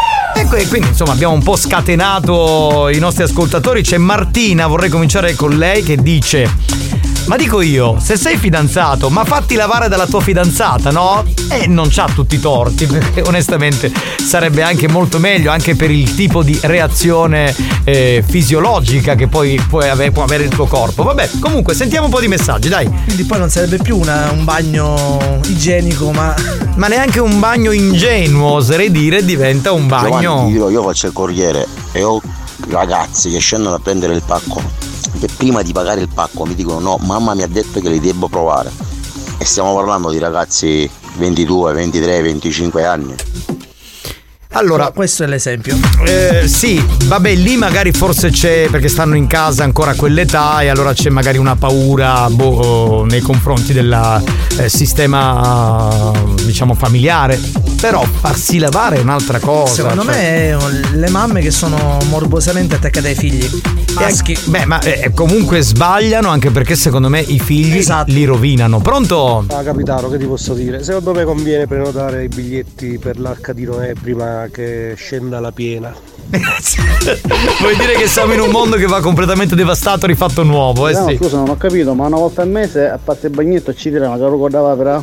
E quindi insomma abbiamo un po' scatenato i nostri ascoltatori. C'è Martina, vorrei cominciare con lei, che dice: Ma dico io, se sei fidanzato, ma fatti lavare dalla tua fidanzata, no? E non c'ha tutti i torti, perché onestamente sarebbe anche molto meglio, anche per il tipo di reazione eh, fisiologica che poi può avere, può avere il tuo corpo. Vabbè, comunque sentiamo un po' di messaggi, dai. Quindi poi non sarebbe più una, un bagno igienico, ma ma neanche un bagno ingenuo, oserei dire, diventa un bagno. Giovanni, io, io faccio il corriere e ho ragazzi che scendono a prendere il pacco e prima di pagare il pacco mi dicono no, mamma mi ha detto che li devo provare, e stiamo parlando di ragazzi ventidue, ventitré, venticinque anni. Allora, questo è l'esempio. Eh, sì, vabbè, lì magari forse c'è, perché stanno in casa ancora a quell'età, e allora c'è magari una paura boh, nei confronti del eh, sistema, diciamo, familiare. Però farsi lavare è un'altra cosa. Secondo cioè. me le mamme che sono morbosamente attaccate ai figli maschi. Eh, beh, ma eh, comunque sbagliano, anche perché secondo me i figli esatto. li rovinano. Pronto? Ah, capitano, che ti posso dire? Secondo me conviene prenotare i biglietti per l'Arca di Noè prima che scenda la piena. Vuoi dire che siamo in un mondo che va completamente devastato, rifatto nuovo, eh no, sì. Scusa, non ho capito, ma una volta al mese a parte il bagnetto ci tirano, te lo ricordava però?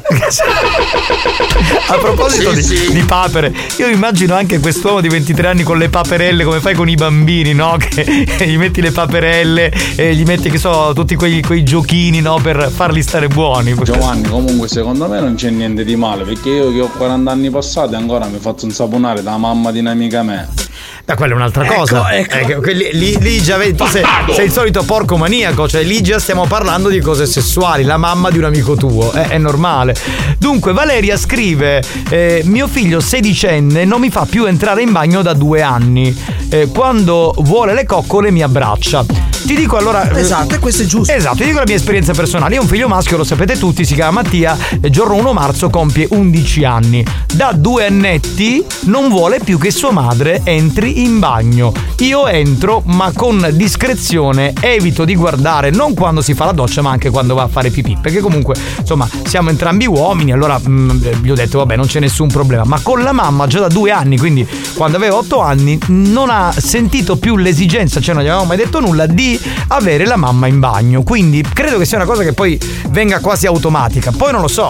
A proposito sì, di, sì. di papere, io immagino anche quest'uomo di ventitré anni con le paperelle, come fai con i bambini, no? Che gli metti le paperelle e gli metti, che so, tutti quei, quei giochini, no? Per farli stare buoni. Giovanni, comunque secondo me non c'è niente di male, perché io che ho quaranta anni passati ancora mi faccio insaponare da mamma di un'amica mia. Ma quella è un'altra ecco, cosa. Ecco. Eh, lì, lì, lì già vedi, tu sei, sei il solito porco maniaco, cioè lì già stiamo parlando di cose sessuali, la mamma di un amico tuo, eh, è normale. Dunque Valeria scrive: eh, mio figlio sedicenne non mi fa più entrare in bagno da due anni. Eh, quando vuole le coccole mi abbraccia. Ti dico allora. Esatto, e questo è giusto. Esatto, ti dico la mia esperienza personale. Io ho un figlio maschio, lo sapete tutti, si chiama Mattia, e giorno primo marzo compie undici anni. Da due annetti non vuole più che sua madre entri in bagno. Io entro, ma con discrezione, evito di guardare non quando si fa la doccia, ma anche quando va a fare pipì, perché comunque insomma siamo entrambi uomini, allora mh, gli ho detto vabbè, non c'è nessun problema. Ma con la mamma già da due anni, quindi quando aveva otto anni, non ha sentito più l'esigenza, cioè non gli avevamo mai detto nulla, di avere la mamma in bagno. Quindi credo che sia una cosa che poi venga quasi automatica, poi non lo so.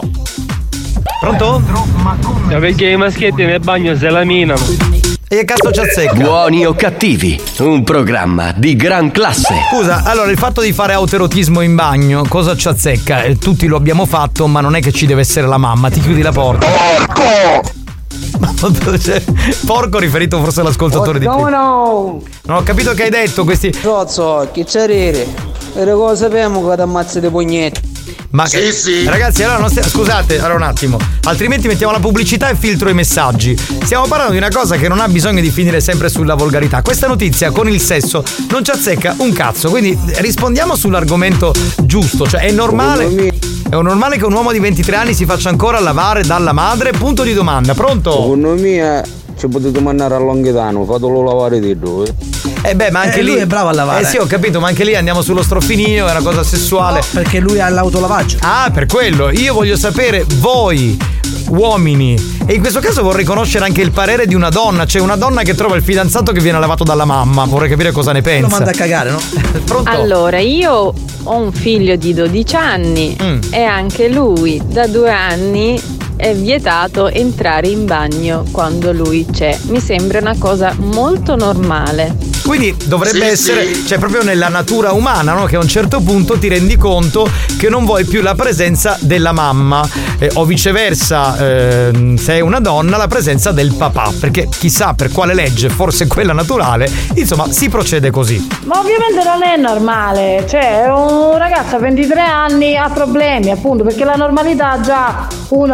Pronto? Ma perché i maschietti nel bagno se laminano. E che cazzo ci azzecca? Buoni o cattivi, un programma di gran classe. Scusa, allora il fatto di fare autoerotismo in bagno, cosa ci azzecca? Eh, tutti lo abbiamo fatto, ma non è che ci deve essere la mamma, ti chiudi la porta. Porco! Ma cioè, porco riferito forse all'ascoltatore di prima. No, non ho capito che hai detto questi. Rozzo, che c'è rere? E le cose sappiamo che ti ammazzi dei pugnetti. Ma sì, sì. Ragazzi, allora non stia... scusate, allora un attimo, altrimenti mettiamo la pubblicità e filtro i messaggi. Stiamo parlando di una cosa che non ha bisogno di finire sempre sulla volgarità. Questa notizia con il sesso non ci azzecca un cazzo, quindi rispondiamo sull'argomento giusto. Cioè è normale È normale che un uomo di ventitré anni si faccia ancora lavare dalla madre? Punto di domanda. Pronto? Secondo me ci potete mandare a Longhitano, fatelo lavare di due. Eh beh, ma anche eh, lì lui è bravo a lavare. Eh sì, ho capito, ma anche lì andiamo sullo strofinio, è una cosa sessuale. No, perché lui ha l'autolavaggio. Ah, per quello. Io voglio sapere voi, uomini, e in questo caso vorrei conoscere anche il parere di una donna. C'è una donna che trova il fidanzato che viene lavato dalla mamma. Vorrei capire cosa ne pensa. Lo manda a cagare, no? Pronto? Allora, io ho un figlio di dodici anni mm. e anche lui da due anni è vietato entrare in bagno quando lui c'è. Mi sembra una cosa molto normale. Quindi dovrebbe sì, essere, sì. cioè proprio nella natura umana, no? Che a un certo punto ti rendi conto che non vuoi più la presenza della mamma eh, o viceversa, eh, se è una donna, la presenza del papà, perché chissà per quale legge, forse quella naturale, insomma si procede così. Ma ovviamente non è normale, cioè un ragazzo a ventitré anni ha problemi, appunto, perché la normalità già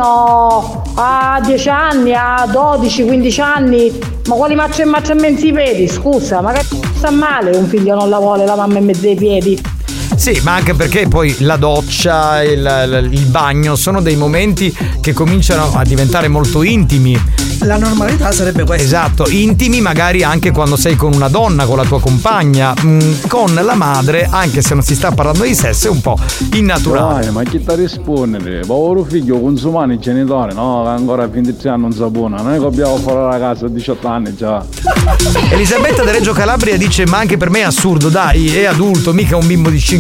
uno a dieci anni, a dodici quindici anni, ma quali maccia e maccia e mezzi i piedi, scusa, magari sta male un figlio non la vuole la mamma in mezzo ai piedi. Sì, ma anche perché poi la doccia, il, il bagno sono dei momenti che cominciano a diventare molto intimi. La normalità sarebbe questa. Esatto, intimi magari anche quando sei con una donna, con la tua compagna, mh, con la madre, anche se non si sta parlando di sesso, è un po' innaturale. Dai, ma chi ti rispondere? Povero figlio, consumare i genitori, no? Ancora a ventitré anni non sapona. Noi che abbiamo fuori la casa a diciotto anni già. Elisabetta da Reggio Calabria dice: ma anche per me è assurdo, dai, è adulto, mica un bimbo di cinque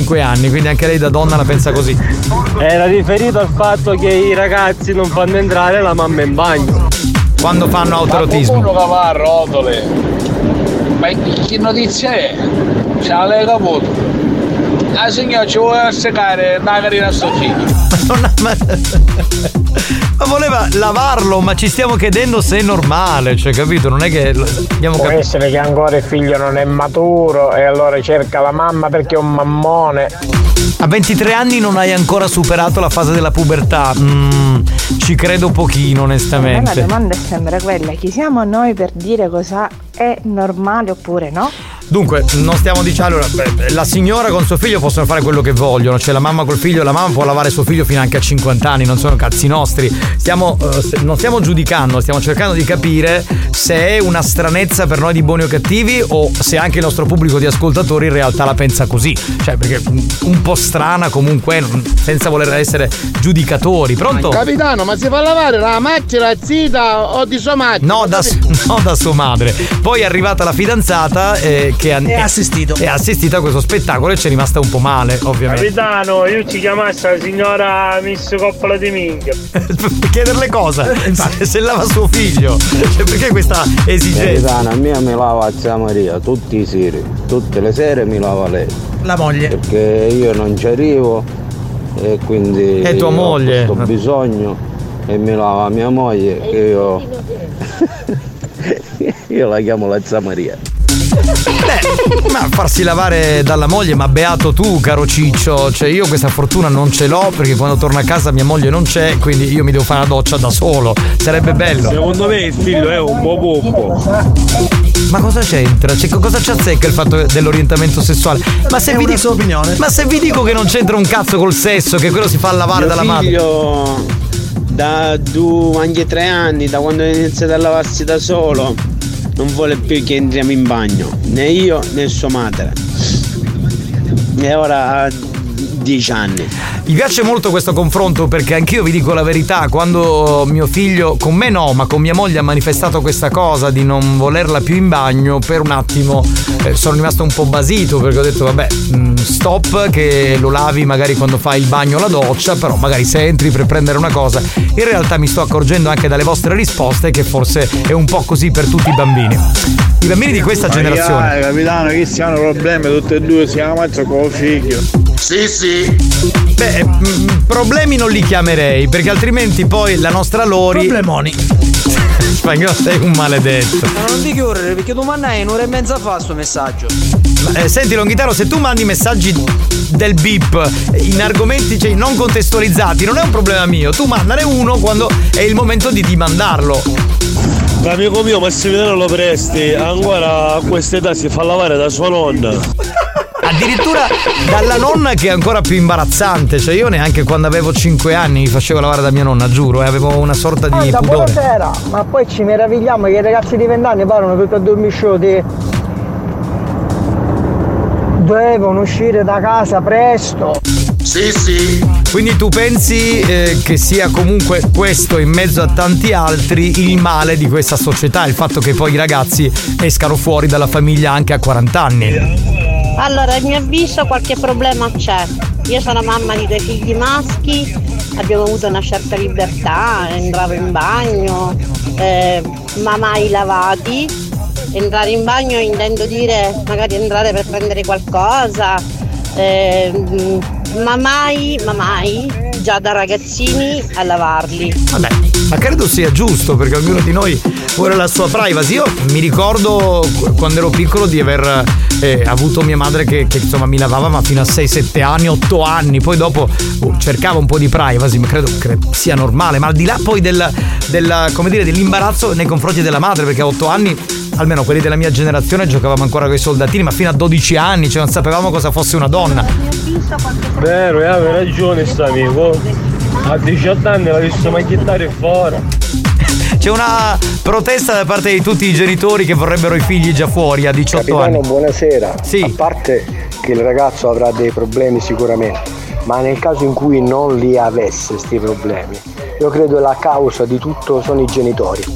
cinque anni, quindi anche lei da donna la pensa così. Era riferito al fatto che i ragazzi non fanno entrare la mamma in bagno quando fanno autoerotismo. Ma qualcuno che va a rotole, ma che notizia è? Ce l'hai caputo? La signora ci vuole seccare una carina a suo figlio. Ma, ma, ma voleva lavarlo, ma ci stiamo chiedendo se è normale, cioè, capito? Non è che abbiamo Può cap- essere che ancora il figlio non è maturo e allora cerca la mamma perché è un mammone. A ventitré anni non hai ancora superato la fase della pubertà. Mm, ci credo pochino, onestamente. La domanda è sempre quella: chi siamo noi per dire cosa è normale oppure no? Dunque, non stiamo dicendo, allora, la signora con suo figlio possono fare quello che vogliono, cioè la mamma col figlio, la mamma può lavare suo figlio fino anche a cinquanta anni, non sono cazzi nostri. Stiamo, eh, non stiamo giudicando, stiamo cercando di capire se è una stranezza per noi di buoni o cattivi o se anche il nostro pubblico di ascoltatori in realtà la pensa così. Cioè, perché un po' strana comunque, senza voler essere giudicatori. Pronto? Capitano, ma si fa lavare la macchina zita o di sua madre? No, da, no, da sua madre. Poi è arrivata la fidanzata eh, che ha è assistito. È assistito a questo spettacolo e ci è rimasta un po' male, ovviamente. Capitano, io ci chiamassi la signora Miss Coppola di minchia. Per chiederle cosa? Se, se lava suo figlio. Cioè, perché questa esigenza? Capitano, a mia mi lava zia Maria tutti i seri, tutte le sere mi lava lei. La moglie. Perché io non ci arrivo e quindi è tua moglie. Ho bisogno e mi lava mia moglie che io io la chiamo la zia Maria. Beh, ma farsi lavare dalla moglie, ma beato tu, caro Ciccio. Cioè, io questa fortuna non ce l'ho perché quando torno a casa mia moglie non c'è, quindi io mi devo fare la doccia da solo. Sarebbe bello. Secondo me il figlio è un po' pompo. Ma cosa c'entra? Cioè, cosa ci azzecca il fatto dell'orientamento sessuale? Ma se, vi dico, ma se vi dico che non c'entra un cazzo col sesso, che quello si fa lavare mio dalla madre. Figlio da due, anche tre anni, da quando ha iniziato a lavarsi da solo, non vuole più che entriamo in bagno, né io né sua madre. E ora ha dieci anni. Mi piace molto questo confronto perché anch'io vi dico la verità, quando mio figlio, con me no, ma con mia moglie ha manifestato questa cosa di non volerla più in bagno, per un attimo eh, sono rimasto un po' basito perché ho detto vabbè, mh, stop che lo lavi magari quando fai il bagno o la doccia, però magari se entri per prendere una cosa. In realtà mi sto accorgendo anche dalle vostre risposte che forse è un po' così per tutti i bambini. I bambini di questa ma generazione. Dai, capitano, che si hanno problemi tutti e due, si ammazzano con il figlio. Sì, sì. Beh, mh, problemi non li chiamerei, perché altrimenti poi la nostra Lori. Problemoni. Spagnolo, sei un maledetto. Ma non ti chiudere, perché tu mandai un'ora e mezza fa sto messaggio. Ma, eh, senti Longhitano, se tu mandi messaggi del beep in argomenti, cioè, non contestualizzati, non è un problema mio. Tu mandane uno quando è il momento di, di mandarlo. L'amico mio Massimiliano lo presti, ancora a questa età si fa lavare da sua nonna. Addirittura dalla nonna, che è ancora più imbarazzante. Cioè io neanche quando avevo cinque anni mi facevo lavare da mia nonna, giuro, e avevo una sorta di Anda, pudore. buonasera, ma poi ci meravigliamo che i ragazzi di vent'anni parlano tutti e due misciuti. Devono uscire da casa presto. Sì, sì. Quindi tu pensi eh, che sia comunque questo, in mezzo a tanti altri, il male di questa società, il fatto che poi i ragazzi escano fuori dalla famiglia anche a quaranta anni? Allora, a mio avviso qualche problema c'è. Io sono mamma di due figli maschi, abbiamo avuto una certa libertà, entravo in bagno, eh, ma mai lavati. Entrare in bagno intendo dire magari entrare per prendere qualcosa, eh, ma mai, ma mai, già da ragazzini a lavarli. Vabbè, ma credo sia giusto perché ognuno di noi vuole la sua privacy. Io mi ricordo quando ero piccolo di aver eh, avuto mia madre che, che insomma mi lavava, ma fino a sei sette anni, otto anni, poi dopo uh, cercavo un po' di privacy, ma credo, credo sia normale, ma al di là poi del, del, come dire, dell'imbarazzo nei confronti della madre, perché a otto anni, almeno quelli della mia generazione, giocavamo ancora con i soldatini, ma fino a dodici anni, cioè non sapevamo cosa fosse una donna. Vero, e avevi ragione sta amico. A diciotto anni l'ha visto macchiettare fuori. C'è una protesta da parte di tutti i genitori che vorrebbero i figli già fuori a diciotto Capitano, anni. buonasera. Sì. A parte che il ragazzo avrà dei problemi sicuramente, ma nel caso in cui non li avesse sti problemi, io credo che la causa di tutto sono i genitori.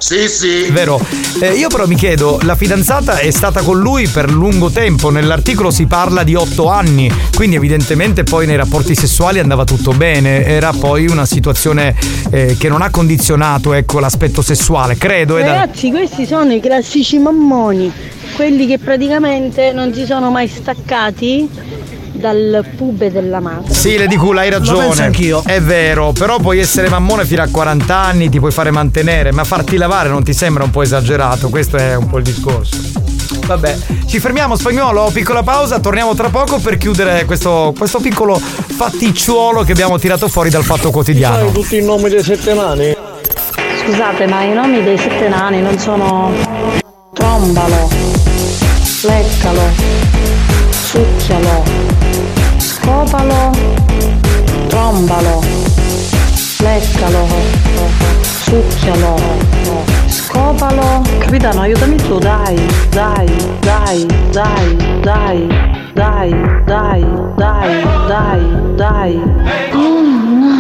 Sì, sì. Vero. Eh, io però mi chiedo, la fidanzata è stata con lui per lungo tempo, nell'articolo si parla di otto anni, quindi evidentemente poi nei rapporti sessuali andava tutto bene, era poi una situazione eh, che non ha condizionato, ecco, l'aspetto sessuale, credo. Ragazzi, da... questi sono i classici mammoni, quelli che praticamente non si sono mai staccati dal pube della madre. Sì, Lady Cool, hai ragione. Lo penso anch'io. È vero, però puoi essere mammone fino a quaranta anni, ti puoi fare mantenere, ma farti lavare non ti sembra un po' esagerato? Questo è un po' il discorso. Vabbè, ci fermiamo, Spagnolo, piccola pausa, torniamo tra poco per chiudere questo, questo piccolo fatticciuolo che abbiamo tirato fuori dal Fatto Quotidiano. Sai tutti i nomi dei sette nani? Scusate, ma i nomi dei sette nani non sono trombalo, leccalo, succhialo, scopalo, trombalo, leccalo, succhialo, scopalo. Capitano, aiutami tu, dai, dai, dai, dai, dai, dai, dai, dai, dai, dai. Mm.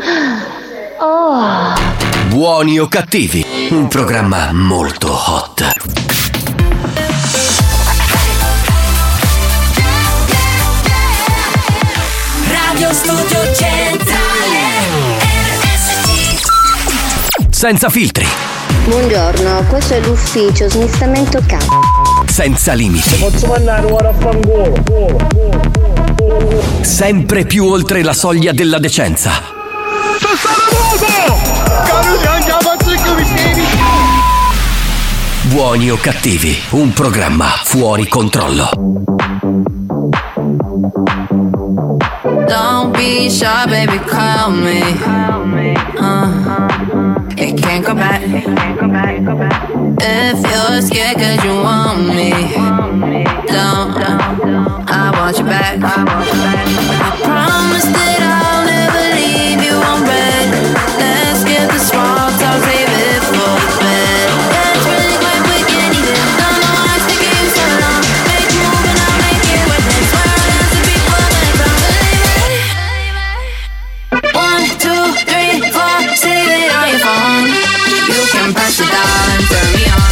Oh. Buoni o cattivi, un programma molto hot. Radio Studio Centrale R S C. Senza filtri. Buongiorno, questo è l'ufficio smistamento C. Senza limiti. Posso mandare ora a fangolo. Sempre più oltre la soglia della decenza. Buoni o cattivi, un programma fuori controllo. Don't be shy, baby, call me. Uh, it can't go back. If you're scared cause you want me, don't, I want you back. I promise that I'll never leave you on red. Let's get the small talk, save it for the bed. It's really quite quick and easy. Don't know how to keep you so long. Make you move and I'll make it worth it. Swear I'll dance to people that don't believe it. One, two, three, four, save it on your phone. You can press the dial and turn me on.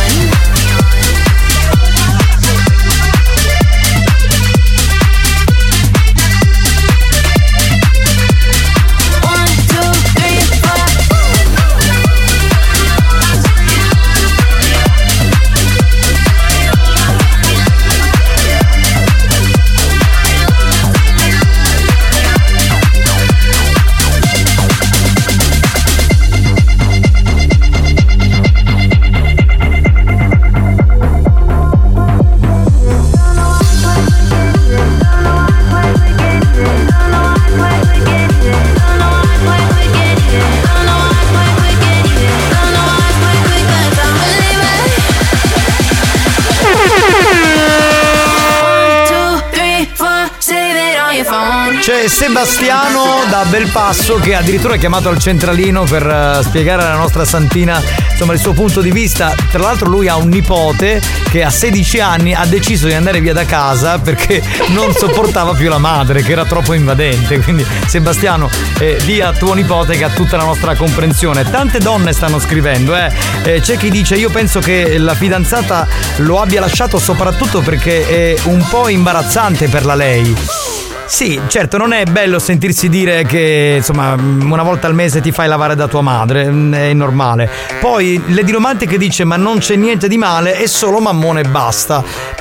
C'è Sebastiano da Belpasso che addirittura ha chiamato al centralino per uh, spiegare alla nostra Santina insomma il suo punto di vista. Tra l'altro lui ha un nipote che a sedici anni ha deciso di andare via da casa perché non sopportava più la madre che era troppo invadente. Quindi Sebastiano, eh, di a tuo nipote che ha tutta la nostra comprensione. Tante donne stanno scrivendo, eh. Eh, c'è chi dice io penso che la fidanzata lo abbia lasciato soprattutto perché è un po' imbarazzante per la lei. Sì, certo, non è bello sentirsi dire che insomma una volta al mese ti fai lavare da tua madre, è normale. Poi Lady Romantic dice ma non c'è niente di male, è solo mammone e basta.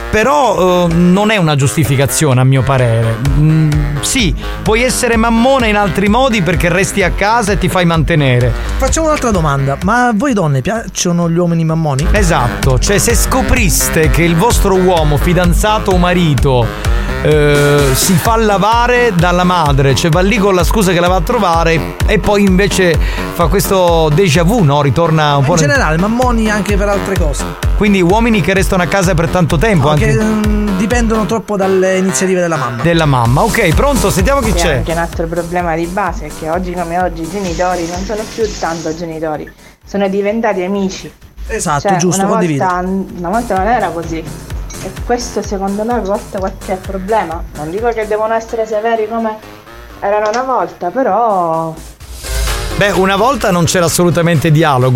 Però eh, non è una giustificazione a mio parere. Mm, sì, puoi essere mammone in altri modi perché resti a casa e ti fai mantenere. Facciamo un'altra domanda, ma a voi donne piacciono gli uomini mammoni? Esatto, cioè se scopriste che il vostro uomo, fidanzato o marito Eh, si fa lavare dalla madre, cioè va lì con la scusa che la va a trovare e poi invece fa questo déjà vu, no? Ritorna un po' in generale, mammoni anche per altre cose. Quindi uomini che restano a casa per tanto tempo, no, anche che um, dipendono troppo dalle iniziative della mamma. Della mamma, ok, pronto, sentiamo chi c'è. Anche un altro problema di base è che oggi come oggi i genitori non sono più tanto genitori, sono diventati amici. Esatto, cioè, giusto, una condivido. volta, una volta non era così. E questo secondo me porta qualche problema. Non dico che devono essere severi come erano una volta, però Beh, una volta non c'era assolutamente dialogo.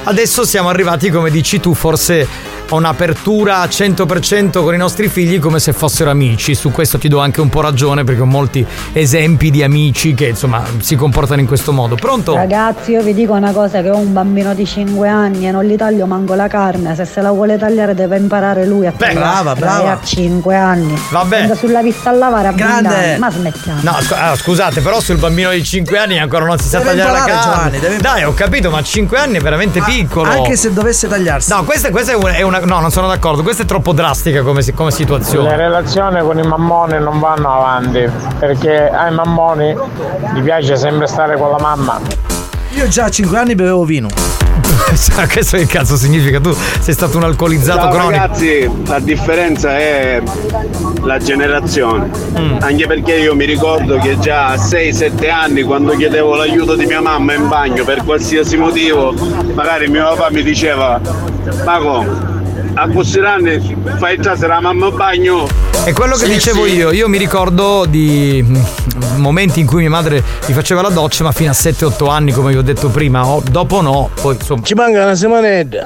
adesso siamo arrivati, come dici tu, forse a un'apertura a cento per cento con i nostri figli come se fossero amici. Su questo ti do anche un po' ragione, perché ho molti esempi di amici che insomma si comportano in questo modo. Pronto? Ragazzi, io vi dico una cosa, che ho un bambino di cinque anni e non gli taglio manco la carne. Se se la vuole tagliare deve imparare lui a tagliare. Brava, brava. A cinque anni. Vabbè. Anda sulla vista a lavare a Grande. venti anni. Ma smettiamo. No, sc- ah, scusate, però sul bambino di cinque anni ancora non si sa Deve tagliare la imparare, carne. Giovanni, deve Dai, ho capito, ma cinque anni è veramente Ah, piccolo. Anche se dovesse tagliarsi. No, questa, questa è, una, è una. No, non sono d'accordo. Questa è troppo drastica come, come Le situazione. relazioni con i mammoni non vanno avanti, perché ai mammoni gli piace sempre stare con la mamma. Io già a cinque anni bevevo vino. Questo che cazzo significa? Tu sei stato un alcolizzato Ciao cronico. ragazzi, la differenza è la generazione. Mm. Anche perché io mi ricordo che già a sei sette anni, quando chiedevo l'aiuto di mia mamma in bagno per qualsiasi motivo, magari mio papà mi diceva: Paco, a questi anni fai già se la mamma in bagno. È quello che Sì, dicevo sì. io. Io mi ricordo di mm, momenti in cui mia madre mi faceva la doccia, ma fino a sette otto anni, come vi ho detto prima. O, dopo no, poi insomma. Ci manca una semanetta.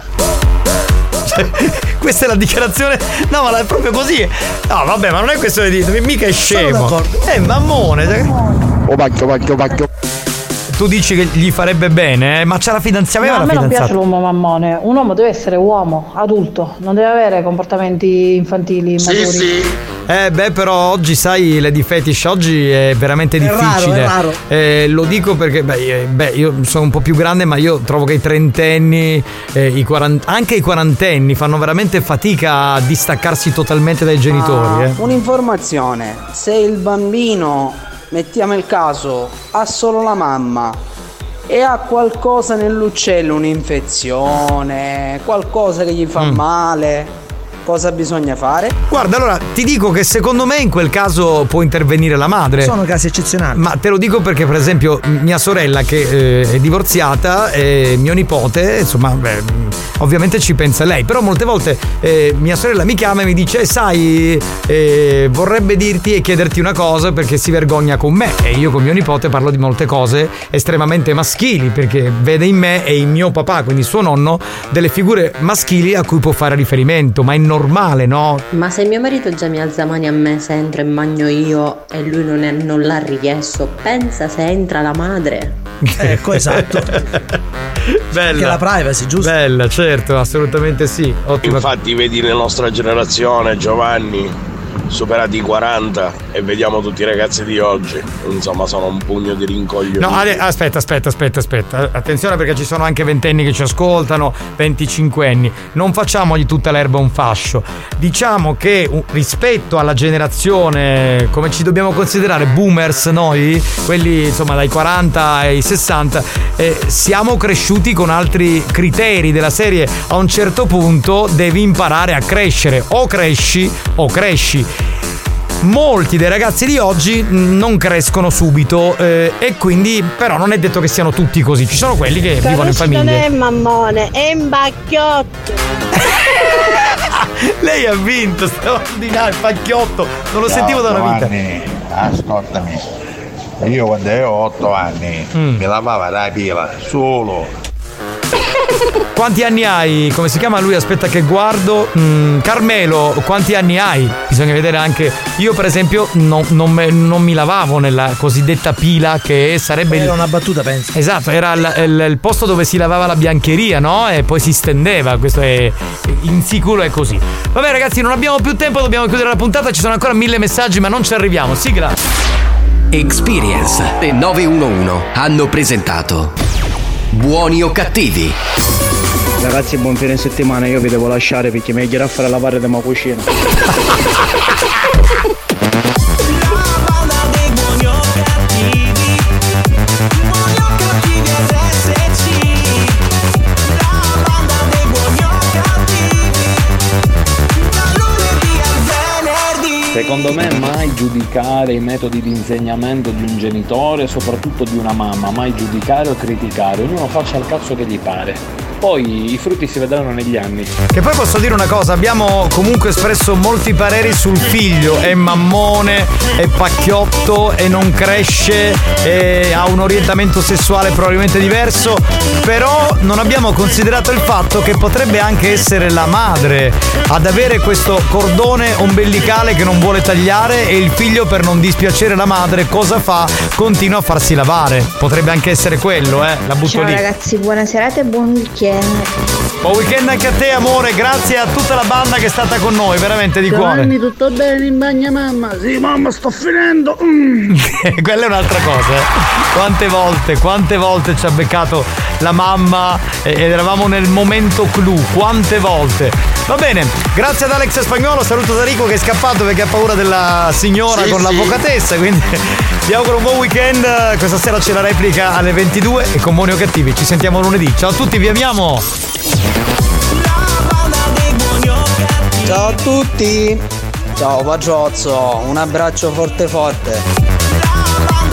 Questa è la dichiarazione. No, ma è proprio così. No, vabbè, ma non è questione di. Mica è scemo. È mammone. Oh pacchio, pacchio, pacchio. Tu dici che gli farebbe bene, eh? Ma c'ha la fidanzata. No, Aveva a la me non piace fidanzata. l'uomo mammone. Un uomo deve essere uomo, adulto, non deve avere comportamenti infantili, maturi. Eh beh, però oggi sai, Lady Fetish oggi è veramente È raro, difficile. è raro. Eh, lo dico perché beh, eh, beh, io sono un po' più grande, ma io trovo che i trentenni, eh, i quarant- anche i quarantenni fanno veramente fatica a distaccarsi totalmente dai genitori. Ah, Eh. Un'informazione: se il bambino, mettiamo il caso, ha solo la mamma e ha qualcosa nell'uccello, un'infezione, qualcosa che gli fa Mm. male, cosa bisogna fare? Guarda, allora ti dico che secondo me in quel caso può intervenire la madre. Sono casi eccezionali. Ma te lo dico perché, per esempio, mia sorella che eh, è divorziata e mio nipote, insomma, beh, ovviamente ci pensa lei, però molte volte eh, mia sorella mi chiama e mi dice: sai, eh, vorrebbe dirti e chiederti una cosa perché si vergogna con me. E io con mio nipote parlo di molte cose estremamente maschili, perché vede in me e in mio papà, quindi suo nonno, delle figure maschili a cui può fare riferimento, ma è normale, no? Ma se mio marito già mi alza mani a me se entro in bagno io e lui non, è, non l'ha richiesto, pensa se entra la madre. Ecco, esatto. Bella. Anche la privacy, giusto? Bella, certo, assolutamente sì. Ottima. Infatti vedi nella nostra generazione, Giovanni, superati i quaranta, e vediamo tutti i ragazzi di oggi, insomma sono un pugno di rincoglioniti. No, ade- aspetta, aspetta, aspetta, aspetta. Attenzione, perché ci sono anche ventenni che ci ascoltano, venticinquenni. Non facciamogli tutta l'erba un fascio. Diciamo che uh, rispetto alla generazione, come ci dobbiamo considerare, boomers noi, quelli insomma dai quaranta ai sessanta, eh, siamo cresciuti con altri criteri della serie. A un certo punto devi imparare a crescere, o cresci o cresci. Molti dei ragazzi di oggi non crescono subito, eh, e quindi però non è detto che siano tutti così. Ci sono quelli che vivono in famiglie. Non è mammone, è imbacchiotto. Lei ha vinto, stavo di là, il pacchiotto. Non lo Ciao, sentivo da una vita. Giovanni, ascoltami. Io quando avevo otto anni Mm. mi lavava la pila solo. Quanti anni hai? Come si chiama lui? Aspetta che guardo. Mm, Carmelo, quanti anni hai? Bisogna vedere anche. Io per esempio non, non, me- non mi lavavo nella cosiddetta pila, che sarebbe Era il... una battuta, penso. Esatto, era il, il- il posto dove si lavava la biancheria, no? E poi si stendeva. Questo è in sicuro è così. Vabbè ragazzi, non abbiamo più tempo, dobbiamo chiudere la puntata. Ci sono ancora mille messaggi, ma non ci arriviamo. Sigla. Experience e nove uno uno hanno presentato Buoni o cattivi? Ragazzi, buon fine settimana, io vi devo lasciare perché mi chiederà a fare la parte della cucina. Secondo me mai giudicare i metodi di insegnamento di un genitore, soprattutto di una mamma, mai giudicare o criticare, ognuno faccia il cazzo che gli pare. poi i frutti si vedranno negli anni. Che poi posso dire una cosa, abbiamo comunque espresso molti pareri sul figlio, è mammone, è pacchiotto e non cresce, e ha un orientamento sessuale probabilmente diverso, però non abbiamo considerato il fatto che potrebbe anche essere la madre ad avere questo cordone ombelicale che non vuole tagliare, e il figlio, per non dispiacere la madre, cosa fa? Continua a farsi lavare. Potrebbe anche essere quello, eh, la butto Ciao lì. ragazzi, buona serata e buon weekend. Buon weekend anche a te, amore, grazie a tutta la banda che è stata con noi, veramente di cuore. Giovanni, tutto bene in bagna mamma? Sì mamma, sto finendo. Mm. Quella è un'altra cosa, eh. Quante volte, quante volte ci ha beccato la mamma ed eravamo nel momento clou, quante volte. Va bene, grazie ad Alex Spagnuolo, saluto da Rico che è scappato perché ha paura della signora Sì, con sì. l'avvocatessa, quindi vi auguro un buon weekend. Questa sera c'è la replica alle ventidue e con Buoni o Cattivi ci sentiamo lunedì. Ciao a tutti, vi amiamo. Ciao a tutti. Ciao Pagiozzo, un abbraccio forte forte.